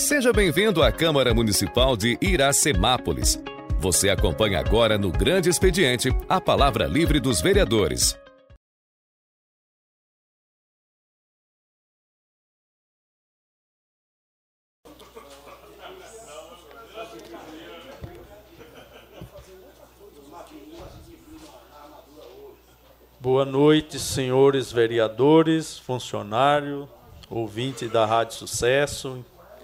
Seja bem-vindo à Câmara Municipal de Iracemápolis. Você acompanha agora no Grande Expediente a Palavra Livre dos Vereadores. Boa noite, senhores vereadores, funcionário, ouvinte da Rádio Sucesso,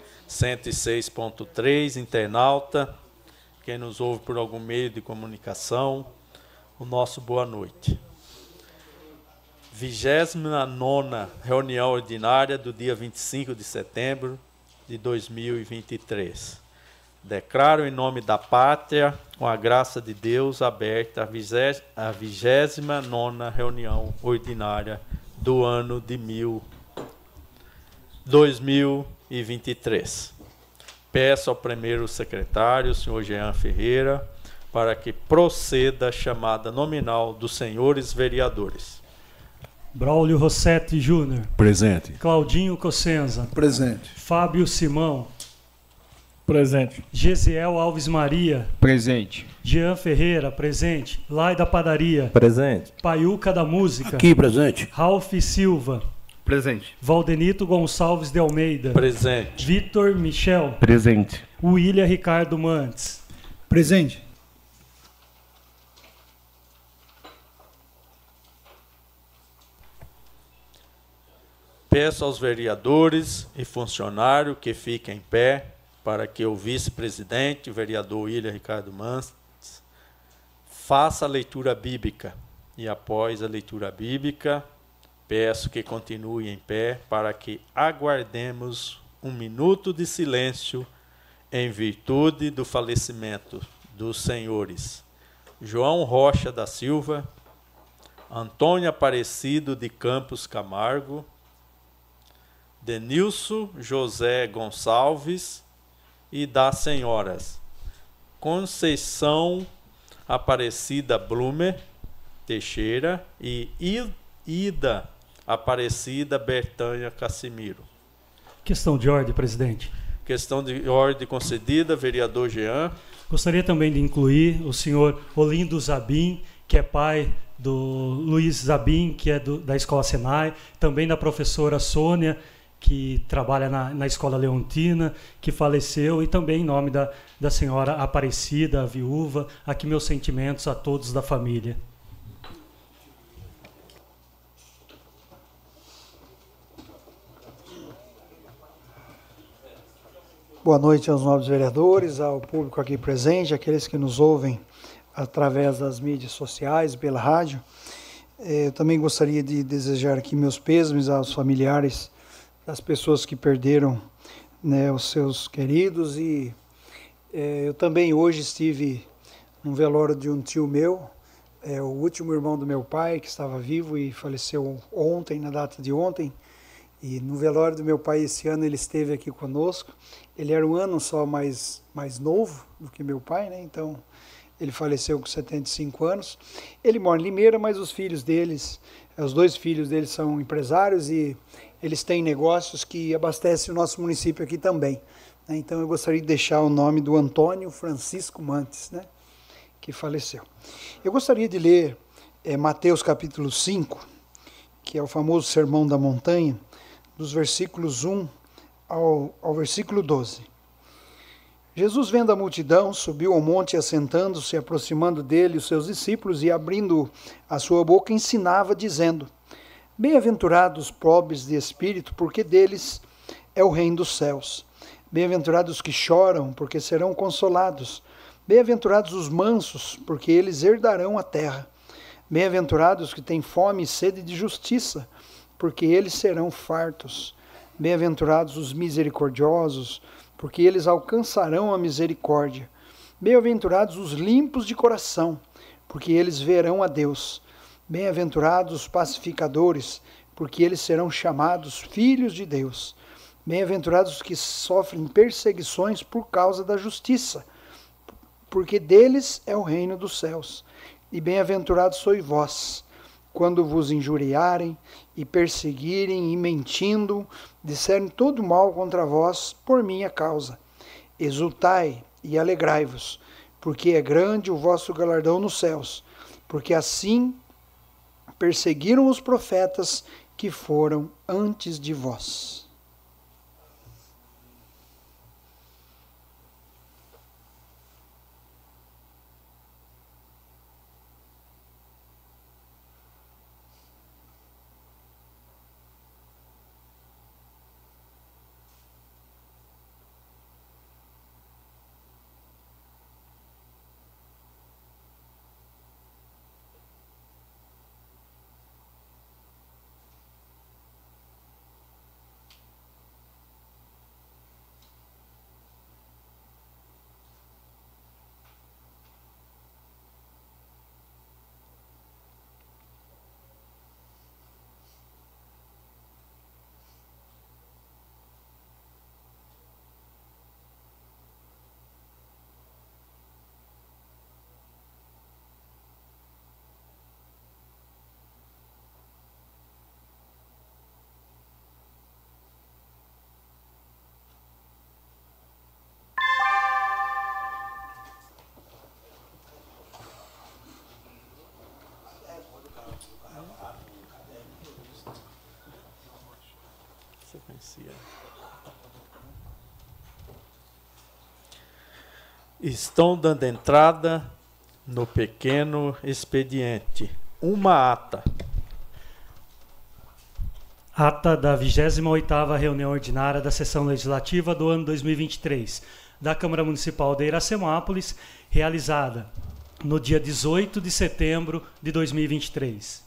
106.3, internauta, quem nos ouve por algum meio de comunicação, o nosso boa noite. 29ª reunião ordinária do dia 25 de setembro de 2023. Declaro em nome da pátria, com a graça de Deus, aberta a 29ª reunião ordinária do ano de 2023. Peço ao primeiro secretário, o senhor Jean Ferreira, para que proceda a chamada nominal dos senhores vereadores. Braulio Rossetti Júnior. Presente. Claudinho Cossenza. Presente. Fábio Simão. Presente. Gesiel Alves Maria. Presente. Jean Ferreira, presente. Lai da Padaria. Presente. Paiuca da Música. Aqui, presente. Ralph Silva. Presente. Valdenito Gonçalves de Almeida. Presente. Vitor Michel. Presente. William Ricardo Mantes. Presente. Peço aos vereadores e funcionários que fiquem em pé para que o vice-presidente, o vereador William Ricardo Mantes, faça a leitura bíblica. E após a leitura bíblica, peço que continue em pé para que aguardemos um minuto de silêncio em virtude do falecimento dos senhores João Rocha da Silva, Antônio Aparecido de Campos Camargo, Denilson José Gonçalves e das senhoras Conceição Aparecida Blumer Teixeira e Ida Aparecida Bertanha Cassimiro. Questão de ordem, presidente. Questão de ordem concedida, vereador Jean. Gostaria também de incluir o senhor Olindo Zabim, que é pai do Luiz Zabim, que é da Escola Senai, também da professora Sônia, que trabalha na Escola Leontina, que faleceu, e também em nome da senhora Aparecida, a viúva. Aqui meus sentimentos a todos da família. Boa noite aos nobres vereadores, ao público aqui presente, aqueles que nos ouvem através das mídias sociais, pela rádio. Eu também gostaria de desejar aqui meus pêsames aos familiares das pessoas que perderam, né, os seus queridos. E eu também hoje estive no velório de um tio meu, o último irmão do meu pai, que estava vivo e faleceu ontem, na data de ontem. E no velório do meu pai esse ano ele esteve aqui conosco. Ele era um ano só mais novo do que meu pai, né? Então ele faleceu com 75 anos. Ele mora em Limeira, mas os filhos deles, os dois filhos deles são empresários e eles têm negócios que abastecem o nosso município aqui também, né? Então eu gostaria de deixar o nome do Antônio Francisco Mantes, né, que faleceu. Eu gostaria de ler Mateus capítulo 5, que é o famoso Sermão da Montanha, dos versículos 1 ao versículo 12. Jesus, vendo a multidão, subiu ao monte e, assentando-se, aproximando dele os seus discípulos e, abrindo a sua boca, ensinava, dizendo: Bem-aventurados os pobres de espírito, porque deles é o reino dos céus. Bem-aventurados os que choram, porque serão consolados. Bem-aventurados os mansos, porque eles herdarão a terra. Bem-aventurados os que têm fome e sede de justiça, porque eles serão fartos. Bem-aventurados os misericordiosos, porque eles alcançarão a misericórdia. Bem-aventurados os limpos de coração, porque eles verão a Deus. Bem-aventurados os pacificadores, porque eles serão chamados filhos de Deus. Bem-aventurados os que sofrem perseguições por causa da justiça, porque deles é o reino dos céus. E bem-aventurados sois vós, quando vos injuriarem e perseguirem e mentindo, disserem todo mal contra vós por minha causa. Exultai e alegrai-vos, porque é grande o vosso galardão nos céus, porque assim perseguiram os profetas que foram antes de vós. Estão dando entrada no pequeno expediente. Uma ata. Ata da 28ª reunião ordinária da sessão legislativa do ano 2023 da Câmara Municipal de Iracemápolis, realizada no dia 18 de setembro de 2023.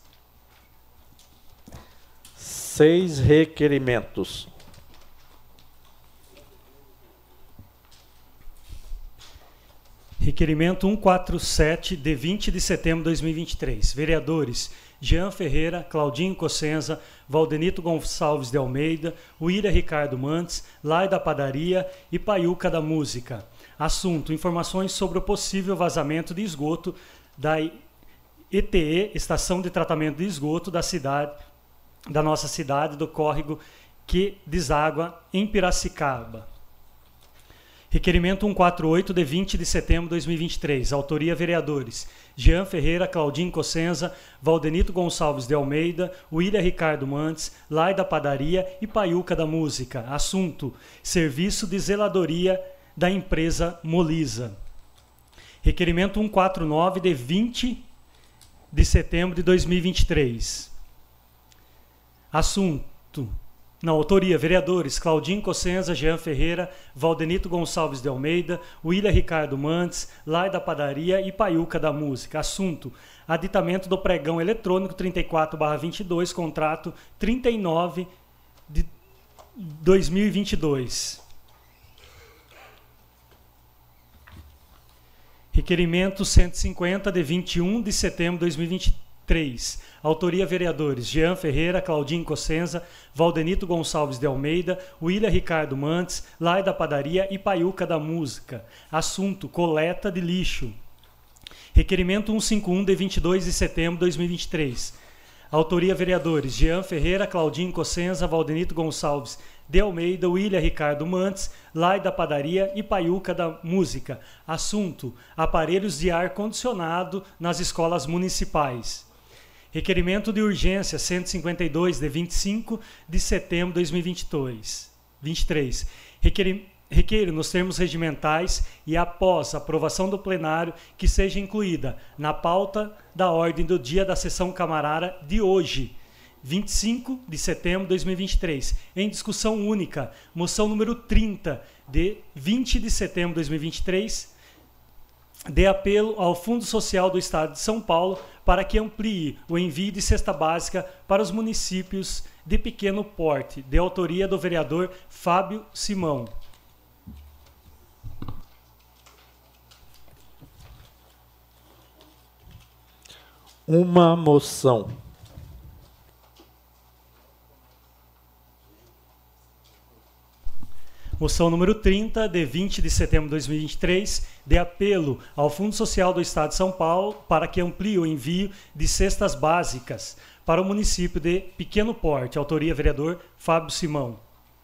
6 requerimentos. Requerimento 147, de 20 de setembro de 2023. Vereadores Jean Ferreira, Claudinho Cossenza, Valdenito Gonçalves de Almeida, Uíria Ricardo Mantes, Lai da Padaria e Paiuca da Música. Assunto: informações sobre o possível vazamento de esgoto da ETE, Estação de Tratamento de Esgoto da nossa cidade, do córrego que deságua em Piracicaba. Requerimento 148, de 20 de setembro de 2023. Autoria: vereadores Jean Ferreira, Claudinho Cossenza, Valdenito Gonçalves de Almeida, Uíria Ricardo Mantes, Lai da Padaria e Paiuca da Música. Assunto: serviço de zeladoria da empresa Molisa. Requerimento 149, de 20 de setembro de 2023. Assunto: autoria: vereadores Claudinho Cossenza, Jean Ferreira, Valdenito Gonçalves de Almeida, Uíria Ricardo Mantes, Lai da Padaria e Paiuca da Música. Assunto: aditamento do pregão eletrônico 34/22, contrato 39 de 2022. Requerimento 150, de 21 de setembro de 2023. Autoria: vereadores Jean Ferreira, Claudinho Cossenza, Valdenito Gonçalves de Almeida, Uíria Ricardo Mantes, Lai da Padaria e Paiuca da Música. Assunto: coleta de lixo. Requerimento 151, de 22 de setembro de 2023. Autoria: vereadores Jean Ferreira, Claudinho Cossenza, Valdenito Gonçalves de Almeida, Uíria Ricardo Mantes, Lai da Padaria e Paiuca da Música. Assunto: aparelhos de ar-condicionado nas escolas municipais. Requerimento de urgência 152, de 25 de setembro de 2023. Requeiro, nos termos regimentais e após aprovação do plenário, que seja incluída na pauta da ordem do dia da sessão camarara de hoje, 25 de setembro de 2023, em discussão única, moção número 30, de 20 de setembro de 2023, de apelo ao Fundo Social do Estado de São Paulo para que amplie o envio de cesta básica para os municípios de pequeno porte, de autoria do vereador Fábio Simão. Uma moção. Moção número 30, de 20 de setembro de 2023, de apelo ao Fundo Social do Estado de São Paulo para que amplie o envio de cestas básicas para o município de pequeno porte. Autoria vereador Fábio Simão.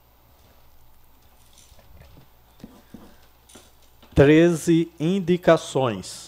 13 indicações.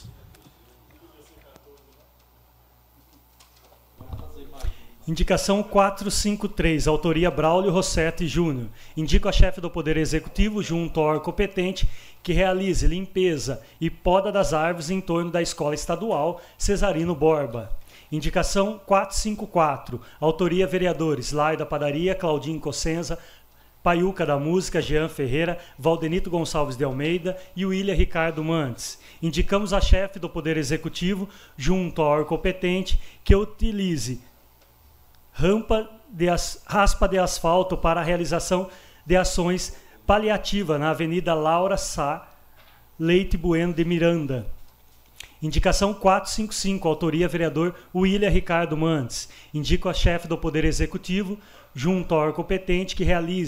Indicação 453, autoria Braulio Rossetti Júnior. Indico a chefe do Poder Executivo, junto ao órgão competente, que realize limpeza e poda das árvores em torno da Escola Estadual Cesarino Borba. Indicação 454, autoria vereadores Laida Padaria, Claudinho Cossenza, Paiuca da Música, Jean Ferreira, Valdenito Gonçalves de Almeida e William Ricardo Mantes. Indicamos a chefe do Poder Executivo, junto ao órgão competente, que utilize raspa de asfalto para a realização de ações paliativas na Avenida Laura Sá Leite Bueno de Miranda. Indicação 455, autoria vereador William Ricardo Mantes. Indico a chefe do Poder Executivo, junto ao órgão competente,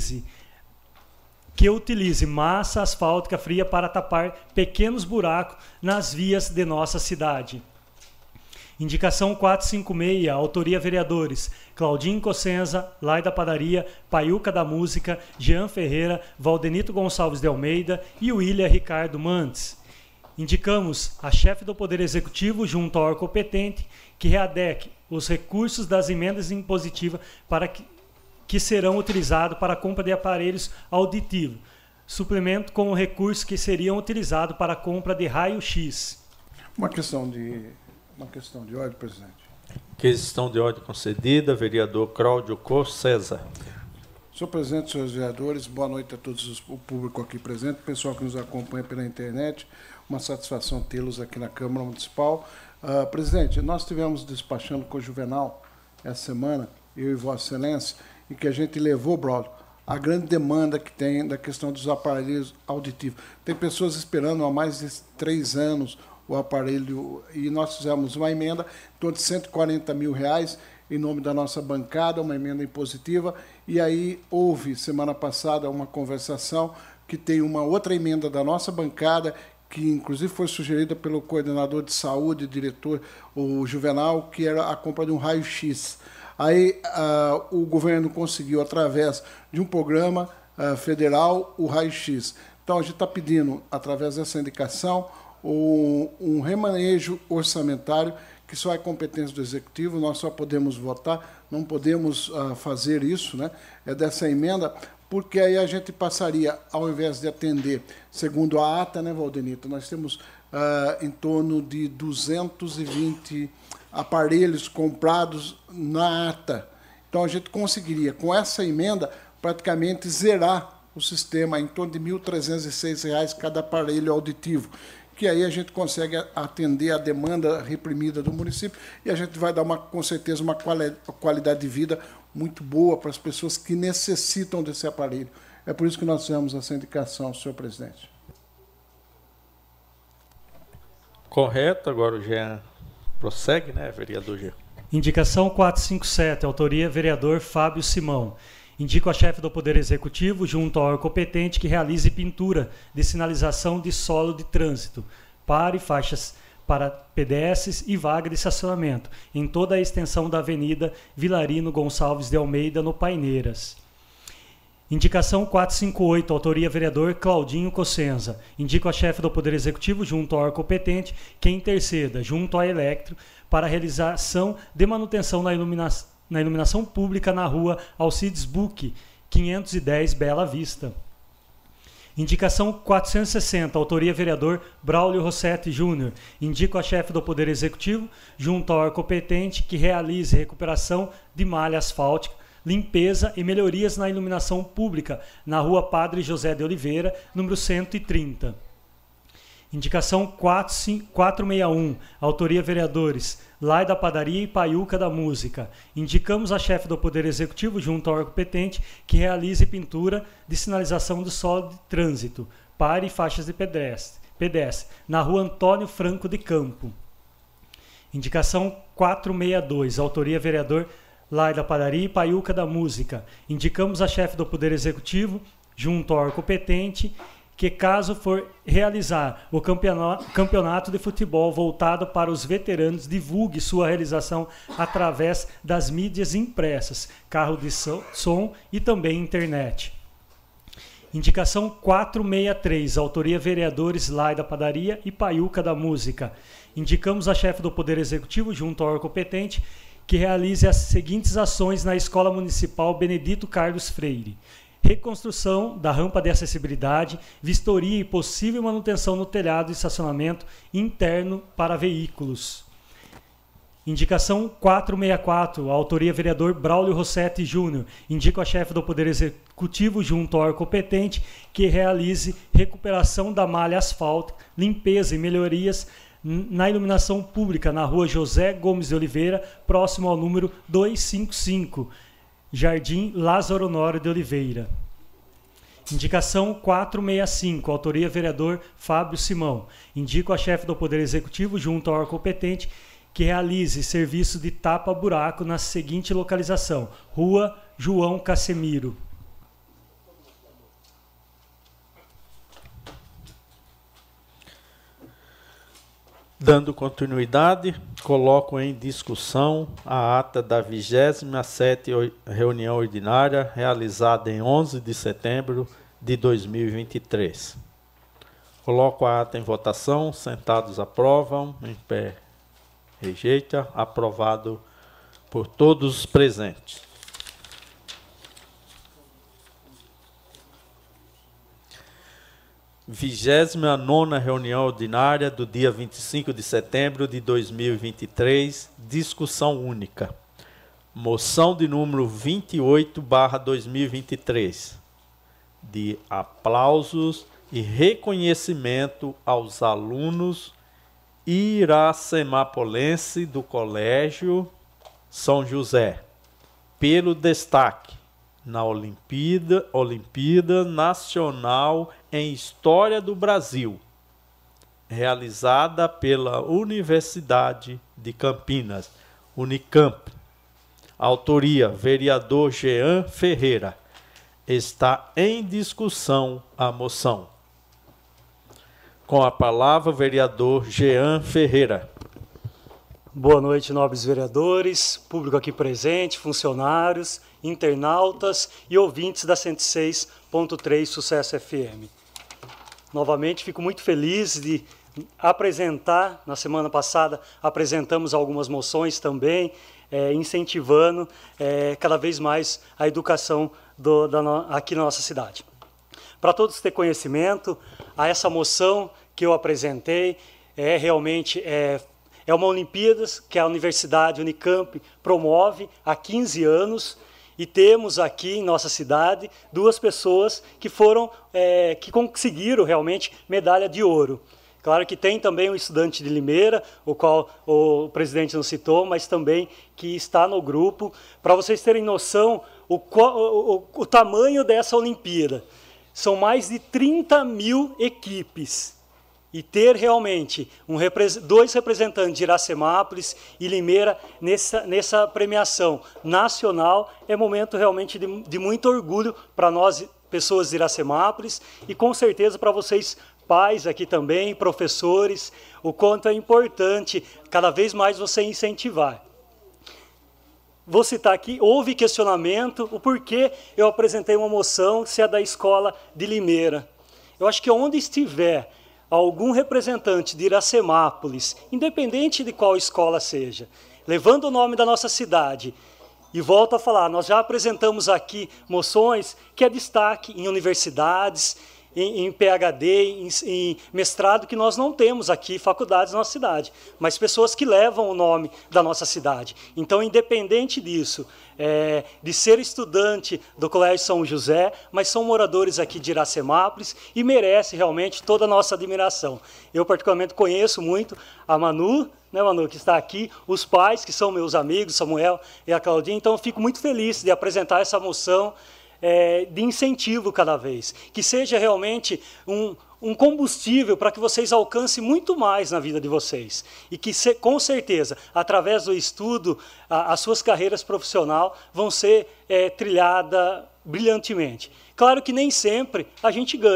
que utilize massa asfáltica fria para tapar pequenos buracos nas vias de nossa cidade. Indicação 456, autoria vereadores Claudinho Cossenza, Laida Padaria, Paiuca da Música, Jean Ferreira, Valdenito Gonçalves de Almeida e William Ricardo Mantes. Indicamos a chefe do Poder Executivo, junto ao órgão competente, que readeque os recursos das emendas impositivas que serão utilizados para a compra de aparelhos auditivos, suplemento com o recurso que seriam utilizados para a compra de raio-x. Uma questão de ordem, presidente. Questão de ordem concedida, vereador Cláudio Cossenza. Senhor presidente, senhores vereadores, boa noite a todos o público aqui presente, o pessoal que nos acompanha pela internet. Uma satisfação tê-los aqui na Câmara Municipal. Presidente, nós estivemos despachando com o Juvenal essa semana, eu e Vossa Excelência, em que a gente levou, Braulio, a grande demanda que tem da questão dos aparelhos auditivos. Tem pessoas esperando há mais de 3 anos o aparelho, e nós fizemos uma emenda em torno de R$140 mil em nome da nossa bancada, uma emenda impositiva, e aí houve, semana passada, uma conversação que tem uma outra emenda da nossa bancada, que inclusive foi sugerida pelo coordenador de saúde, diretor, o Juvenal, que era a compra de um raio-x. Aí o governo conseguiu, através de um programa federal, o raio-x. Então, a gente está pedindo, através dessa indicação, um remanejo orçamentário, que só é competência do Executivo, nós só podemos votar, não podemos fazer isso, né? É dessa emenda, porque aí a gente passaria, ao invés de atender, segundo a ata, né, Valdenito, nós temos em torno de 220 aparelhos comprados na ata. Então, a gente conseguiria, com essa emenda, praticamente zerar o sistema em torno de R$ 1.306 cada aparelho auditivo, que aí a gente consegue atender a demanda reprimida do município e a gente vai dar, com certeza, uma qualidade de vida muito boa para as pessoas que necessitam desse aparelho. É por isso que nós fizemos essa indicação, senhor presidente. Correto, agora o Jean prossegue, né, vereador Jean? Indicação 457, autoria vereador Fábio Simão. Indico a chefe do Poder Executivo, junto ao órgão competente, que realize pintura de sinalização de solo de trânsito, pare faixas para pedestres e vaga de estacionamento, em toda a extensão da Avenida Vilarino Gonçalves de Almeida, no Paineiras. Indicação 458, autoria vereador Claudinho Cossenza. Indico a chefe do Poder Executivo, junto ao órgão competente, que interceda, junto à Electro, para a realização de manutenção na iluminação pública na rua Alcides Buch, 510, Bela Vista. Indicação 460, autoria vereador Braulio Rossetti Júnior. Indico a chefe do Poder Executivo, junto ao órgão competente, que realize recuperação de malha asfáltica, limpeza e melhorias na iluminação pública na rua Padre José de Oliveira, número 130. Indicação 461, autoria vereadores Laida Padaria e Paiuca da Música. Indicamos a chefe do Poder Executivo, junto ao órgão competente, que realize pintura de sinalização do solo de trânsito, pare e faixas de pedestre, na rua Antônio Franco de Campo. Indicação 462, autoria vereador Laida Padaria e Paiuca da Música. Indicamos a chefe do Poder Executivo, junto ao órgão competente, que, caso for realizar o campeonato de futebol voltado para os veteranos, divulgue sua realização através das mídias impressas, carro de som e também internet. Indicação 463, autoria vereadores Lai da Padaria e Paiuca da Música. Indicamos a chefe do Poder Executivo, junto ao órgão competente, que realize as seguintes ações na Escola Municipal Benedito Carlos Freire: reconstrução da rampa de acessibilidade, vistoria e possível manutenção no telhado e estacionamento interno para veículos. Indicação 464, autoria vereador Braulio Rossetti Júnior. Indico a chefe do Poder Executivo, junto ao órgão competente, que realize recuperação da malha asfáltica, limpeza e melhorias na iluminação pública na rua José Gomes de Oliveira, próximo ao número 255, Jardim Lázaro Honório de Oliveira. Indicação 465, autoria vereador Fábio Simão. Indico a chefe do Poder Executivo, junto ao órgão competente, que realize serviço de tapa-buraco na seguinte localização: Rua João Casemiro. Dando continuidade, coloco em discussão a ata da 27ª reunião ordinária, realizada em 11 de setembro de 2023. Coloco a ata em votação. Sentados aprovam, em pé rejeita. Aprovado por todos os presentes. Vigésima nona reunião ordinária do dia 25 de setembro de 2023, discussão única. Moção de número 28/2023, de aplausos e reconhecimento aos alunos iracemapolense do Colégio São José, pelo destaque na Olimpíada Nacional em História do Brasil, realizada pela Universidade de Campinas, Unicamp. Autoria, vereador Jean Ferreira. Está em discussão a moção. Com a palavra, o vereador Jean Ferreira. Boa noite, nobres vereadores, público aqui presente, funcionários, internautas e ouvintes da 106.3 Sucesso FM. Novamente, fico muito feliz de apresentar, na semana passada apresentamos algumas moções também, incentivando cada vez mais a educação aqui na nossa cidade. Para todos ter conhecimento, essa moção que eu apresentei realmente é uma Olimpíadas que a Universidade Unicamp promove há 15 anos, e temos aqui em nossa cidade 2 pessoas que que conseguiram realmente medalha de ouro. Claro que tem também um estudante de Limeira, o qual o presidente não citou, mas também que está no grupo. Para vocês terem noção o tamanho dessa Olimpíada, são mais de 30 mil equipes. E ter realmente 2 representantes de Iracemápolis e Limeira nessa premiação nacional é momento realmente de muito orgulho para nós, pessoas de Iracemápolis, e com certeza para vocês, pais aqui também, professores, o quanto é importante cada vez mais você incentivar. Vou citar aqui, houve questionamento, o porquê eu apresentei uma moção se é da escola de Limeira. Eu acho que onde estiver algum representante de Iracemápolis, independente de qual escola seja, levando o nome da nossa cidade, e volto a falar, nós já apresentamos aqui moções que é destaque em universidades, em PhD, em mestrado, que nós não temos aqui faculdades na nossa cidade, mas pessoas que levam o nome da nossa cidade. Então, independente disso, de ser estudante do Colégio São José, mas são moradores aqui de Iracemápolis e merece realmente toda a nossa admiração. Eu, particularmente, conheço muito a Manu, né, Manu, que está aqui, os pais, que são meus amigos, Samuel e a Claudinha, então eu fico muito feliz de apresentar essa moção de incentivo cada vez, que seja realmente um combustível para que vocês alcancem muito mais na vida de vocês, e que com certeza, através do estudo, as suas carreiras profissionais vão ser trilhadas brilhantemente. Claro que nem sempre a gente ganha,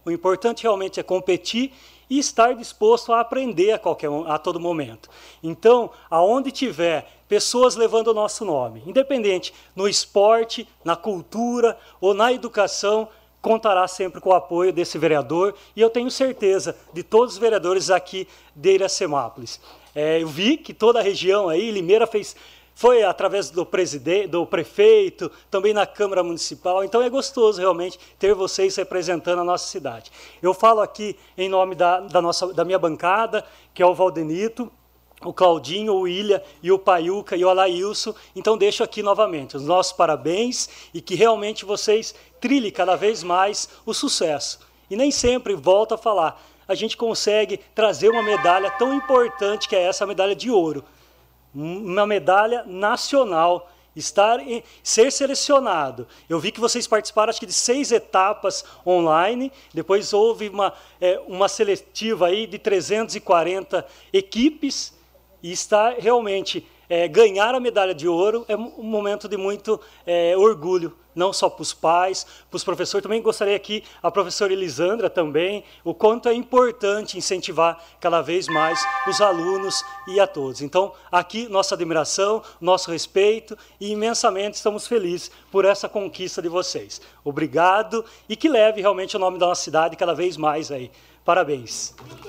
O importante realmente é competir e estar disposto a aprender a todo momento. Então, aonde tiver pessoas levando o nosso nome, independente no esporte, na cultura ou na educação, contará sempre com o apoio desse vereador, e eu tenho certeza de todos os vereadores aqui de Iracemápolis. Eu vi que toda a região aí, Limeira foi através do prefeito, também na Câmara Municipal, então é gostoso realmente ter vocês representando a nossa cidade. Eu falo aqui em nome da minha bancada, que é o Valdenito, o Claudinho, o William, e o Paiuca e o Alailson, então deixo aqui novamente os nossos parabéns e que realmente vocês trilhem cada vez mais o sucesso. E nem sempre, volto a falar, a gente consegue trazer uma medalha tão importante que é essa medalha de ouro. Uma medalha nacional, ser selecionado. Eu vi que vocês participaram, acho que de 6 etapas online, depois houve uma seletiva aí de 340 equipes, e estar realmente, ganhar a medalha de ouro é um momento de muito orgulho, não só para os pais, para os professores. Também gostaria aqui, a professora Elisandra também, o quanto é importante incentivar cada vez mais os alunos e a todos. Então, aqui, nossa admiração, nosso respeito, e imensamente estamos felizes por essa conquista de vocês. Obrigado, e que leve realmente o nome da nossa cidade cada vez mais aí. Parabéns.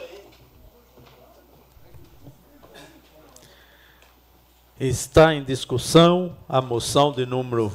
Está em discussão a moção de número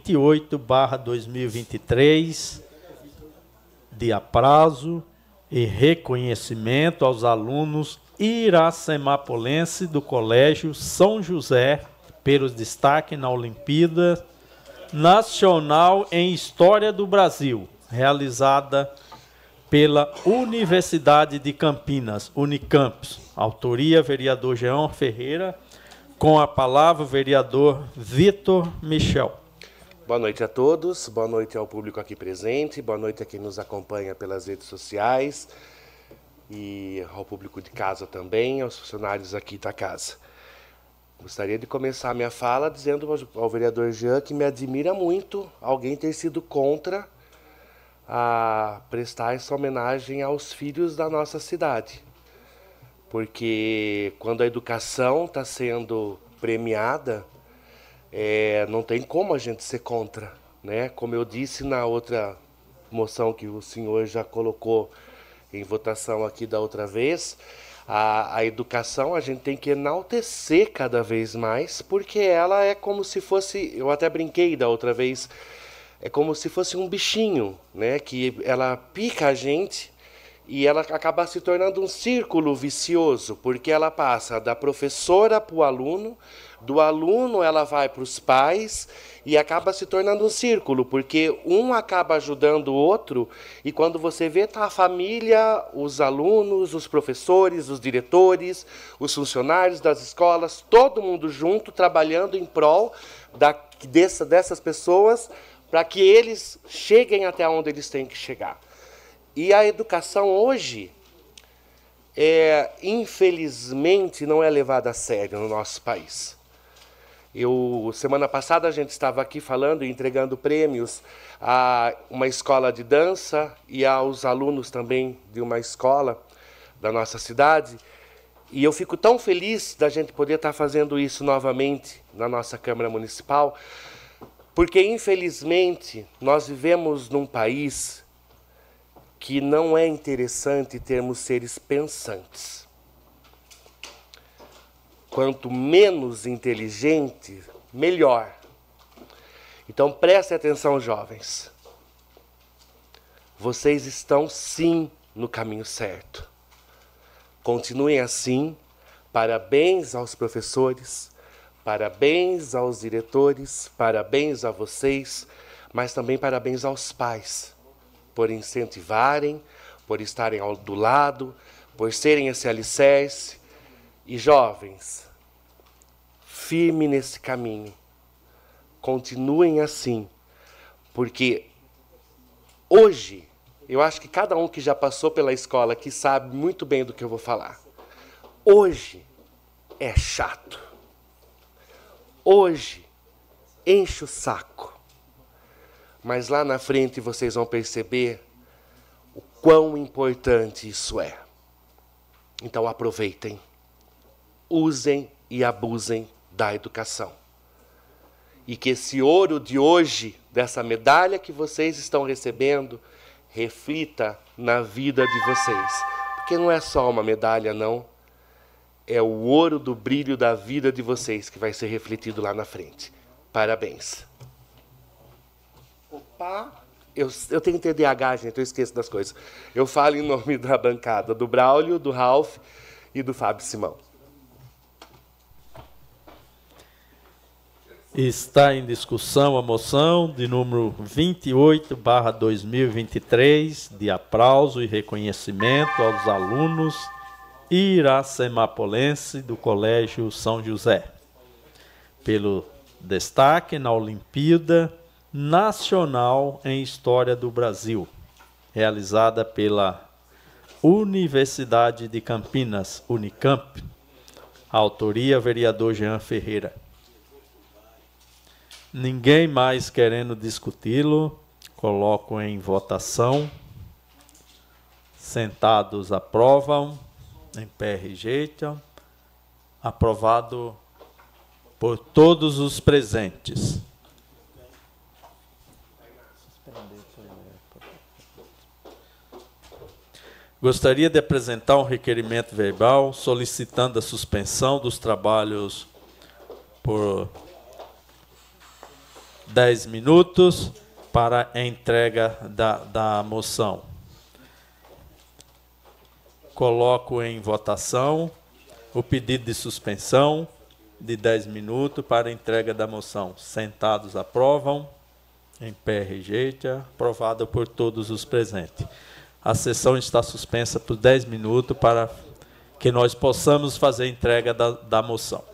28/2023, de aprazo e reconhecimento aos alunos iracemapolenses do Colégio São José pelos destaques na Olimpíada Nacional em História do Brasil, realizada pela Universidade de Campinas, Unicampus. Autoria, vereador Jean Ferreira. Com a palavra, o vereador Vitor Michel. Boa noite a todos, boa noite ao público aqui presente, boa noite a quem nos acompanha pelas redes sociais e ao público de casa também, aos funcionários aqui da casa. Gostaria de começar a minha fala dizendo ao vereador Jean que me admira muito alguém ter sido contra a prestar essa homenagem aos filhos da nossa cidade. Porque quando a educação está sendo premiada, não tem como a gente ser contra, né? Como eu disse na outra moção que o senhor já colocou em votação aqui da outra vez, a educação a gente tem que enaltecer cada vez mais, porque ela é como se fosse, eu até brinquei da outra vez, é como se fosse um bichinho, né? Que ela pica a gente, e ela acaba se tornando um círculo vicioso, porque ela passa da professora para o aluno, do aluno ela vai para os pais, e acaba se tornando um círculo, porque um acaba ajudando o outro, e quando você vê, está a família, os alunos, os professores, os diretores, os funcionários das escolas, todo mundo junto, trabalhando em prol dessas pessoas, para que eles cheguem até onde eles têm que chegar. E a educação hoje, infelizmente, não é levada a sério no nosso país. Semana passada a gente estava aqui falando e entregando prêmios a uma escola de dança e aos alunos também de uma escola da nossa cidade. E eu fico tão feliz da gente poder estar fazendo isso novamente na nossa Câmara Municipal, porque, infelizmente, nós vivemos num país que não é interessante termos seres pensantes. Quanto menos inteligente, melhor. Então, prestem atenção, jovens. Vocês estão, sim, no caminho certo. Continuem assim. Parabéns aos professores, parabéns aos diretores, parabéns a vocês, mas também parabéns aos pais, por incentivarem, por estarem do lado, por serem esse alicerce. E jovens, firme nesse caminho, continuem assim, porque hoje, eu acho que cada um que já passou pela escola aqui sabe muito bem do que eu vou falar. Hoje é chato. Hoje enche o saco. Mas lá na frente vocês vão perceber o quão importante isso é. Então aproveitem, usem e abusem da educação. E que esse ouro de hoje, dessa medalha que vocês estão recebendo, reflita na vida de vocês. Porque não é só uma medalha, não. É o ouro do brilho da vida de vocês que vai ser refletido lá na frente. Parabéns. Opa! Eu tenho TDAH, gente, eu esqueço das coisas. Eu falo em nome da bancada, do Braulio, do Ralph e do Fábio Simão. Está em discussão a moção de número 28/2023, de aplauso e reconhecimento aos alunos iracemapolense do Colégio São José, pelo destaque na Olimpíada Nacional em História do Brasil, realizada pela Universidade de Campinas, Unicamp. Autoria, vereador Jean Ferreira. Ninguém mais querendo discuti-lo, coloco em votação. Sentados aprovam, em pé rejeitam. Aprovado por todos os presentes. Gostaria de apresentar um requerimento verbal solicitando a suspensão dos trabalhos por 10 minutos para a entrega da moção. Coloco em votação o pedido de suspensão de 10 minutos para a entrega da moção. Sentados aprovam, em pé rejeita, aprovado por todos os presentes. A sessão está suspensa por 10 minutos para que nós possamos fazer a entrega da moção.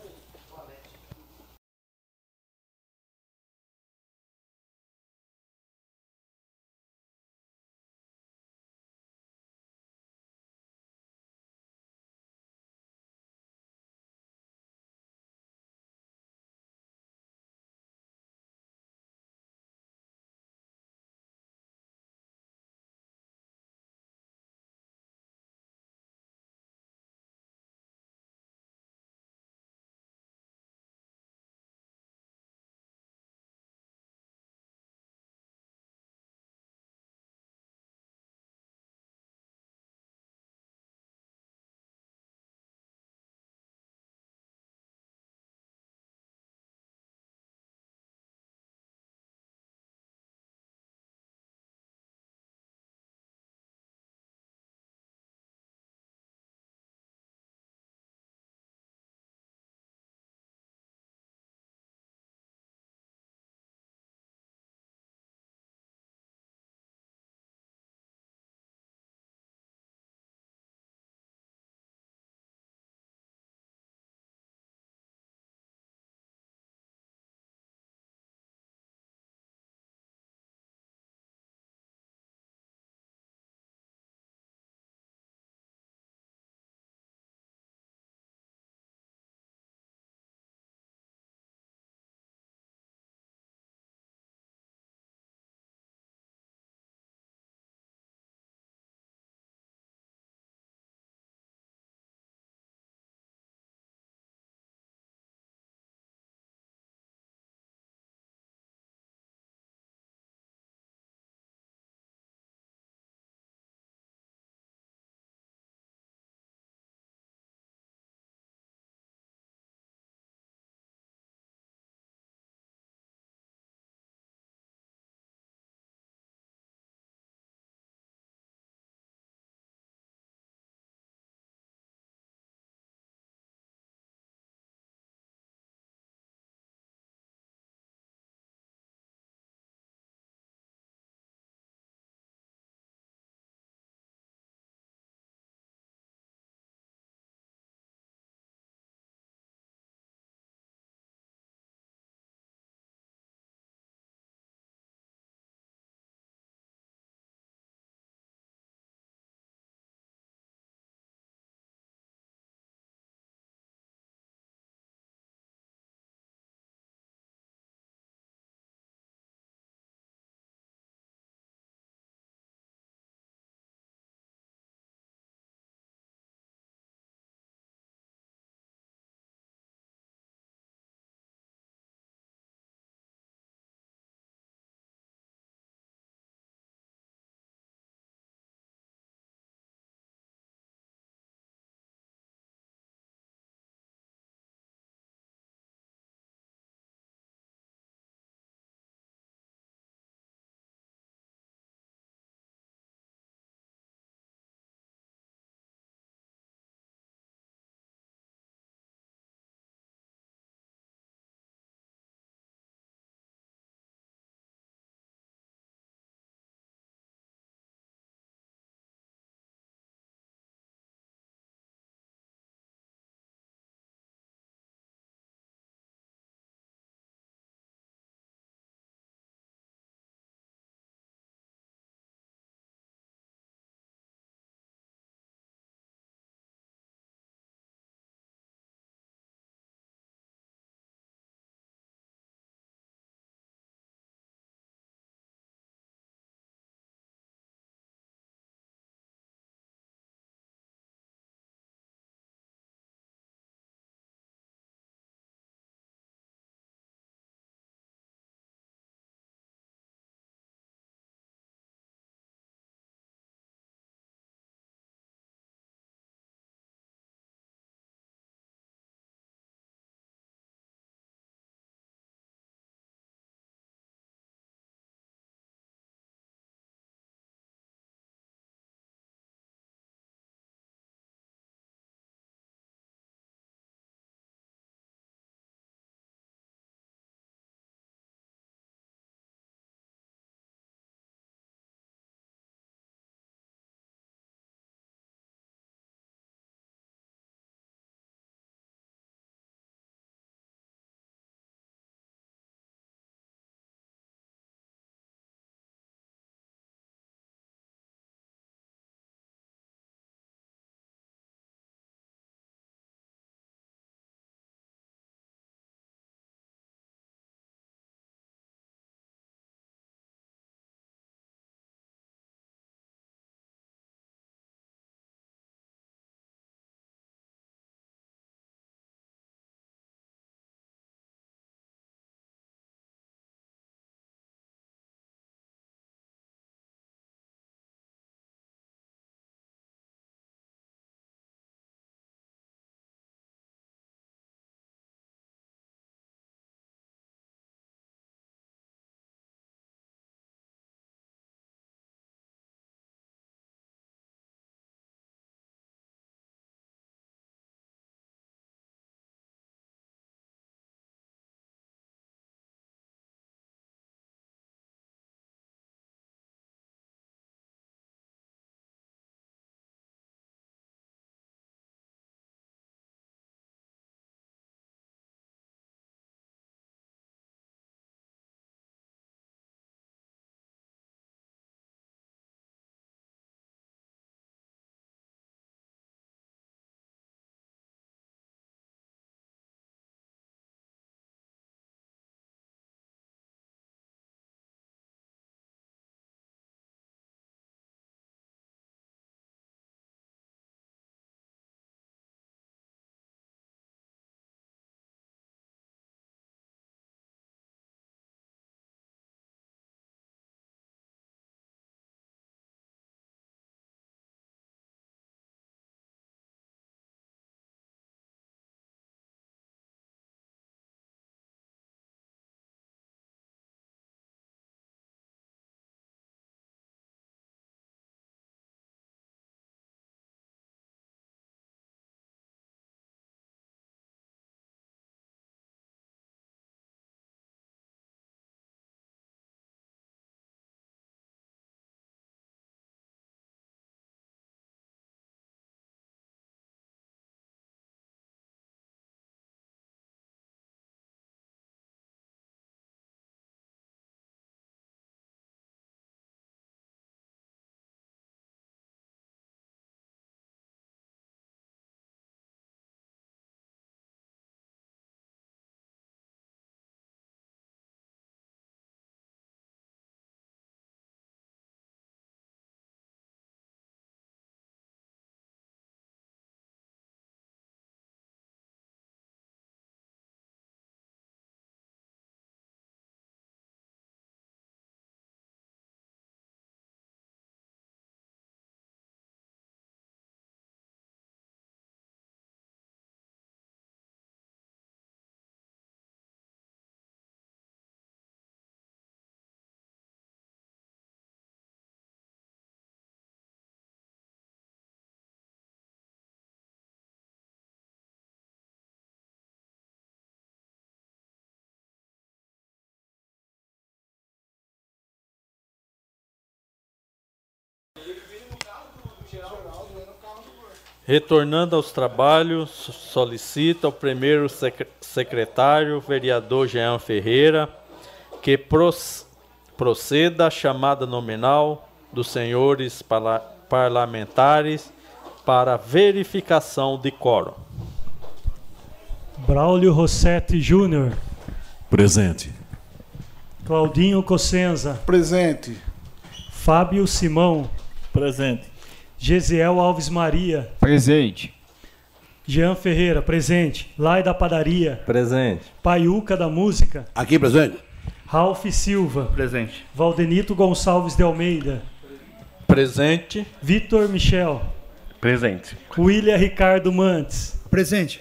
Retornando aos trabalhos, solicita ao primeiro secretário, vereador Jean Ferreira, que proceda a chamada nominal dos senhores parlamentares para verificação de quórum. Braulio Rossetti Júnior. Presente. Claudinho Cossenza. Presente. Fábio Simão. Presente. Gesiel Alves Maria. Presente. Jean Ferreira, presente. Lai da Padaria. Presente. Paiuca da Música. Aqui, presente. Ralph Silva. Presente. Valdenito Gonçalves de Almeida. Presente. Vitor Michel. Presente. William Ricardo Mantes. Presente.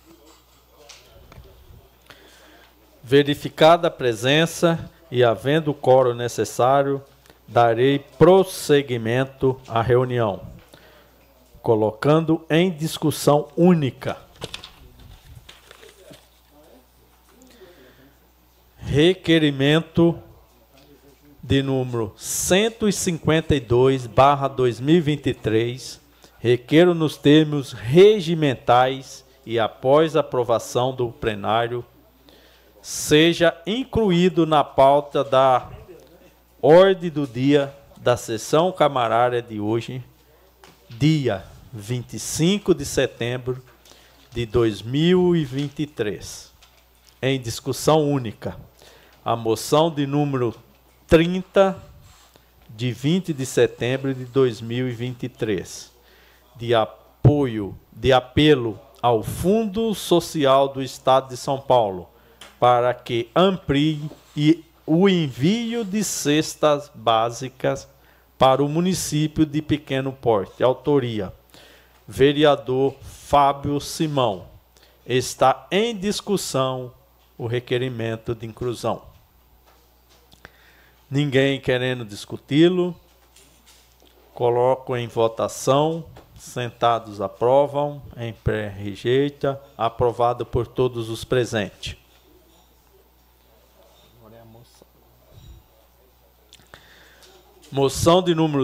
Verificada a presença e havendo o quórum necessário, darei prosseguimento à reunião, colocando em discussão única requerimento de número 152/2023, requeiro nos termos regimentais e após aprovação do plenário, seja incluído na pauta da ordem do dia da sessão camarária de hoje, dia 25 de setembro de 2023. Em discussão única, a moção de número 30, de 20 de setembro de 2023, de apelo ao Fundo Social do Estado de São Paulo, para que amplie o envio de cestas básicas para o município de pequeno porte. Autoria: vereador Fábio Simão. Está em discussão o requerimento de inclusão. Ninguém querendo discuti-lo, coloco em votação. Sentados aprovam, em pé rejeita. Aprovado por todos os presentes. Moção de número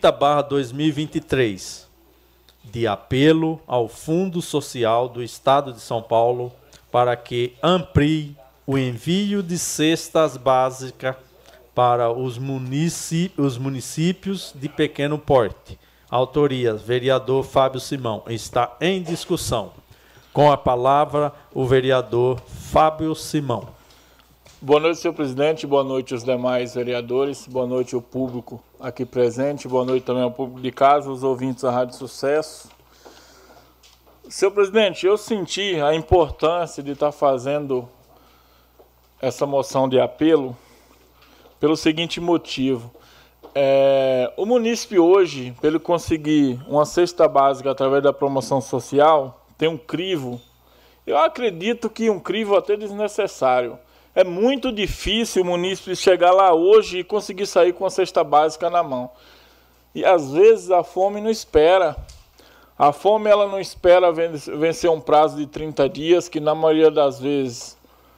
30/2023, de apelo ao Fundo Social do Estado de São Paulo para que amplie o envio de cestas básicas para os municípios de pequeno porte. Autoria: vereador Fábio Simão. Está em discussão. Com a palavra, o vereador Fábio Simão. Boa noite, senhor presidente. Boa noite aos demais vereadores. Boa noite ao público aqui presente. Boa noite também ao público de casa, os ouvintes da Rádio Sucesso. Senhor presidente, eu senti a importância de estar fazendo essa moção de apelo pelo seguinte motivo. O munícipe hoje, para ele conseguir uma cesta básica através da promoção social, tem um crivo. Eu acredito que um crivo até desnecessário. É muito difícil o munícipe chegar lá hoje e conseguir sair com a cesta básica na mão. E às vezes a fome não espera. A fome ela não espera vencer um prazo de 30 dias, que na maioria das vezes...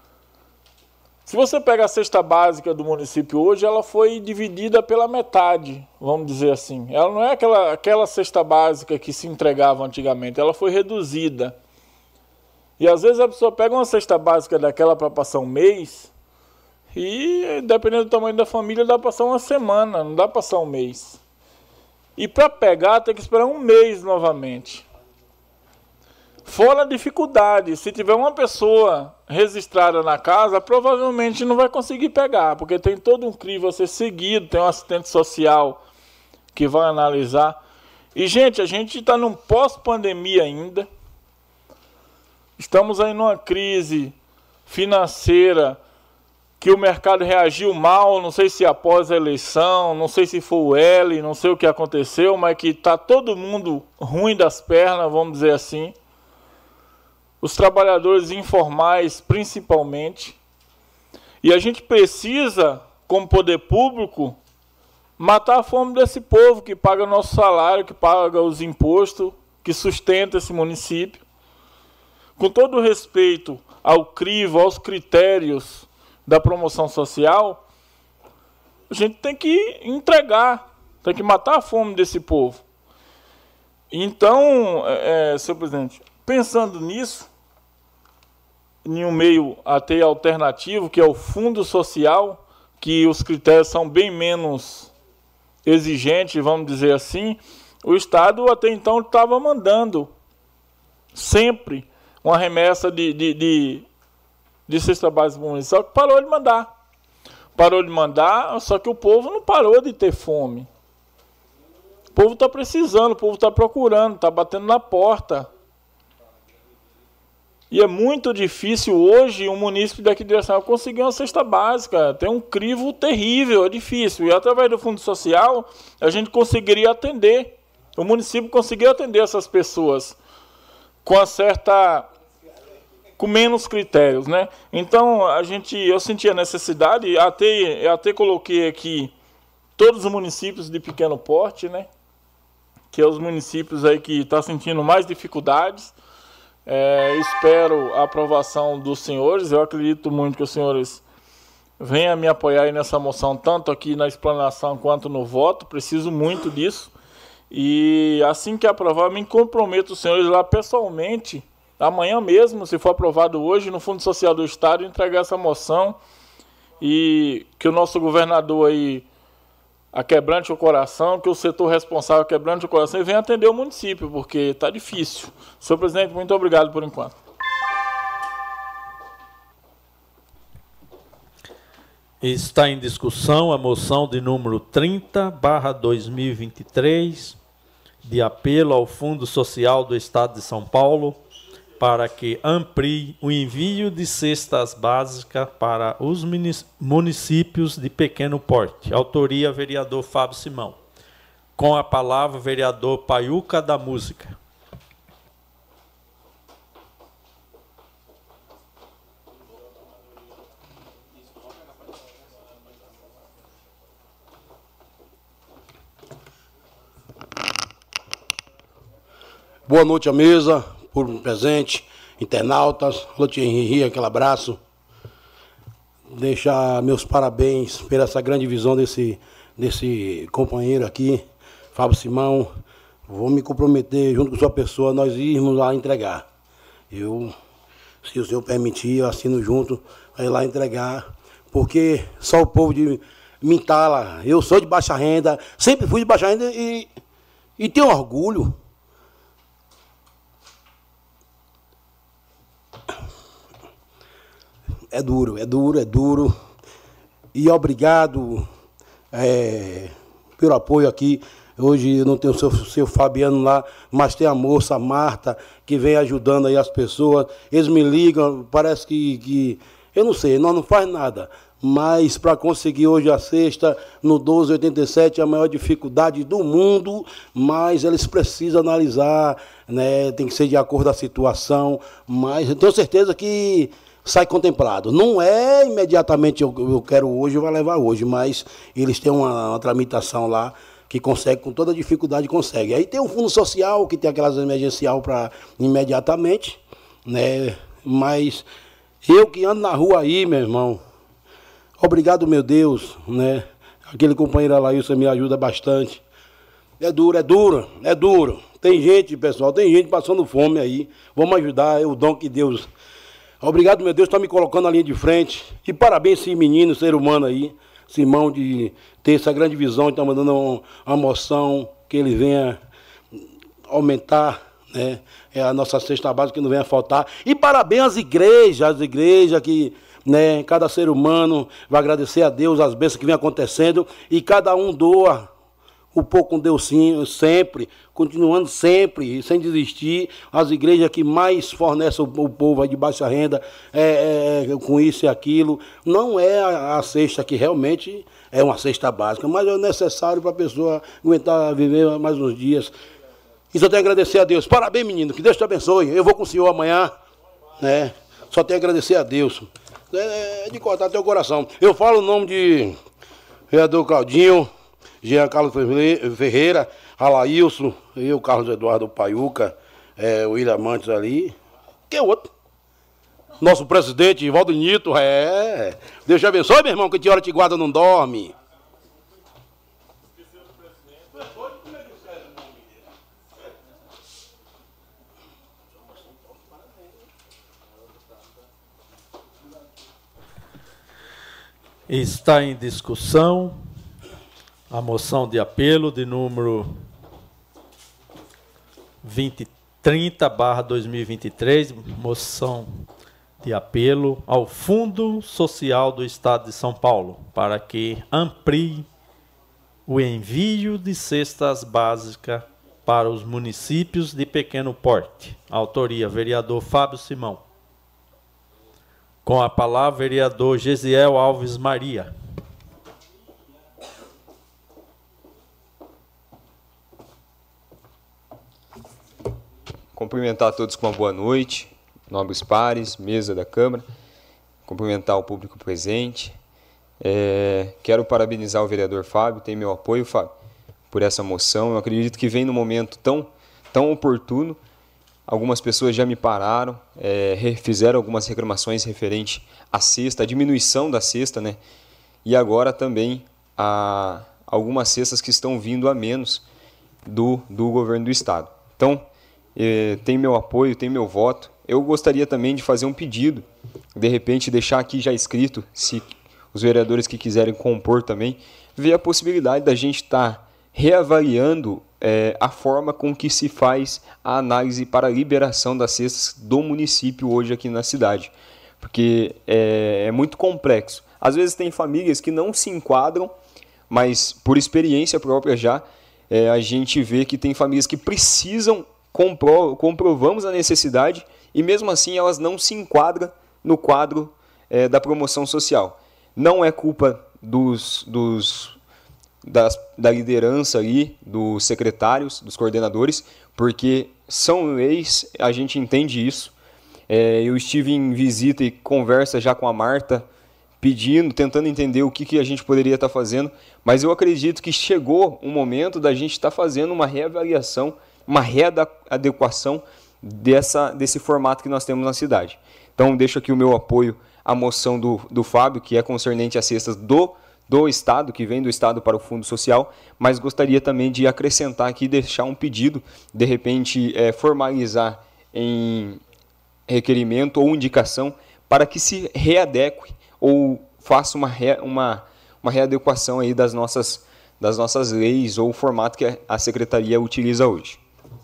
Se você pega a cesta básica do município hoje, ela foi dividida pela metade, vamos dizer assim. Ela não é aquela cesta básica que se entregava antigamente, ela foi reduzida. E às vezes a pessoa pega uma cesta básica daquela para passar um mês e, dependendo do tamanho da família, dá para passar uma semana, não dá para passar um mês. E para pegar tem que esperar um mês novamente. Fora a dificuldade, se tiver uma pessoa registrada na casa, provavelmente não vai conseguir pegar, porque tem todo um crivo a ser seguido, tem um assistente social que vai analisar. E, gente, a gente está num pós-pandemia ainda. Estamos aí numa crise financeira que o mercado reagiu mal, não sei se após a eleição, não sei se foi o L, não sei o que aconteceu, mas que está todo mundo ruim das pernas, vamos dizer assim. Os trabalhadores informais, principalmente. E a gente precisa, como poder público, matar a fome desse povo que paga nosso salário, que paga os impostos, que sustenta esse município. Com todo respeito ao crivo, aos critérios da promoção social, a gente tem que entregar, tem que matar a fome desse povo. Então, senhor presidente, pensando nisso, em um meio até alternativo, que é o Fundo Social, que os critérios são bem menos exigentes, vamos dizer assim, o Estado até então estava mandando sempre uma remessa de cesta básica municipal, que parou de mandar. Parou de mandar, só que o povo não parou de ter fome. O povo está precisando, o povo está procurando, está batendo na porta. E é muito difícil hoje um município daqui de Iracema conseguir uma cesta básica. Tem um crivo terrível, é difícil. E através do Fundo Social, a gente conseguiria atender. O município conseguiria atender essas pessoas com com menos critérios, né? Então, eu senti a necessidade, até coloquei aqui todos os municípios de pequeno porte, né? Que é os municípios aí que estão sentindo mais dificuldades. Espero a aprovação dos senhores. Eu acredito muito que os senhores venham me apoiar aí nessa moção, tanto aqui na explanação quanto no voto. Preciso muito disso. E assim que aprovar, me comprometo os senhores lá pessoalmente, amanhã mesmo, se for aprovado hoje, no Fundo Social do Estado, entregar essa moção e que o nosso governador aí quebrante o coração, que o setor responsável quebrante o coração e venha atender o município, porque está difícil. Senhor presidente, muito obrigado por enquanto. Está em discussão a moção de número 30/2023, de apelo ao Fundo Social do Estado de São Paulo, para que amplie o envio de cestas básicas para os municípios de pequeno porte. Autoria, vereador Fábio Simão. Com a palavra, vereador Paiuca da Música. Boa noite à mesa, público presente, internautas, Lotinha Henri, aquele abraço. Deixar meus parabéns por essa grande visão desse companheiro aqui, Fábio Simão. Vou me comprometer, junto com sua pessoa, nós irmos lá entregar. Se o senhor permitir, eu assino junto, vai lá entregar, porque só o povo de Mintala, eu sou de baixa renda, sempre fui de baixa renda e tenho orgulho. É duro. E obrigado pelo apoio aqui. Hoje eu não tenho o seu Fabiano lá, mas tem a moça, a Marta, que vem ajudando aí as pessoas. Eles me ligam, parece que eu não sei, nós não faz nada. Mas para conseguir hoje a cesta, no 1287, é a maior dificuldade do mundo, mas eles precisam analisar, né? Tem que ser de acordo com a situação, mas eu tenho certeza que sai contemplado. Não é imediatamente eu quero hoje, eu vou levar hoje, mas eles têm uma tramitação lá que consegue, com toda dificuldade, consegue. Aí tem o Fundo Social, que tem aquelas emergencial para imediatamente, né? Mas eu que ando na rua aí, meu irmão, obrigado, meu Deus, né? Aquele companheiro Alailson me ajuda bastante. É duro. Tem gente, pessoal, passando fome aí. Vamos ajudar, é o dom que Deus... Obrigado, meu Deus, está me colocando na linha de frente. E parabéns esse menino, ser humano aí, Simão, de ter essa grande visão, de estar mandando uma moção, que ele venha aumentar, né? É a nossa cesta básica, que não venha faltar. E parabéns às igrejas que, né, cada ser humano vai agradecer a Deus as bênçãos que vem acontecendo, e cada um doa o pouco com Deus, sim, sempre, continuando sempre, sem desistir. As igrejas que mais fornecem o povo aí de baixa renda, com isso e aquilo, não é a cesta que realmente é uma cesta básica, mas é necessário para a pessoa aguentar viver mais uns dias. E só tenho a agradecer a Deus. Parabéns, menino, que Deus te abençoe. Eu vou com o senhor amanhã, né? Só tenho a agradecer a Deus. É de cortar teu coração. Eu falo o nome de vereador Claudinho, Jean Carlos Ferreira, Alailson, eu, Carlos Eduardo Paiuca, o William Mantes ali, que é outro. Nosso presidente, Valdinito, Deus te abençoe, meu irmão, que de hora te guarda não dorme. Está em discussão a moção de apelo de número 2030/2023, moção de apelo ao Fundo Social do Estado de São Paulo, para que amplie o envio de cestas básicas para os municípios de pequeno porte. Autoria, vereador Fábio Simão. Com a palavra, vereador Gesiel Alves Maria. Cumprimentar a todos com uma boa noite, nobres pares, mesa da Câmara, cumprimentar o público presente. Quero parabenizar o vereador Fábio, tem meu apoio, Fábio, por essa moção. Eu acredito que vem num momento tão oportuno. Algumas pessoas já me pararam, fizeram algumas reclamações referente à cesta, à diminuição da cesta, né? E agora também a algumas cestas que estão vindo a menos do governo do Estado. Então, tem meu apoio, tem meu voto. Eu gostaria também de fazer um pedido, de repente deixar aqui já escrito, se os vereadores que quiserem compor também, ver a possibilidade da gente estar reavaliando a forma com que se faz a análise para a liberação das cestas do município hoje aqui na cidade. Porque é muito complexo. Às vezes tem famílias que não se enquadram, mas por experiência própria já, a gente vê que tem famílias que precisam, comprovamos a necessidade, e mesmo assim elas não se enquadram no quadro da promoção social. Não é culpa da liderança ali, dos secretários, dos coordenadores, porque são leis, a gente entende isso. Eu estive em visita e conversa já com a Marta, tentando entender o que a gente poderia estar fazendo, mas eu acredito que chegou um momento da gente estar fazendo uma reavaliação, uma readequação desse formato que nós temos na cidade. Então, deixo aqui o meu apoio à moção do Fábio, que é concernente às cestas do Estado, que vem do Estado para o Fundo Social, mas gostaria também de acrescentar aqui, deixar um pedido, de repente formalizar em requerimento ou indicação para que se readeque ou faça uma readequação aí das nossas leis ou o formato que a Secretaria utiliza hoje.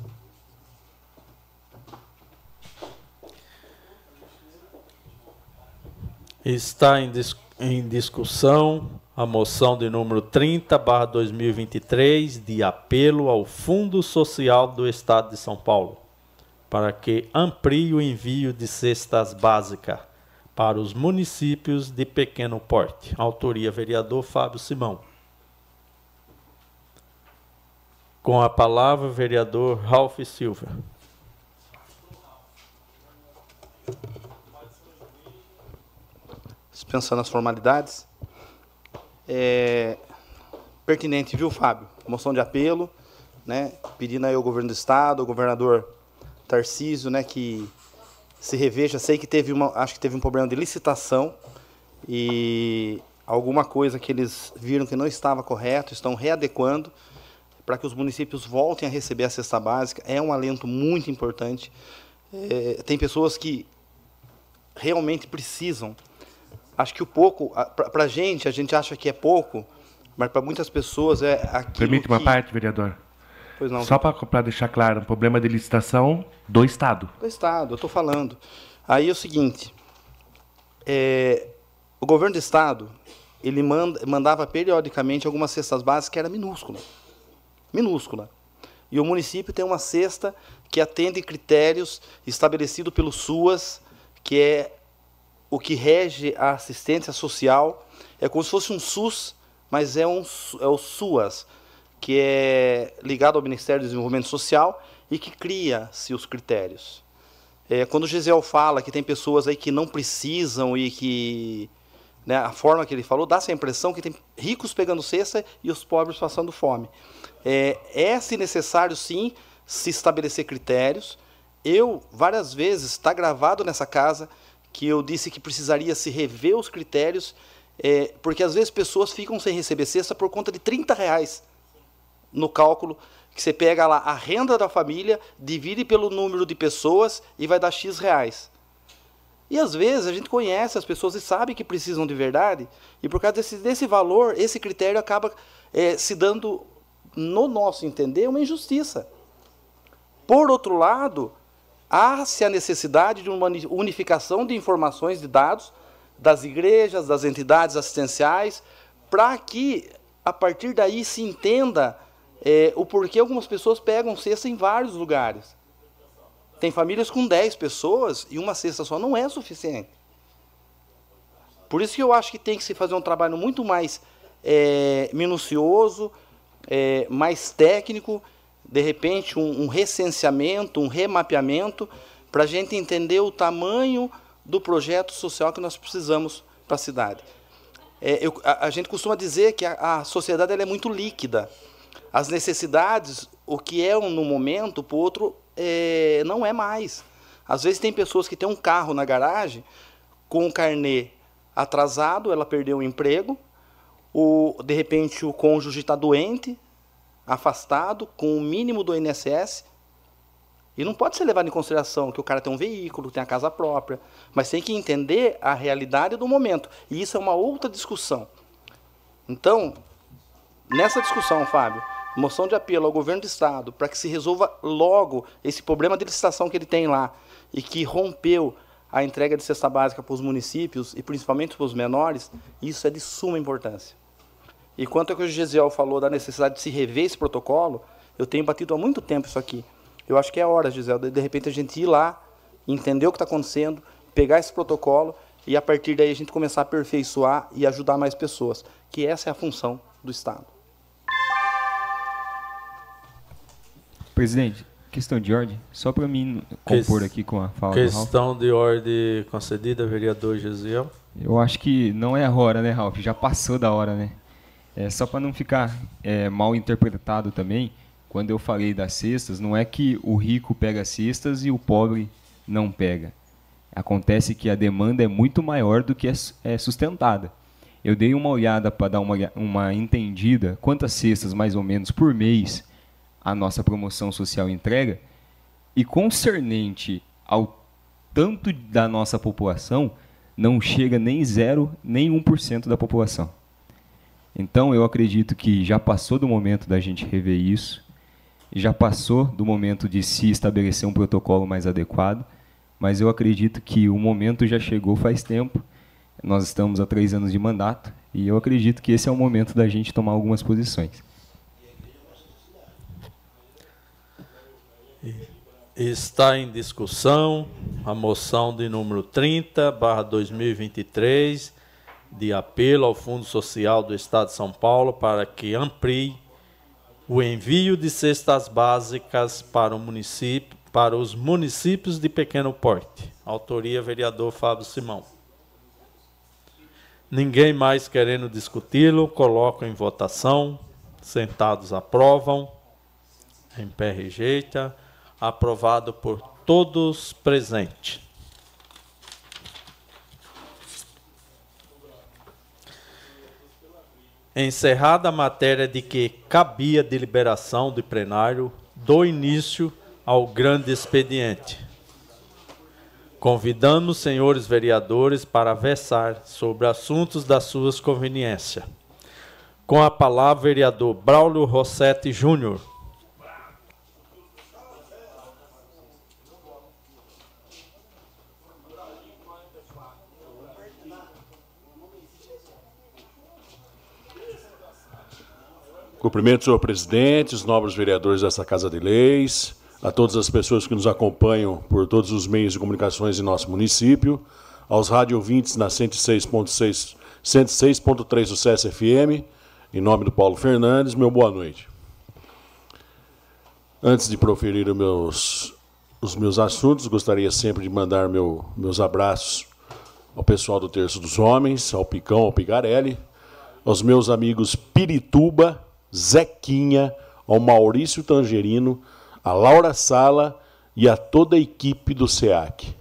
Está em discussão a moção de número 30/2023 de apelo ao Fundo Social do Estado de São Paulo, para que amplie o envio de cestas básicas para os municípios de pequeno porte. Autoria, vereador Fábio Simão. Com a palavra, vereador Ralph Silva. Dispensando as formalidades. Pertinente, viu, Fábio? Moção de apelo, né? Pedindo aí ao governo do Estado, ao governador Tarcísio, né, que se reveja. Sei que acho que teve um problema de licitação e alguma coisa que eles viram que não estava correto, estão readequando para que os municípios voltem a receber a cesta básica. É um alento muito importante. Tem pessoas que realmente precisam. Acho que o pouco, para a gente acha que é pouco, mas para muitas pessoas é aquilo. Permite uma parte, vereador? Pois não. Só para deixar claro, um problema de licitação do Estado. Do Estado, eu estou falando. Aí é o seguinte, o governo do Estado, ele mandava periodicamente algumas cestas básicas que era minúscula. E o município tem uma cesta que atende critérios estabelecidos pelo SUAS, que é o que rege a assistência social. É como se fosse um SUS, mas é o SUAS, que é ligado ao Ministério do Desenvolvimento Social e que cria-se os critérios. Quando o Gesiel fala que tem pessoas aí que não precisam e que, né, a forma que ele falou, dá-se a impressão que tem ricos pegando cesta e os pobres passando fome. Se necessário, sim, se estabelecer critérios. Eu, várias vezes, está gravado nessa casa, que eu disse que precisaria se rever os critérios, porque às vezes pessoas ficam sem receber cesta por conta de R$30 no cálculo, que você pega lá a renda da família, divide pelo número de pessoas e vai dar X reais. E, às vezes, a gente conhece as pessoas e sabe que precisam de verdade, e por causa desse valor, esse critério acaba se dando, no nosso entender, uma injustiça. Por outro lado, há-se a necessidade de uma unificação de informações, de dados, das igrejas, das entidades assistenciais, para que, a partir daí, se entenda o porquê algumas pessoas pegam cesta em vários lugares. Tem famílias com 10 pessoas e uma cesta só não é suficiente. Por isso que eu acho que tem que se fazer um trabalho muito mais minucioso, mais técnico, de repente um recenseamento, um remapeamento, para a gente entender o tamanho do projeto social que nós precisamos para a cidade. A gente costuma dizer que a sociedade ela é muito líquida. As necessidades, o que é no momento, para o outro, não é mais. Às vezes tem pessoas que têm um carro na garagem, com o carnê atrasado, ela perdeu o emprego, de repente o cônjuge está doente, afastado, com o mínimo do INSS, e não pode ser levado em consideração que o cara tem um veículo, tem a casa própria, mas tem que entender a realidade do momento, e isso é uma outra discussão. Então, nessa discussão, Fábio, moção de apelo ao governo do Estado para que se resolva logo esse problema de licitação que ele tem lá e que rompeu a entrega de cesta básica para os municípios e principalmente para os menores, isso é de suma importância. E quanto ao que o Gesiel falou da necessidade de se rever esse protocolo, eu tenho batido há muito tempo isso aqui. Eu acho que é hora, Gesiel, de repente a gente ir lá, entender o que está acontecendo, pegar esse protocolo e a partir daí a gente começar a aperfeiçoar e ajudar mais pessoas, que essa é a função do Estado. Presidente, questão de ordem, só para mim compor aqui com a fala do Ralf. Questão de ordem concedida, vereador Gesiel. Eu acho que não é a hora, né, Ralf? Já passou da hora, né? Só para não ficar mal interpretado também, quando eu falei das cestas, não é que o rico pega cestas e o pobre não pega. Acontece que a demanda é muito maior do que é sustentada. Eu dei uma olhada para dar uma entendida quantas cestas, mais ou menos, por mês a nossa promoção social entrega, e concernente ao tanto da nossa população, não chega nem 0, nem 1% da população. Então, eu acredito que já passou do momento da gente rever isso, já passou do momento de se estabelecer um protocolo mais adequado, mas eu acredito que o momento já chegou faz tempo, nós estamos há 3 anos de mandato, e eu acredito que esse é o momento da gente tomar algumas posições. Está em discussão a moção de número 30/2023, de apelo ao Fundo Social do Estado de São Paulo para que amplie o envio de cestas básicas para os municípios de pequeno porte. Autoria, vereador Fábio Simão. Ninguém mais querendo discuti-lo, coloco em votação. Sentados aprovam. Em pé rejeita. Aprovado por todos presentes. Encerrada a matéria de que cabia deliberação do plenário, dou início ao grande expediente. Convidamos os senhores vereadores para versar sobre assuntos das suas conveniências. Com a palavra, vereador Braulio Rossetti Júnior. Cumprimento o senhor presidente, os nobres vereadores dessa Casa de Leis, a todas as pessoas que nos acompanham por todos os meios de comunicações em nosso município, aos rádio ouvintes na 106.3 do CSFM, em nome do Paulo Fernandes, meu boa noite. Antes de proferir os meus assuntos, gostaria sempre de mandar meus abraços ao pessoal do Terço dos Homens, ao Picão, ao Pigarelli, aos meus amigos Pirituba, Zequinha, ao Maurício Tangerino, a Laura Sala e a toda a equipe do SEAC.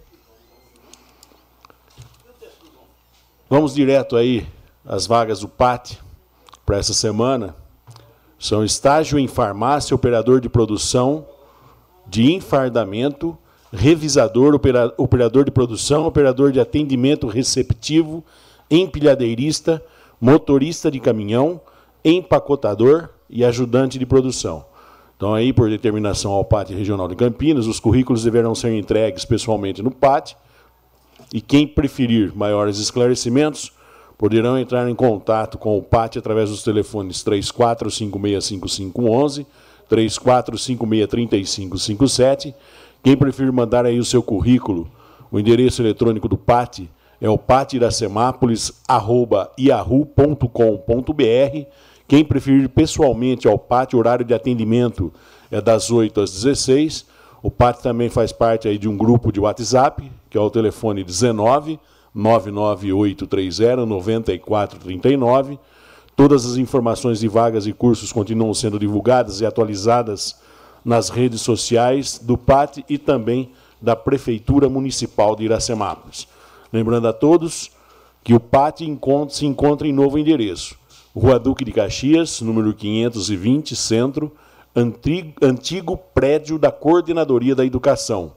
Vamos direto aí às vagas do PAT para essa semana. São estágio em farmácia, operador de produção, de enfardamento revisador, operador de produção, operador de atendimento receptivo, empilhadeirista, motorista de caminhão, empacotador e ajudante de produção. Então, aí, por determinação ao PAT Regional de Campinas, os currículos deverão ser entregues pessoalmente no PAT, e quem preferir maiores esclarecimentos poderão entrar em contato com o PAT através dos telefones 34565511, 34563557. Quem preferir mandar aí o seu currículo, o endereço eletrônico do PAT é o patiracemápolis@yahoo.com.br. Quem preferir pessoalmente ao PAT, o horário de atendimento é das 8 às 16. O PAT também faz parte aí de um grupo de WhatsApp, que é o telefone 19 99830 9439. Todas as informações de vagas e cursos continuam sendo divulgadas e atualizadas nas redes sociais do PAT e também da Prefeitura Municipal de Iracemápolis. Lembrando a todos que o PAT se encontra em novo endereço. Rua Duque de Caxias, número 520, Centro, antigo prédio da Coordenadoria da Educação.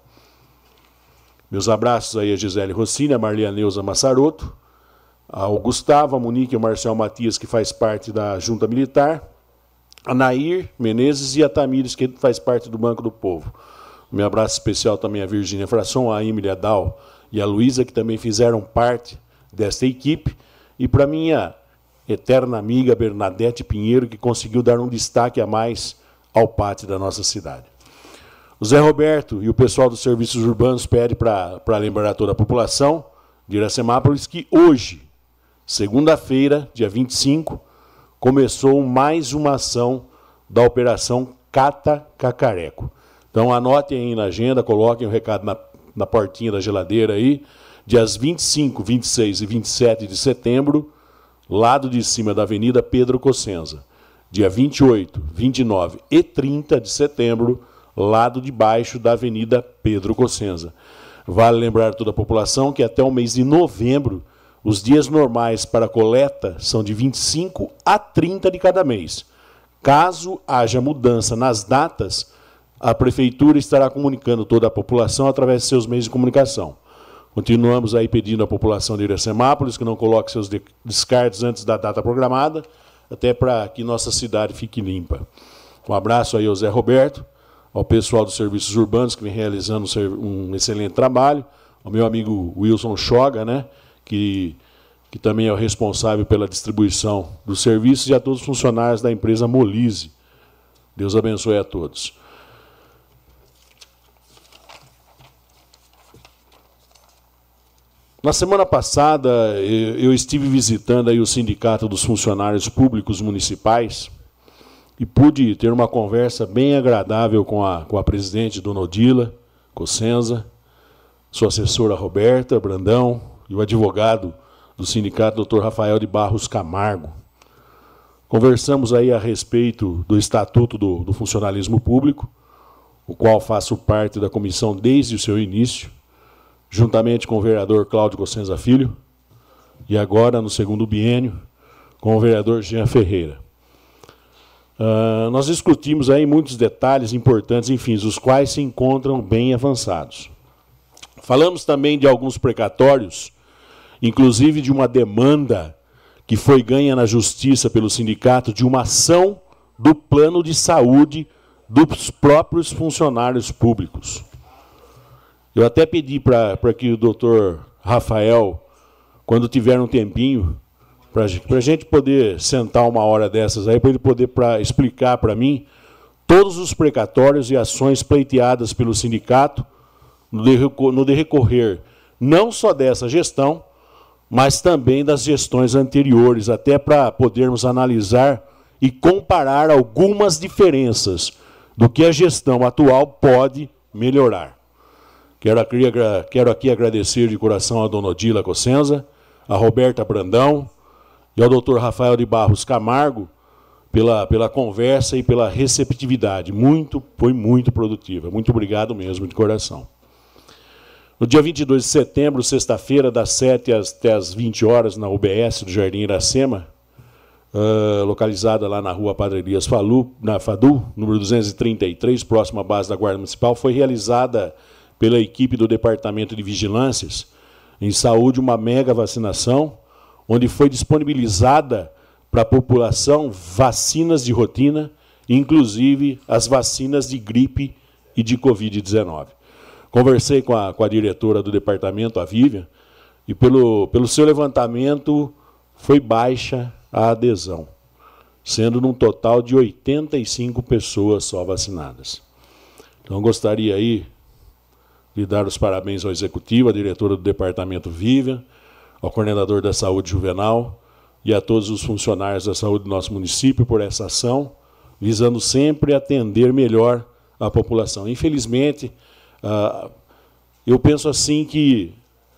Meus abraços aí a Gisele Rossini, a Marlia Neuza Massaroto, ao Gustavo, a Monique e o Marcel Matias, que faz parte da Junta Militar, a Nair Menezes e a Tamires, que faz parte do Banco do Povo. Meu abraço especial também a Virgínia Frasson, a Emília Dal e a Luísa, que também fizeram parte desta equipe, e para minha eterna amiga Bernadette Pinheiro, que conseguiu dar um destaque a mais ao PAT da nossa cidade. O Zé Roberto e o pessoal dos serviços urbanos pedem para lembrar a toda a população de Iracemápolis que hoje, segunda-feira, dia 25, começou mais uma ação da Operação Cata Cacareco. Então anotem aí na agenda, coloquem o recado na portinha da geladeira aí, dias 25, 26 e 27 de setembro, lado de cima da Avenida Pedro Cossenza. Dia 28, 29 e 30 de setembro, lado de baixo da Avenida Pedro Cossenza. Vale lembrar toda a população que até o mês de novembro, os dias normais para coleta são de 25 a 30 de cada mês. Caso haja mudança nas datas, a Prefeitura estará comunicando toda a população através de seus meios de comunicação. Continuamos aí pedindo à população de Iracemápolis que não coloque seus descartes antes da data programada, até para que nossa cidade fique limpa. Um abraço aí ao Zé Roberto, ao pessoal dos serviços urbanos, que vem realizando um excelente trabalho, ao meu amigo Wilson Choga, né, que também é o responsável pela distribuição dos serviços, e a todos os funcionários da empresa Molise. Deus abençoe a todos. Na semana passada, eu estive visitando aí o Sindicato dos Funcionários Públicos Municipais e pude ter uma conversa bem agradável com a presidente, Dona Odila Cossenza, sua assessora Roberta Brandão e o advogado do sindicato, Dr. Rafael de Barros Camargo. Conversamos aí a respeito do Estatuto do Funcionalismo Público, o qual faço parte da comissão desde o seu início, juntamente com o vereador Cláudio Cossenza Filho, e agora, no segundo biênio, com o vereador Jean Ferreira. Nós discutimos aí muitos detalhes importantes, enfim, os quais se encontram bem avançados. Falamos também de alguns precatórios, inclusive de uma demanda que foi ganha na justiça pelo sindicato de uma ação do plano de saúde dos próprios funcionários públicos. Eu até pedi para que o doutor Rafael, quando tiver um tempinho, para a gente poder sentar uma hora dessas aí, para ele poder explicar para mim todos os precatórios e ações pleiteadas pelo sindicato no decorrer não só dessa gestão, mas também das gestões anteriores, até para podermos analisar e comparar algumas diferenças do que a gestão atual pode melhorar. Quero aqui agradecer de coração a Dona Odila Cossenza, a Roberta Brandão e ao Dr. Rafael de Barros Camargo pela conversa e pela receptividade. Foi muito produtiva. Muito obrigado mesmo, de coração. No dia 22 de setembro, sexta-feira, das 7 até as 20 horas, na UBS do Jardim Iracema, localizada lá na rua Padre Elias na FADU, número 233, próxima à base da Guarda Municipal, foi realizada pela equipe do Departamento de Vigilâncias em Saúde uma mega vacinação, onde foi disponibilizada para a população vacinas de rotina, inclusive as vacinas de gripe e de Covid-19. Conversei com a diretora do departamento, a Vivian, e pelo seu levantamento foi baixa a adesão, sendo num total de 85 pessoas só vacinadas. Então, gostaria aí de dar os parabéns ao Executivo, à diretora do departamento Vivian, ao coordenador da Saúde Juvenal e a todos os funcionários da saúde do nosso município por essa ação, visando sempre atender melhor a população. Infelizmente, eu penso assim que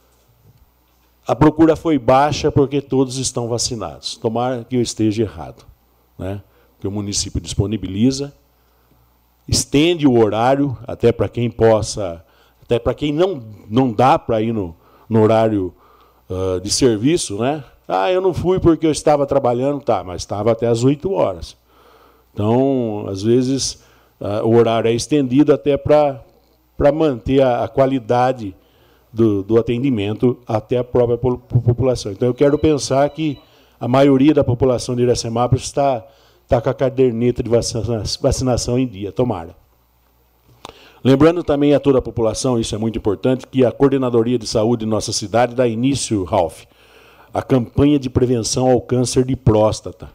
a procura foi baixa porque todos estão vacinados. Tomara que eu esteja errado, né? Que o município disponibiliza, estende o horário até para quem possa, até para quem não dá para ir no horário de serviço, né? Eu não fui porque eu estava trabalhando, tá, mas estava até às 8 horas. Então, às vezes, o horário é estendido até para manter a qualidade do atendimento até a própria população. Então, eu quero pensar que a maioria da população de Iracemápolis está com a caderneta de vacinação em dia, tomara. Lembrando também a toda a população, isso é muito importante, que a Coordenadoria de Saúde de nossa cidade dá início, Ralf, à campanha de prevenção ao câncer de próstata.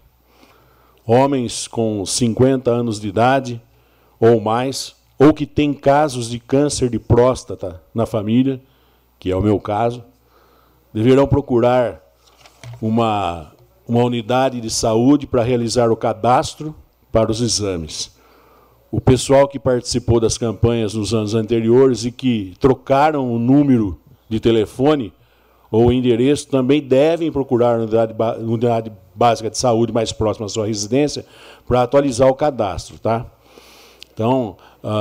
Homens com 50 anos de idade ou mais, ou que têm casos de câncer de próstata na família, que é o meu caso, deverão procurar uma unidade de saúde para realizar o cadastro para os exames. O pessoal que participou das campanhas nos anos anteriores e que trocaram o número de telefone ou endereço também devem procurar a unidade básica de saúde mais próxima à sua residência para atualizar o cadastro, tá? Então,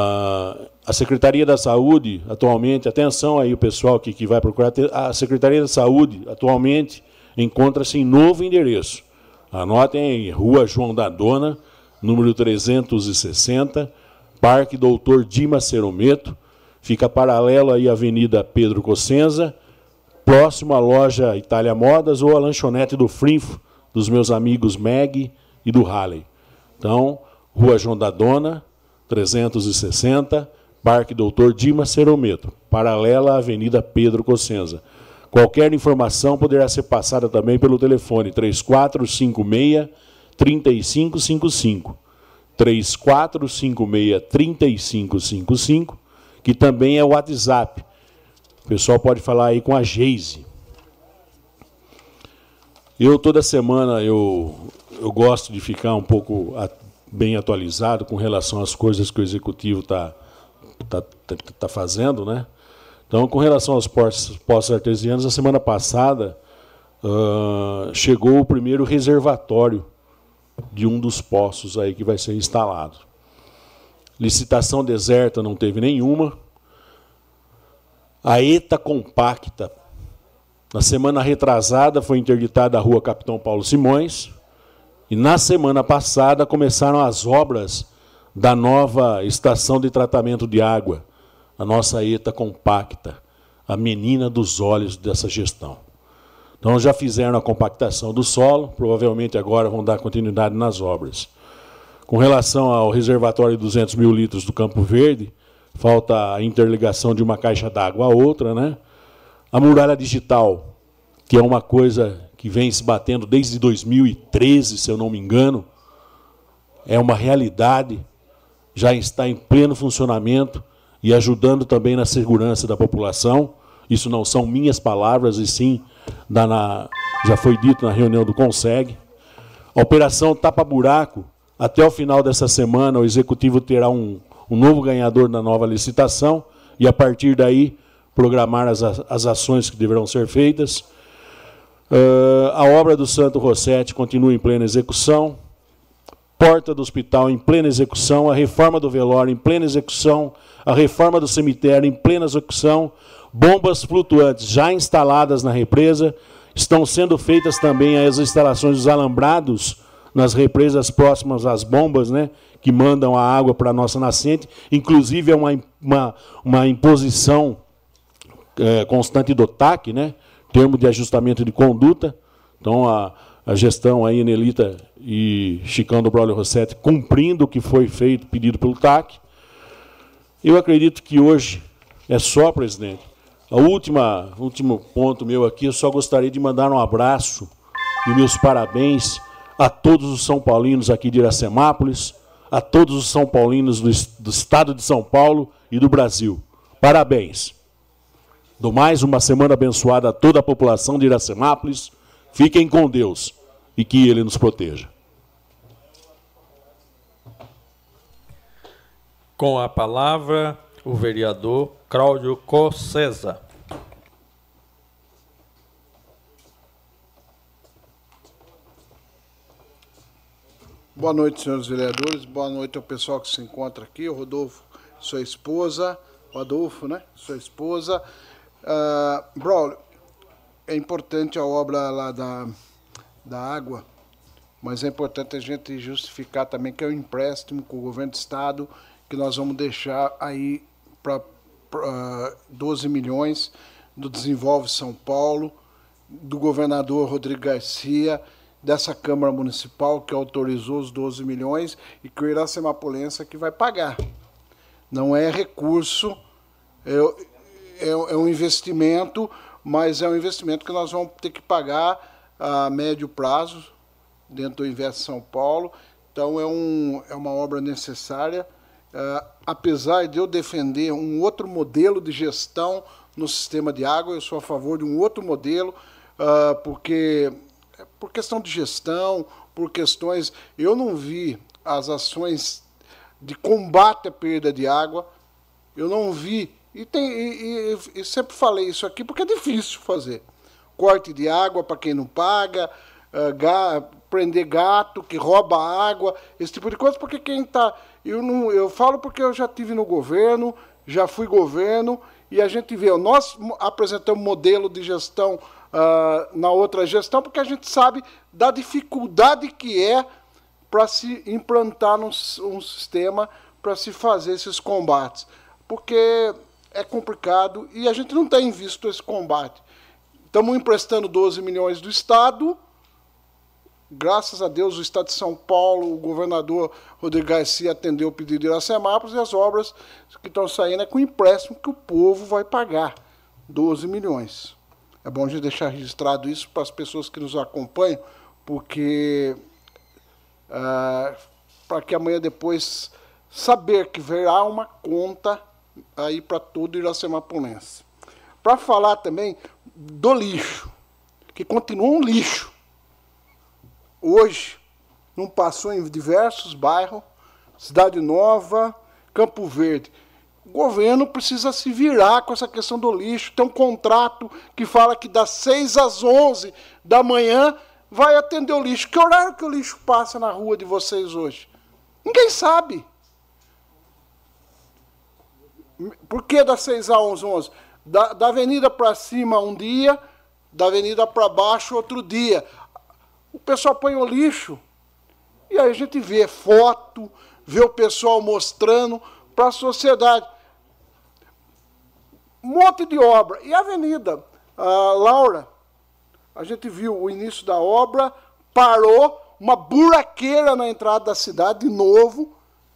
a Secretaria da Saúde, atualmente, atenção aí o pessoal que vai procurar, a Secretaria da Saúde, atualmente, encontra-se em novo endereço. Anotem aí, Rua João da Dona, número 360, Parque Doutor Dimas Cerometo, fica paralelo aí à Avenida Pedro Cossenza, próximo à loja Itália Modas ou à lanchonete do Frinfo, dos meus amigos Meg e do Halley. Então, Rua João da Dona, 360, Parque Doutor Dimas Cerometo, paralela à Avenida Pedro Cossenza. Qualquer informação poderá ser passada também pelo telefone 3456-3555, 3456-3555, que também é o WhatsApp. O pessoal pode falar aí com a Geise. Toda semana, eu gosto de ficar um pouco bem atualizado com relação às coisas que o Executivo está fazendo, né? Então, com relação aos poços artesianos, a semana passada chegou o primeiro reservatório de um dos poços aí que vai ser instalado. Licitação deserta não teve nenhuma. A ETA compacta, na semana retrasada, foi interditada a Rua Capitão Paulo Simões, e na semana passada começaram as obras da nova estação de tratamento de água, a nossa ETA compacta, a menina dos olhos dessa gestão. Então, já fizeram a compactação do solo, provavelmente agora vão dar continuidade nas obras. Com relação ao reservatório de 200 mil litros do Campo Verde, falta a interligação de uma caixa d'água a outra, né? A muralha digital, que é uma coisa que vem se batendo desde 2013, se eu não me engano, é uma realidade, já está em pleno funcionamento e ajudando também na segurança da população. Isso não são minhas palavras, e sim, já foi dito na reunião do CONSEG. A operação Tapa Buraco, até o final dessa semana, o Executivo terá um novo ganhador na nova licitação e, a partir daí, programar as ações que deverão ser feitas. A obra do Santo Rossetti continua em plena execução. Porta do hospital em plena execução. A reforma do velório em plena execução. A reforma do cemitério em plena execução. Bombas flutuantes já instaladas na represa. Estão sendo feitas também as instalações dos alambrados nas represas próximas às bombas, né, que mandam a água para a nossa nascente. Inclusive, é uma imposição constante do TAC, né? Termo de ajustamento de conduta. Então, a gestão aí, Nelita e Chicão do Braulio Rossetti, cumprindo o que foi feito, pedido pelo TAC. Eu acredito que hoje é só, presidente. Último ponto meu aqui, eu só gostaria de mandar um abraço e meus parabéns a todos os São Paulinos aqui de Iracemápolis, a todos os São Paulinos do estado de São Paulo e do Brasil. Parabéns. Do mais, uma semana abençoada a toda a população de Iracemápolis. Fiquem com Deus e que Ele nos proteja. Com a palavra, o vereador Cláudio Cossesa. Boa noite, senhores vereadores. Boa noite ao pessoal que se encontra aqui. O Rodolfo, sua esposa. O Adolfo, né? Sua esposa. Braulio, é importante a obra lá da água, mas é importante a gente justificar também que é um empréstimo com o governo do estado que nós vamos deixar aí para 12 milhões do Desenvolve São Paulo, do governador Rodrigo Garcia, dessa Câmara Municipal que autorizou os 12 milhões e que o Iracemapolense é que vai pagar. Não é recurso, é um investimento, mas é um investimento que nós vamos ter que pagar a médio prazo dentro do Invest São Paulo. Então, é uma obra necessária. Apesar de eu defender um outro modelo de gestão no sistema de água, eu sou a favor de um outro modelo, porque por questão de gestão, por questões... Eu não vi as ações de combate à perda de água, eu não vi, e sempre falei isso aqui, porque é difícil fazer. Corte de água para quem não paga, prender gato que rouba água, esse tipo de coisa, porque quem está... Eu falo porque eu já estive no governo, já fui governo, e a gente vê, nós apresentamos modelo de gestão na outra gestão, porque a gente sabe da dificuldade que é para se implantar um sistema para se fazer esses combates. Porque é complicado e a gente não tem visto esse combate. Estamos emprestando 12 milhões do Estado. Graças a Deus, o Estado de São Paulo, o governador Rodrigo Garcia atendeu o pedido de Iracemápolis e as obras que estão saindo é com empréstimo que o povo vai pagar, 12 milhões. É bom a gente deixar registrado isso para as pessoas que nos acompanham, porque para que amanhã depois saber que virá uma conta aí para todo Iracemapolense. Para falar também do lixo, que continua um lixo. Hoje, não passou em diversos bairros, Cidade Nova, Campo Verde. O governo precisa se virar com essa questão do lixo. Tem um contrato que fala que das 6 às 11 da manhã vai atender o lixo. Que horário que o lixo passa na rua de vocês hoje? Ninguém sabe. Por que das 6 às 11? Da avenida para cima um dia, da avenida para baixo outro dia. O pessoal põe o lixo e aí a gente vê foto, vê o pessoal mostrando para a sociedade. Um monte de obra. E a avenida Laura, a gente viu o início da obra, parou, uma buraqueira na entrada da cidade, de novo.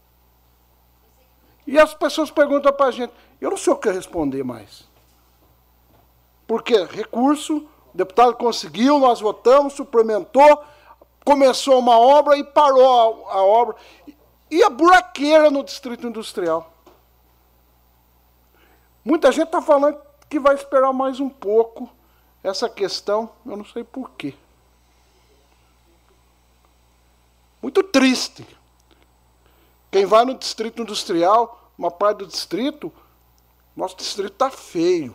E as pessoas perguntam para a gente, eu não sei o que responder mais. Porque recurso, o deputado conseguiu, nós votamos, suplementou, começou uma obra e parou a obra. E a buraqueira no Distrito Industrial. Muita gente está falando que vai esperar mais um pouco essa questão, eu não sei por quê. Muito triste. Quem vai no Distrito Industrial, uma parte do distrito, nosso distrito está feio.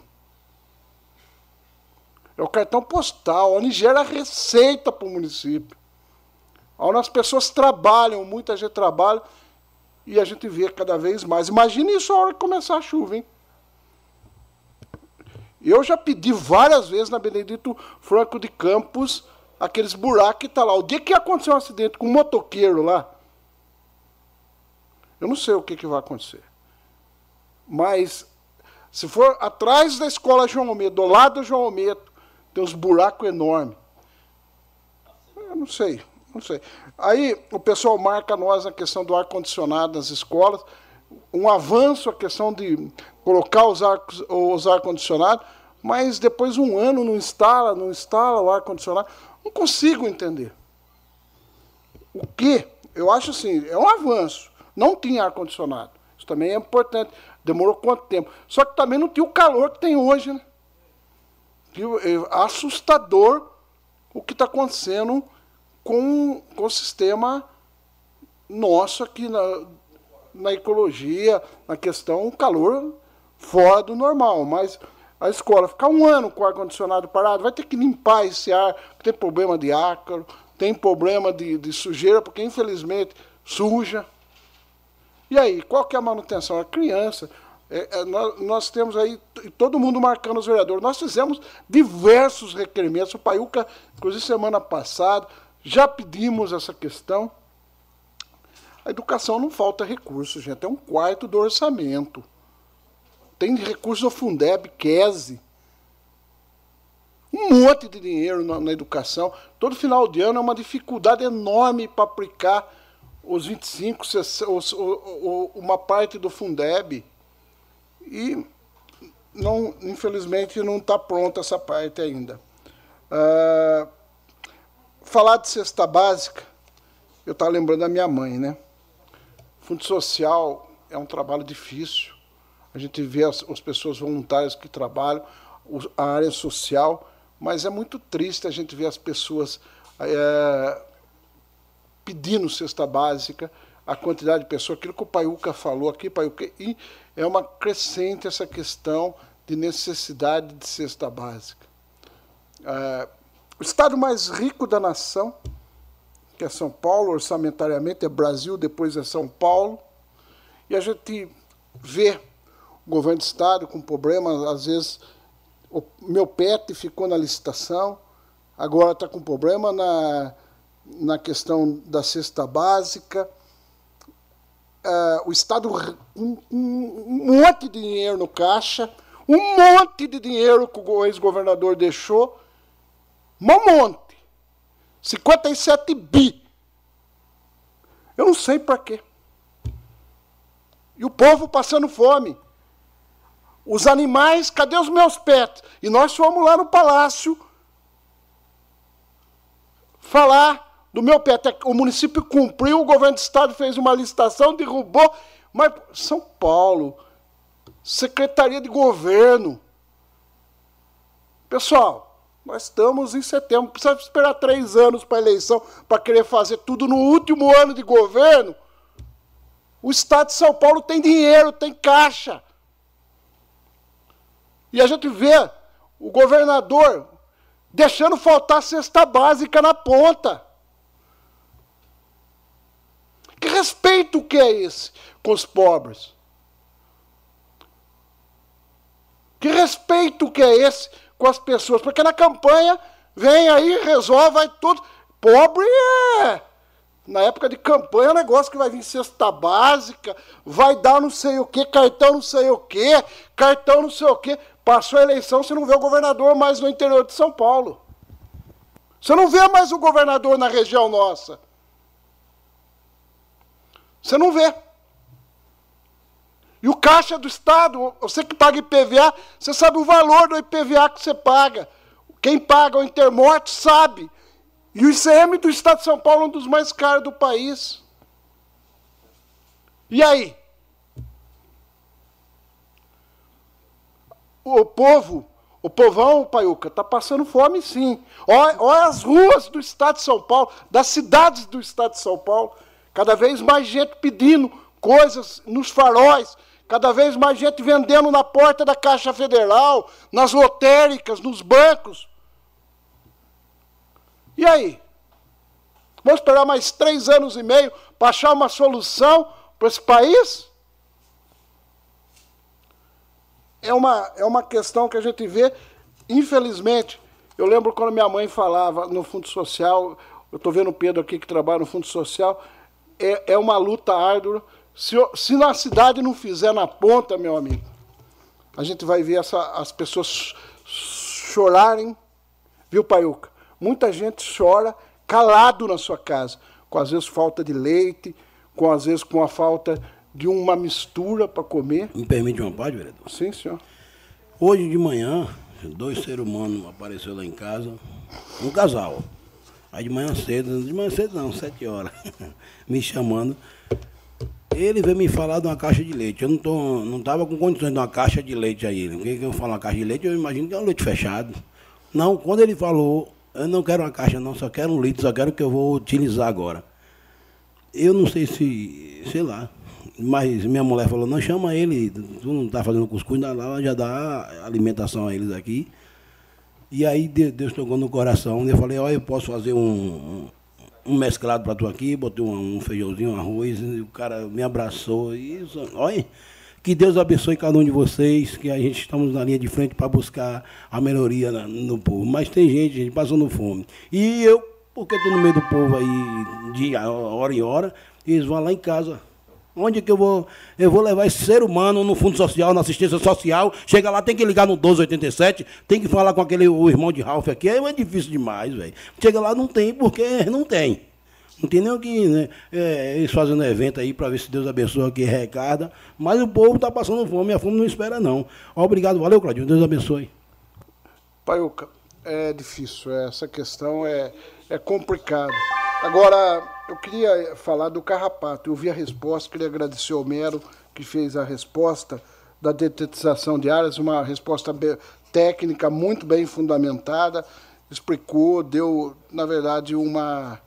É o cartão postal, onde gera receita para o município. Onde as pessoas trabalham, muita gente trabalha, e a gente vê cada vez mais. Imagine isso a hora que começar a chuva, hein? Eu já pedi várias vezes na Benedito Franco de Campos, aqueles buracos que estão lá. O dia que aconteceu um acidente com um motoqueiro lá, Eu não sei o que vai acontecer. Mas, se for atrás da escola João Almeida, do lado do João Almeida, tem uns buracos enormes. Eu não sei. Aí o pessoal marca nós na questão do ar-condicionado nas escolas, um avanço a questão de colocar os ar-condicionados, mas depois de um ano não instala o ar-condicionado. Não consigo entender. O que? Eu acho assim, é um avanço. Não tinha ar-condicionado. Isso também é importante. Demorou quanto tempo? Só que também não tinha o calor que tem hoje, né? É assustador o que está acontecendo com o sistema nosso aqui na ecologia, na questão calor fora do normal. Mas a escola ficar um ano com o ar-condicionado parado, vai ter que limpar esse ar, tem problema de ácaro, tem problema de sujeira, porque infelizmente suja. E aí, qual que é a manutenção? A criança. Nós temos aí todo mundo marcando os vereadores. Nós fizemos diversos requerimentos. O Paiuca, inclusive semana passada, já pedimos essa questão. A educação não falta recurso, gente. É um quarto do orçamento. Tem recurso do Fundeb, QESE. Um monte de dinheiro na educação. Todo final de ano é uma dificuldade enorme para aplicar os 25, uma parte do Fundeb. E, infelizmente, não está pronta essa parte ainda. Falar de cesta básica, eu estava lembrando da minha mãe, né? Fundo social é um trabalho difícil. A gente vê as pessoas voluntárias que trabalham, a área social, mas é muito triste a gente ver as pessoas pedindo cesta básica, a quantidade de pessoas, aquilo que o Paiuca falou aqui, e é uma crescente essa questão de necessidade de cesta básica. O estado mais rico da nação, que é São Paulo, orçamentariamente é Brasil, depois é São Paulo, e a gente vê o governo do estado com problemas, às vezes o meu PET ficou na licitação, agora está com problema na questão da cesta básica. O estado um monte de dinheiro no caixa, um monte de dinheiro que o ex-governador deixou, um monte. 57 bi. Eu não sei para quê. E o povo passando fome. Os animais, cadê os meus pets? E nós fomos lá no palácio falar do meu pet. O município cumpriu, o governo do estado fez uma licitação, derrubou. Mas São Paulo, Secretaria de Governo. Pessoal, nós estamos em setembro, precisa esperar 3 anos para a eleição para querer fazer tudo no último ano de governo. O estado de São Paulo tem dinheiro, tem caixa. E a gente vê o governador deixando faltar cesta básica na ponta. Que respeito que é esse com os pobres? Que respeito que é esse com as pessoas? Porque na campanha vem aí, resolve, vai tudo. Pobre é... Na época de campanha é um negócio que vai vir cesta básica, vai dar não sei o quê, cartão não sei o quê, cartão não sei o quê. Passou a eleição, você não vê o governador mais no interior de São Paulo. Você não vê mais o governador na região nossa. Você não vê. E o caixa do Estado, você que paga IPVA, você sabe o valor do IPVA que você paga. Quem paga o Intermorte sabe. E o ICM do Estado de São Paulo é um dos mais caros do país. E aí? O povão, Paiuca, está passando fome, sim. Olha as ruas do Estado de São Paulo, das cidades do Estado de São Paulo. Cada vez mais gente pedindo coisas nos faróis, cada vez mais gente vendendo na porta da Caixa Federal, nas lotéricas, nos bancos. E aí? Vamos esperar mais 3 anos e meio para achar uma solução para esse país? É uma questão que a gente vê, infelizmente. Eu lembro quando minha mãe falava no Fundo Social, eu estou vendo o Pedro aqui que trabalha no Fundo Social, é uma luta árdua. Se na cidade não fizer na ponta, meu amigo, a gente vai ver as pessoas chorarem, viu, Paiuca? Muita gente chora calado na sua casa, com às vezes falta de leite, às vezes com a falta de uma mistura para comer. Me permite uma parte, vereador? Sim, senhor. Hoje de manhã, 2 seres humanos apareceram lá em casa, um casal. Aí de manhã cedo não, 7 horas, me chamando. Ele veio me falar de uma caixa de leite. Eu não estava com condições de uma caixa de leite aí. O que eu falo uma caixa de leite? Eu imagino que é um leite fechado. Não, quando ele falou, eu não quero uma caixa não, só quero um litro, só quero o que eu vou utilizar agora. Eu não sei sei lá, mas minha mulher falou, não, chama ele, tu não está fazendo cuscuz, lá já dá alimentação a eles aqui. E aí Deus tocou no coração, eu falei, olha, eu posso fazer um mesclado para tu aqui, botei um feijãozinho, um arroz, e o cara me abraçou. E isso, olha, que Deus abençoe cada um de vocês, que a gente estamos na linha de frente para buscar a melhoria no povo. Mas tem gente passando fome. E eu, porque estou no meio do povo aí, de hora em hora, eles vão lá em casa. Onde é que eu vou levar esse ser humano no fundo social, na assistência social? Chega lá, tem que ligar no 1287, tem que falar com o irmão de Ralph aqui. É difícil demais, velho. Chega lá, não tem, porque não tem. Não tem nem o que, né? Eles fazendo evento aí para ver se Deus abençoa aqui, arrecada. Mas o povo está passando fome, a fome não espera, não. Obrigado, valeu, Claudinho. Deus abençoe. Paiuca, é difícil, essa questão é complicada. Agora, eu queria falar do carrapato. Eu vi a resposta, queria agradecer ao Homero, que fez a resposta da detetização de áreas, uma resposta técnica muito bem fundamentada, explicou, deu, na verdade, uma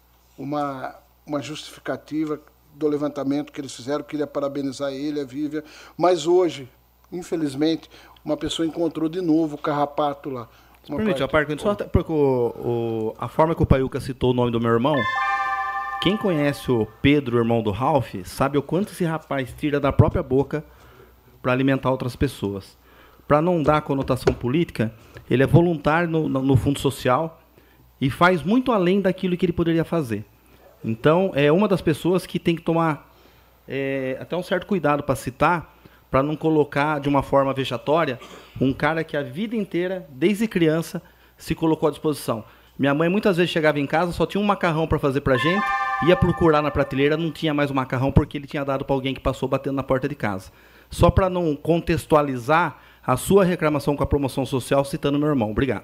justificativa do levantamento que eles fizeram. Queria parabenizar ele, a Vívia. Mas hoje, infelizmente, uma pessoa encontrou de novo o carrapato lá. Permite, a parte, só porque a forma que o Paiuca citou o nome do meu irmão, quem conhece o Pedro, irmão do Ralph, sabe o quanto esse rapaz tira da própria boca para alimentar outras pessoas. Para não dar conotação política, ele é voluntário no Fundo Social e faz muito além daquilo que ele poderia fazer. Então, é uma das pessoas que tem que tomar até um certo cuidado para citar, para não colocar de uma forma vexatória um cara que a vida inteira, desde criança, se colocou à disposição. Minha mãe muitas vezes chegava em casa, só tinha um macarrão para fazer para gente, ia procurar na prateleira, não tinha mais o macarrão porque ele tinha dado para alguém que passou batendo na porta de casa. Só para não contextualizar a sua reclamação com a promoção social, citando meu irmão. Obrigado.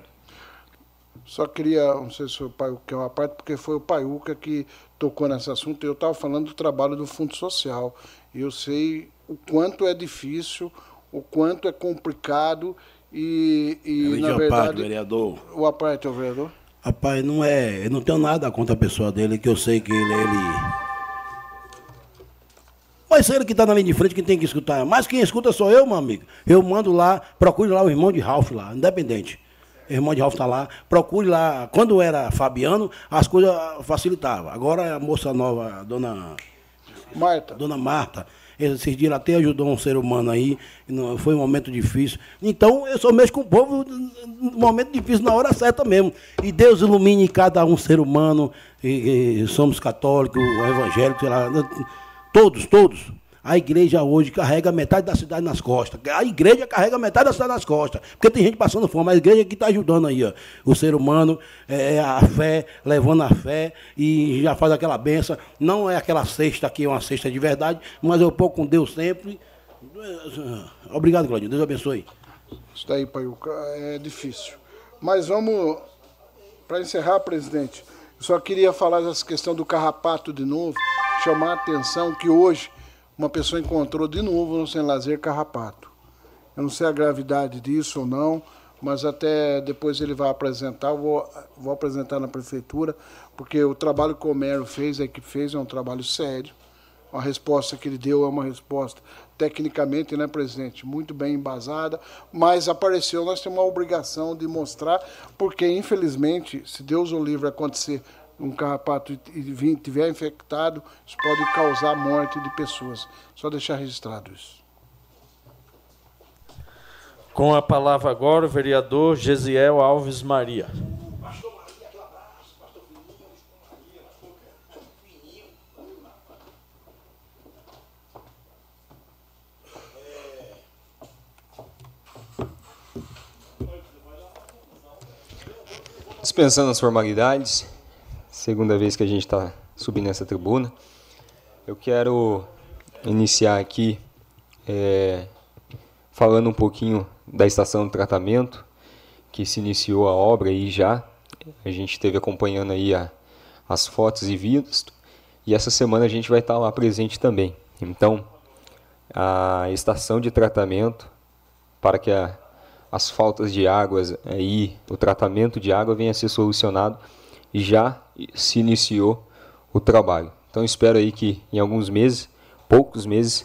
Só queria, não sei se o Paiuca é uma parte, porque foi o Paiuca que tocou nesse assunto. Eu estava falando do trabalho do Fundo Social. Eu sei o quanto é difícil, o quanto é complicado e na verdade... Parte, vereador. O aparte é o vereador? Rapaz, eu não tenho nada contra a pessoa dele, que eu sei que ele... Mas ele que está na linha de frente, quem tem que escutar. Mas quem escuta sou eu, meu amigo. Eu mando lá, procure lá o irmão de Ralph lá, independente. O irmão de Ralph está lá, procure lá. Quando era Fabiano, as coisas facilitavam. Agora a moça nova, a dona Marta, esses dias até ajudou um ser humano aí, foi um momento difícil. Então, eu só mexo com o povo num momento difícil, na hora certa mesmo. E Deus ilumine cada um ser humano, e somos católicos, evangélicos, sei lá, todos. A igreja hoje carrega metade da cidade nas costas. A igreja carrega metade da cidade nas costas. Porque tem gente passando fome, mas a igreja que está ajudando aí, ó. O ser humano, a fé, levando a fé e já faz aquela benção. Não é aquela cesta aqui, é uma cesta de verdade, mas eu pouco com Deus sempre. Obrigado, Claudinho. Deus abençoe. Isso daí, Paiuca, é difícil. Mas vamos, para encerrar, presidente, eu só queria falar dessa questão do carrapato de novo, chamar a atenção que hoje uma pessoa encontrou de novo no Sem Lazer carrapato. Eu não sei a gravidade disso ou não, mas até depois ele vai apresentar, eu vou apresentar na prefeitura, porque o trabalho que o Homero fez, a equipe fez, é um trabalho sério. A resposta que ele deu é uma resposta, tecnicamente, né, presidente, muito bem embasada, mas apareceu, nós temos uma obrigação de mostrar, porque, infelizmente, se Deus o livre acontecer um carrapato e tiver infectado, isso pode causar a morte de pessoas. Só deixar registrado isso. Com a palavra agora o vereador Gesiel Alves Maria. Dispensando as formalidades, segunda vez que a gente está subindo essa tribuna, eu quero iniciar aqui falando um pouquinho da estação de tratamento, que se iniciou a obra aí já. A gente esteve acompanhando aí as fotos e vídeos, e essa semana a gente vai estar lá presente também. Então, a estação de tratamento, para que as faltas de águas, aí, o tratamento de água venha a ser solucionado, já se iniciou o trabalho. Então, espero aí que em alguns meses, poucos meses,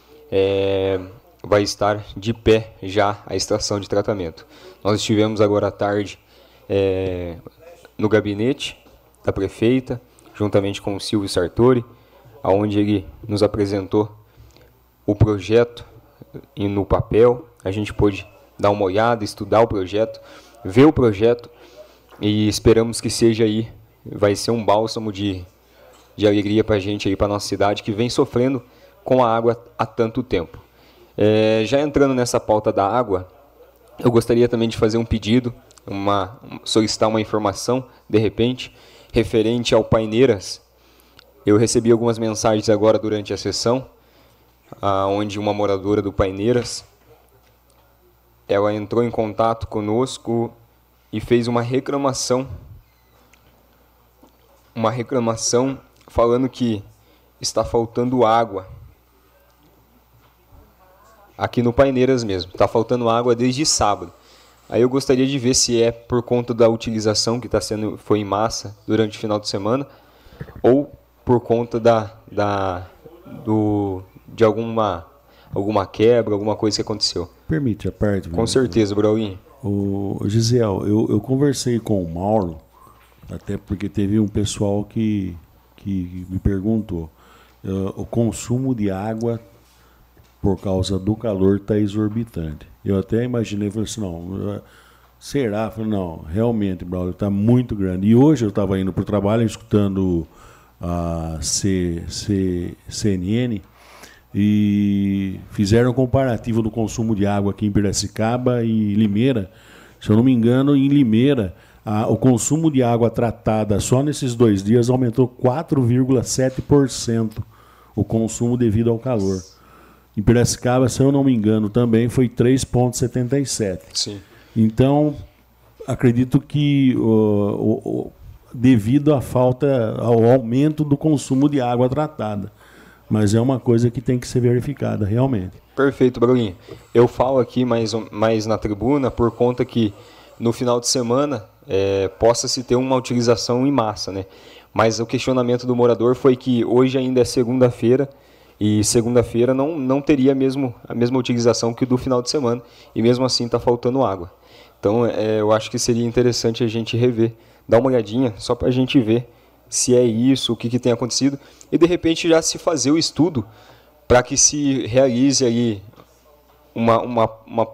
vai estar de pé já a estação de tratamento. Nós estivemos agora à tarde no gabinete da prefeita, juntamente com o Silvio Sartori, onde ele nos apresentou o projeto e no papel. A gente pôde dar uma olhada, estudar o projeto, ver o projeto, e esperamos que seja aí, vai ser um bálsamo de alegria para a gente aí, para a nossa cidade, que vem sofrendo com a água há tanto tempo. Já entrando nessa pauta da água, eu gostaria também de fazer um pedido, solicitar uma informação, de repente, referente ao Paineiras. Eu recebi algumas mensagens agora durante a sessão, onde uma moradora do Paineiras, ela entrou em contato conosco e fez uma reclamação falando que está faltando água. Aqui no Paineiras mesmo, está faltando água desde sábado. Aí eu gostaria de ver se é por conta da utilização que foi em massa durante o final de semana, ou por conta de alguma quebra, alguma coisa que aconteceu. Permite a parte? Com certeza, Braulinho. Gisel, eu conversei com o Mauro, até porque teve um pessoal que me perguntou. O consumo de água, por causa do calor, está exorbitante. Eu até imaginei, falei assim, não, será? Falei, não, realmente, Braulio, está muito grande. E hoje eu estava indo para o trabalho, escutando a CNN, e fizeram um comparativo do consumo de água aqui em Piracicaba e Limeira. Se eu não me engano, em Limeira, o consumo de água tratada só nesses 2 dias aumentou 4,7% o consumo devido ao calor. Em Piracicaba, se eu não me engano, também foi 3,77%. Sim. Então, acredito que devido à falta, ao aumento do consumo de água tratada. Mas é uma coisa que tem que ser verificada, realmente. Perfeito, Bruninho. Eu falo aqui mais na tribuna por conta que no final de semana possa-se ter uma utilização em massa, né? Mas o questionamento do morador foi que hoje ainda é segunda-feira, e segunda-feira não teria a mesma utilização que o do final de semana, e mesmo assim está faltando água. Então, eu acho que seria interessante a gente rever, dar uma olhadinha, só para a gente ver se é isso, o que tem acontecido, e de repente já se fazer o estudo para que se realize aí um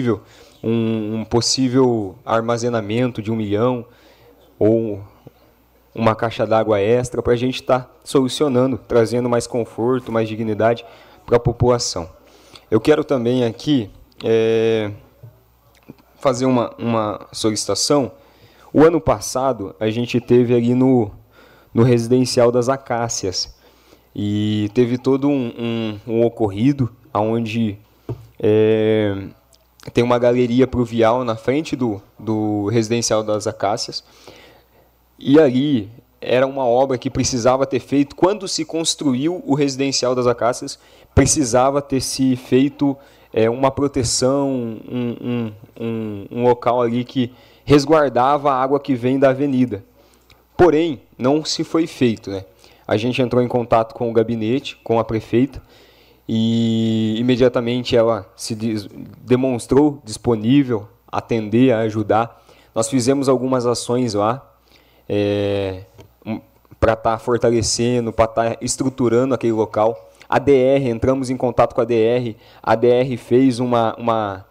possível armazenamento de 1 milhão, ou uma caixa d'água extra, para a gente estar solucionando, trazendo mais conforto, mais dignidade para a população. Eu quero também aqui fazer uma solicitação. O ano passado, a gente teve ali no residencial das Acácias, e teve todo um ocorrido, onde tem uma galeria pluvial na frente do residencial das Acácias, e ali era uma obra que precisava ter feito, quando se construiu o residencial das Acácias, precisava ter se feito uma proteção, um local ali que resguardava a água que vem da avenida. Porém, não se foi feito, né? A gente entrou em contato com o gabinete, com a prefeita, e imediatamente ela se demonstrou disponível a atender, a ajudar. Nós fizemos algumas ações lá, para estar fortalecendo, para estar estruturando aquele local. A DR, entramos em contato com a DR fez uma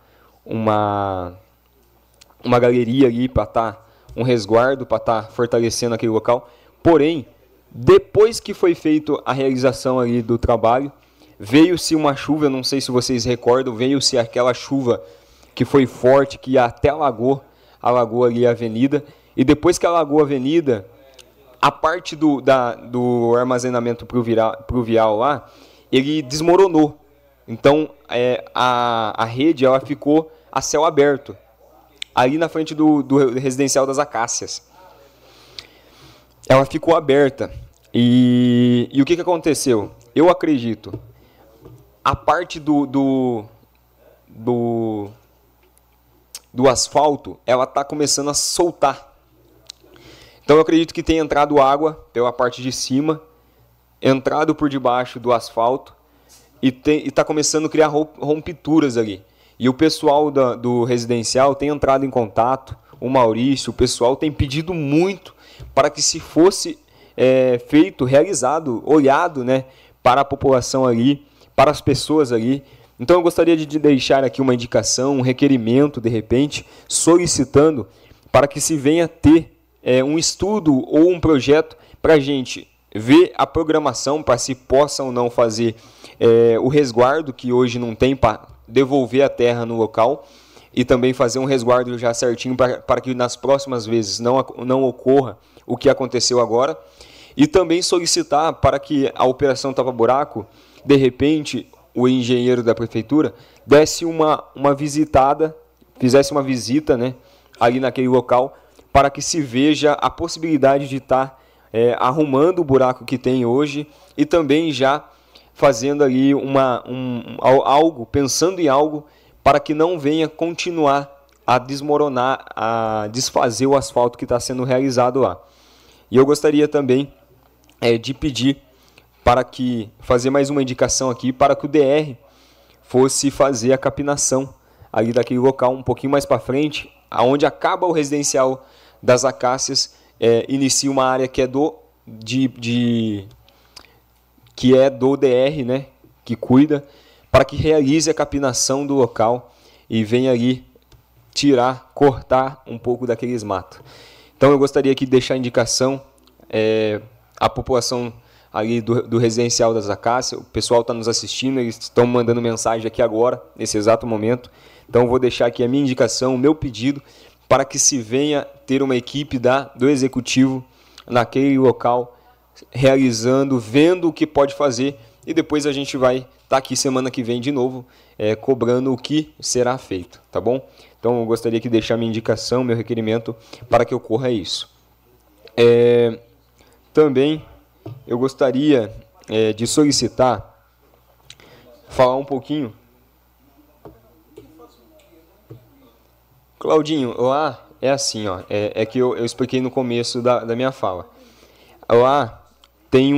galeria ali para estar um resguardo, para estar fortalecendo aquele local. Porém, depois que foi feita a realização ali do trabalho, veio-se uma chuva, não sei se vocês recordam, veio-se aquela chuva que foi forte, que até alagou ali a avenida, e depois que alagou a avenida, a parte do armazenamento pluvial lá, ele desmoronou. Então, a rede ela ficou a céu aberto, ali na frente do residencial das Acácias. Ela ficou aberta. E o que aconteceu? Eu acredito, a parte do asfalto, ela está começando a soltar. Então eu acredito que tenha entrado água pela parte de cima, entrado por debaixo do asfalto e está começando a criar rompiduras ali. E o pessoal do residencial tem entrado em contato, o Maurício, o pessoal tem pedido muito para que se fosse feito, realizado, olhado, né, para a população ali, para as pessoas ali. Então eu gostaria de deixar aqui uma indicação, um requerimento, de repente, solicitando para que se venha ter um estudo ou um projeto para a gente ver a programação, para se possa ou não fazer o resguardo, que hoje não tem, para devolver a terra no local, e também fazer um resguardo já certinho para que nas próximas vezes não ocorra o que aconteceu agora, e também solicitar para que a operação tapa-buraco, de repente, o engenheiro da prefeitura desse uma visitada, fizesse uma visita, né, ali naquele local, para que se veja a possibilidade de estar arrumando o buraco que tem hoje e também já fazendo ali algo, pensando em algo para que não venha continuar a desmoronar, a desfazer o asfalto que está sendo realizado lá. E eu gostaria também de pedir para que, fazer mais uma indicação aqui, para que o DR fosse fazer a capinação ali daquele local um pouquinho mais para frente, aonde acaba o residencial das Acácias, inicia uma área que é do DR, né, que cuida, para que realize a capinação do local e venha ali cortar um pouco daqueles matos. Então eu gostaria aqui de deixar a indicação, a população ali do residencial das Acácias, o pessoal está nos assistindo, eles estão mandando mensagem aqui agora, nesse exato momento. Então eu vou deixar aqui a minha indicação, o meu pedido, para que se venha ter uma equipe do executivo naquele local, realizando, vendo o que pode fazer, e depois a gente vai estar aqui semana que vem de novo, cobrando o que será feito, tá bom? Então eu gostaria de deixar minha indicação, meu requerimento, para que ocorra isso. Também eu gostaria de solicitar, falar um pouquinho. Claudinho, lá é assim, ó, que eu expliquei no começo da minha fala. Lá tem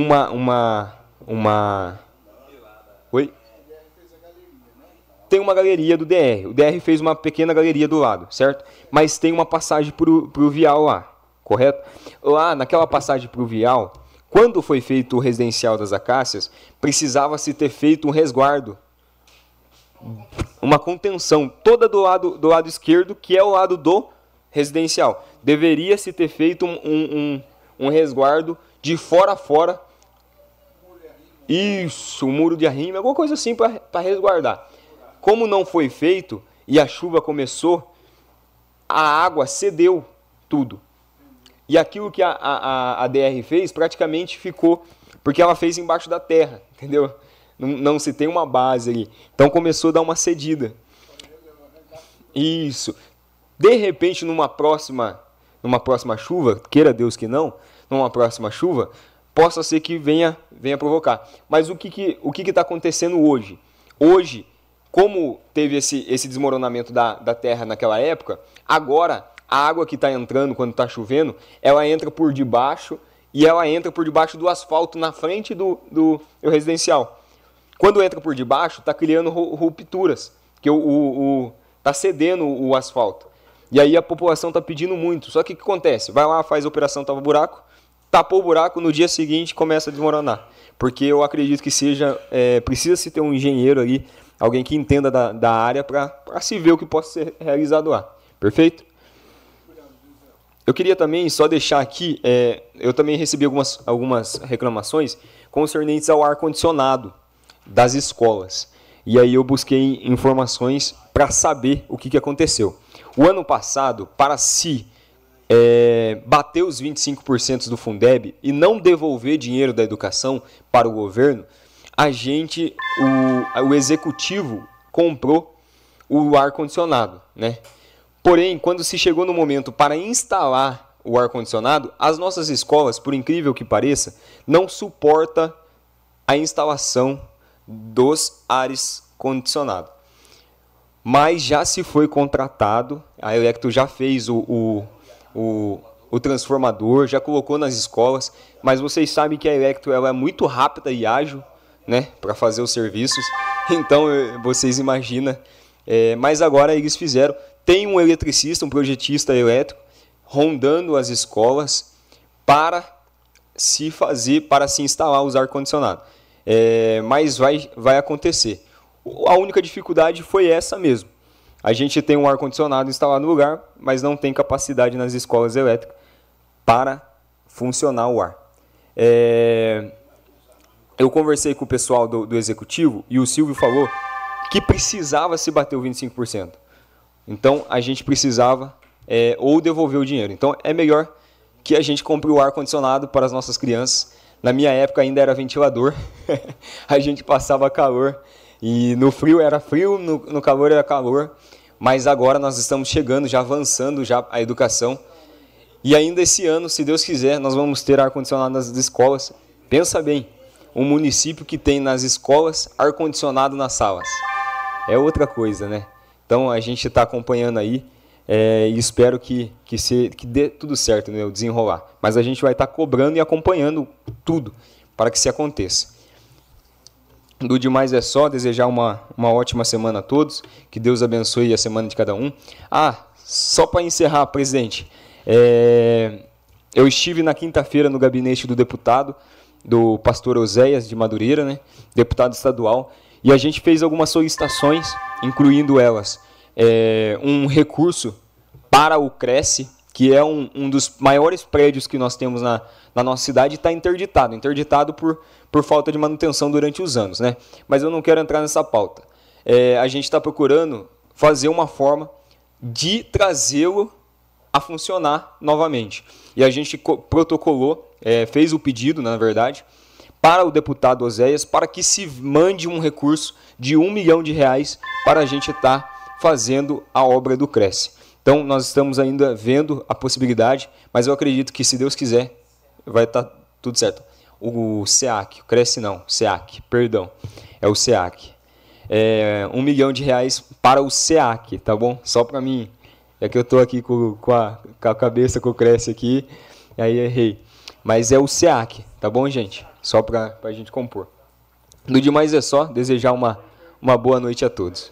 Oi? Tem uma galeria do DR. O DR fez uma pequena galeria do lado, certo? Mas tem uma passagem pluvial lá, correto? Lá, naquela passagem pluvial, quando foi feito o residencial das Acácias, precisava-se ter feito um resguardo, uma contenção, toda do lado esquerdo, que é o lado do residencial. Deveria-se ter feito um resguardo de fora a fora. Isso, um muro de arrime, alguma coisa assim para resguardar. Como não foi feito e a chuva começou, a água cedeu tudo. E aquilo que a DR fez praticamente ficou, porque ela fez embaixo da terra, entendeu? Não se tem uma base ali. Então começou a dar uma cedida. Isso. De repente, numa próxima chuva, queira Deus que não, numa próxima chuva, possa ser que venha provocar. Mas o que está acontecendo hoje? Hoje, como teve esse desmoronamento da terra naquela época, agora a água que está entrando quando está chovendo, ela entra por debaixo e ela entra por debaixo do asfalto na frente do residencial. Quando entra por debaixo, está criando rupturas, que está cedendo o asfalto. E aí a população está pedindo muito. Só que o que acontece? Vai lá, faz a operação tapa-buraco, tapou o buraco, no dia seguinte começa a desmoronar. Porque eu acredito que precisa-se ter um engenheiro ali, alguém que entenda da área para se ver o que possa ser realizado lá. Perfeito? Eu queria também só deixar aqui, eu também recebi algumas reclamações concernentes ao ar-condicionado das escolas. E aí eu busquei informações para saber o que aconteceu. O ano passado, para se bater os 25% do Fundeb e não devolver dinheiro da educação para o governo, o executivo comprou o ar-condicionado, né? Porém, quando se chegou no momento para instalar o ar-condicionado, as nossas escolas, por incrível que pareça, não suportam a instalação dos ares condicionados. Mas já se foi contratado, a Electro já fez o transformador, já colocou nas escolas, mas vocês sabem que a Electro ela é muito rápida e ágil, né, para fazer os serviços, então vocês imaginam, mas agora eles fizeram, tem um eletricista, um projetista elétrico, rondando as escolas para se instalar os ar-condicionado, mas vai acontecer. A única dificuldade foi essa mesmo. A gente tem um ar-condicionado instalado no lugar, mas não tem capacidade nas escolas elétricas para funcionar o ar. Eu conversei com o pessoal do executivo e o Silvio falou que precisava se bater o 25%. Então, a gente precisava ou devolver o dinheiro. Então, é melhor que a gente compre o ar-condicionado para as nossas crianças. Na minha época ainda era ventilador, a gente passava calor. E no frio era frio, no calor era calor, mas agora nós estamos chegando, já avançando já a educação. E ainda esse ano, se Deus quiser, nós vamos ter ar-condicionado nas escolas. Pensa bem, um município que tem nas escolas ar-condicionado nas salas. É outra coisa, né? Então a gente está acompanhando aí e espero que dê tudo certo, né, o desenrolar. Mas a gente vai estar cobrando e acompanhando tudo para que isso aconteça. Do demais é só desejar uma ótima semana a todos, que Deus abençoe a semana de cada um. Só para encerrar, presidente, eu estive na quinta-feira no gabinete do deputado, do pastor Oséias de Madureira, né, deputado estadual, e a gente fez algumas solicitações, incluindo elas um recurso para o Cresce, que é um dos maiores prédios que nós temos na nossa cidade e está interditado por falta de manutenção durante os anos, né? Mas eu não quero entrar nessa pauta. A gente está procurando fazer uma forma de trazê-lo a funcionar novamente. E a gente protocolou, fez o pedido, na verdade, para o deputado Oséias, para que se mande um recurso de R$1 milhão para a gente estar fazendo a obra do Cresce. Então, nós estamos ainda vendo a possibilidade, mas eu acredito que, se Deus quiser, vai estar tudo certo. O SEAC, o Cresce não, SEAC, perdão, é o SEAC. R$1 milhão para o SEAC, tá bom? Só para mim, é que eu estou aqui com a cabeça com o Cresce aqui, e aí errei. Mas é o SEAC, tá bom, gente? Só para a gente compor. No demais é só desejar uma boa noite a todos.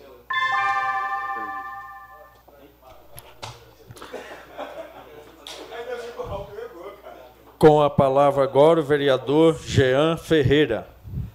Com a palavra agora o vereador Jean Ferreira.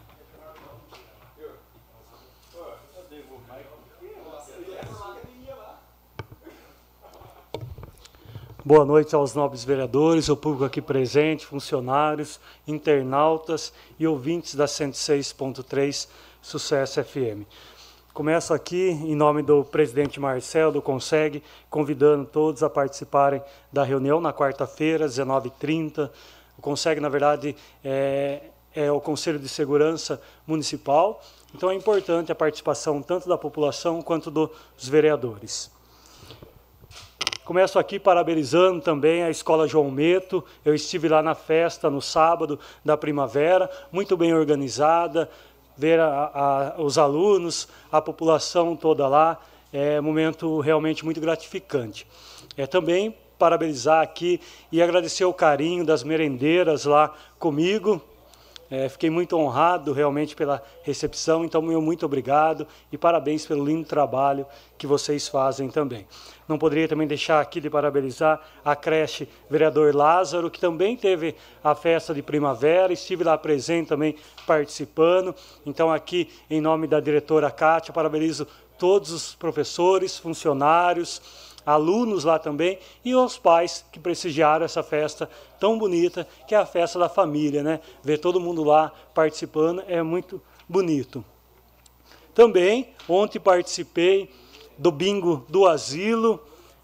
Boa noite aos nobres vereadores, ao público aqui presente, funcionários, internautas e ouvintes da 106.3 Sucesso FM. Começo aqui, em nome do presidente Marcelo, do Conseg, convidando todos a participarem da reunião na quarta-feira, às 19h30. O Conseg, na verdade, é o Conselho de Segurança Municipal, então é importante a participação tanto da população quanto dos vereadores. Começo aqui parabenizando também a Escola João Meto. Eu estive lá na festa no sábado da primavera, muito bem organizada, ver os alunos, a população toda lá, é um momento realmente muito gratificante. Também parabenizar aqui e agradecer o carinho das merendeiras lá comigo. Fiquei muito honrado realmente pela recepção, então meu muito obrigado e parabéns pelo lindo trabalho que vocês fazem também. Não poderia também deixar aqui de parabenizar a creche Vereador Lázaro, que também teve a festa de primavera, estive lá presente também participando. Então aqui, em nome da diretora Kátia, parabenizo todos os professores, funcionários, alunos lá também e os pais que prestigiaram essa festa tão bonita, que é a festa da família, né? Ver todo mundo lá participando é muito bonito. Também, ontem participei do bingo do asilo,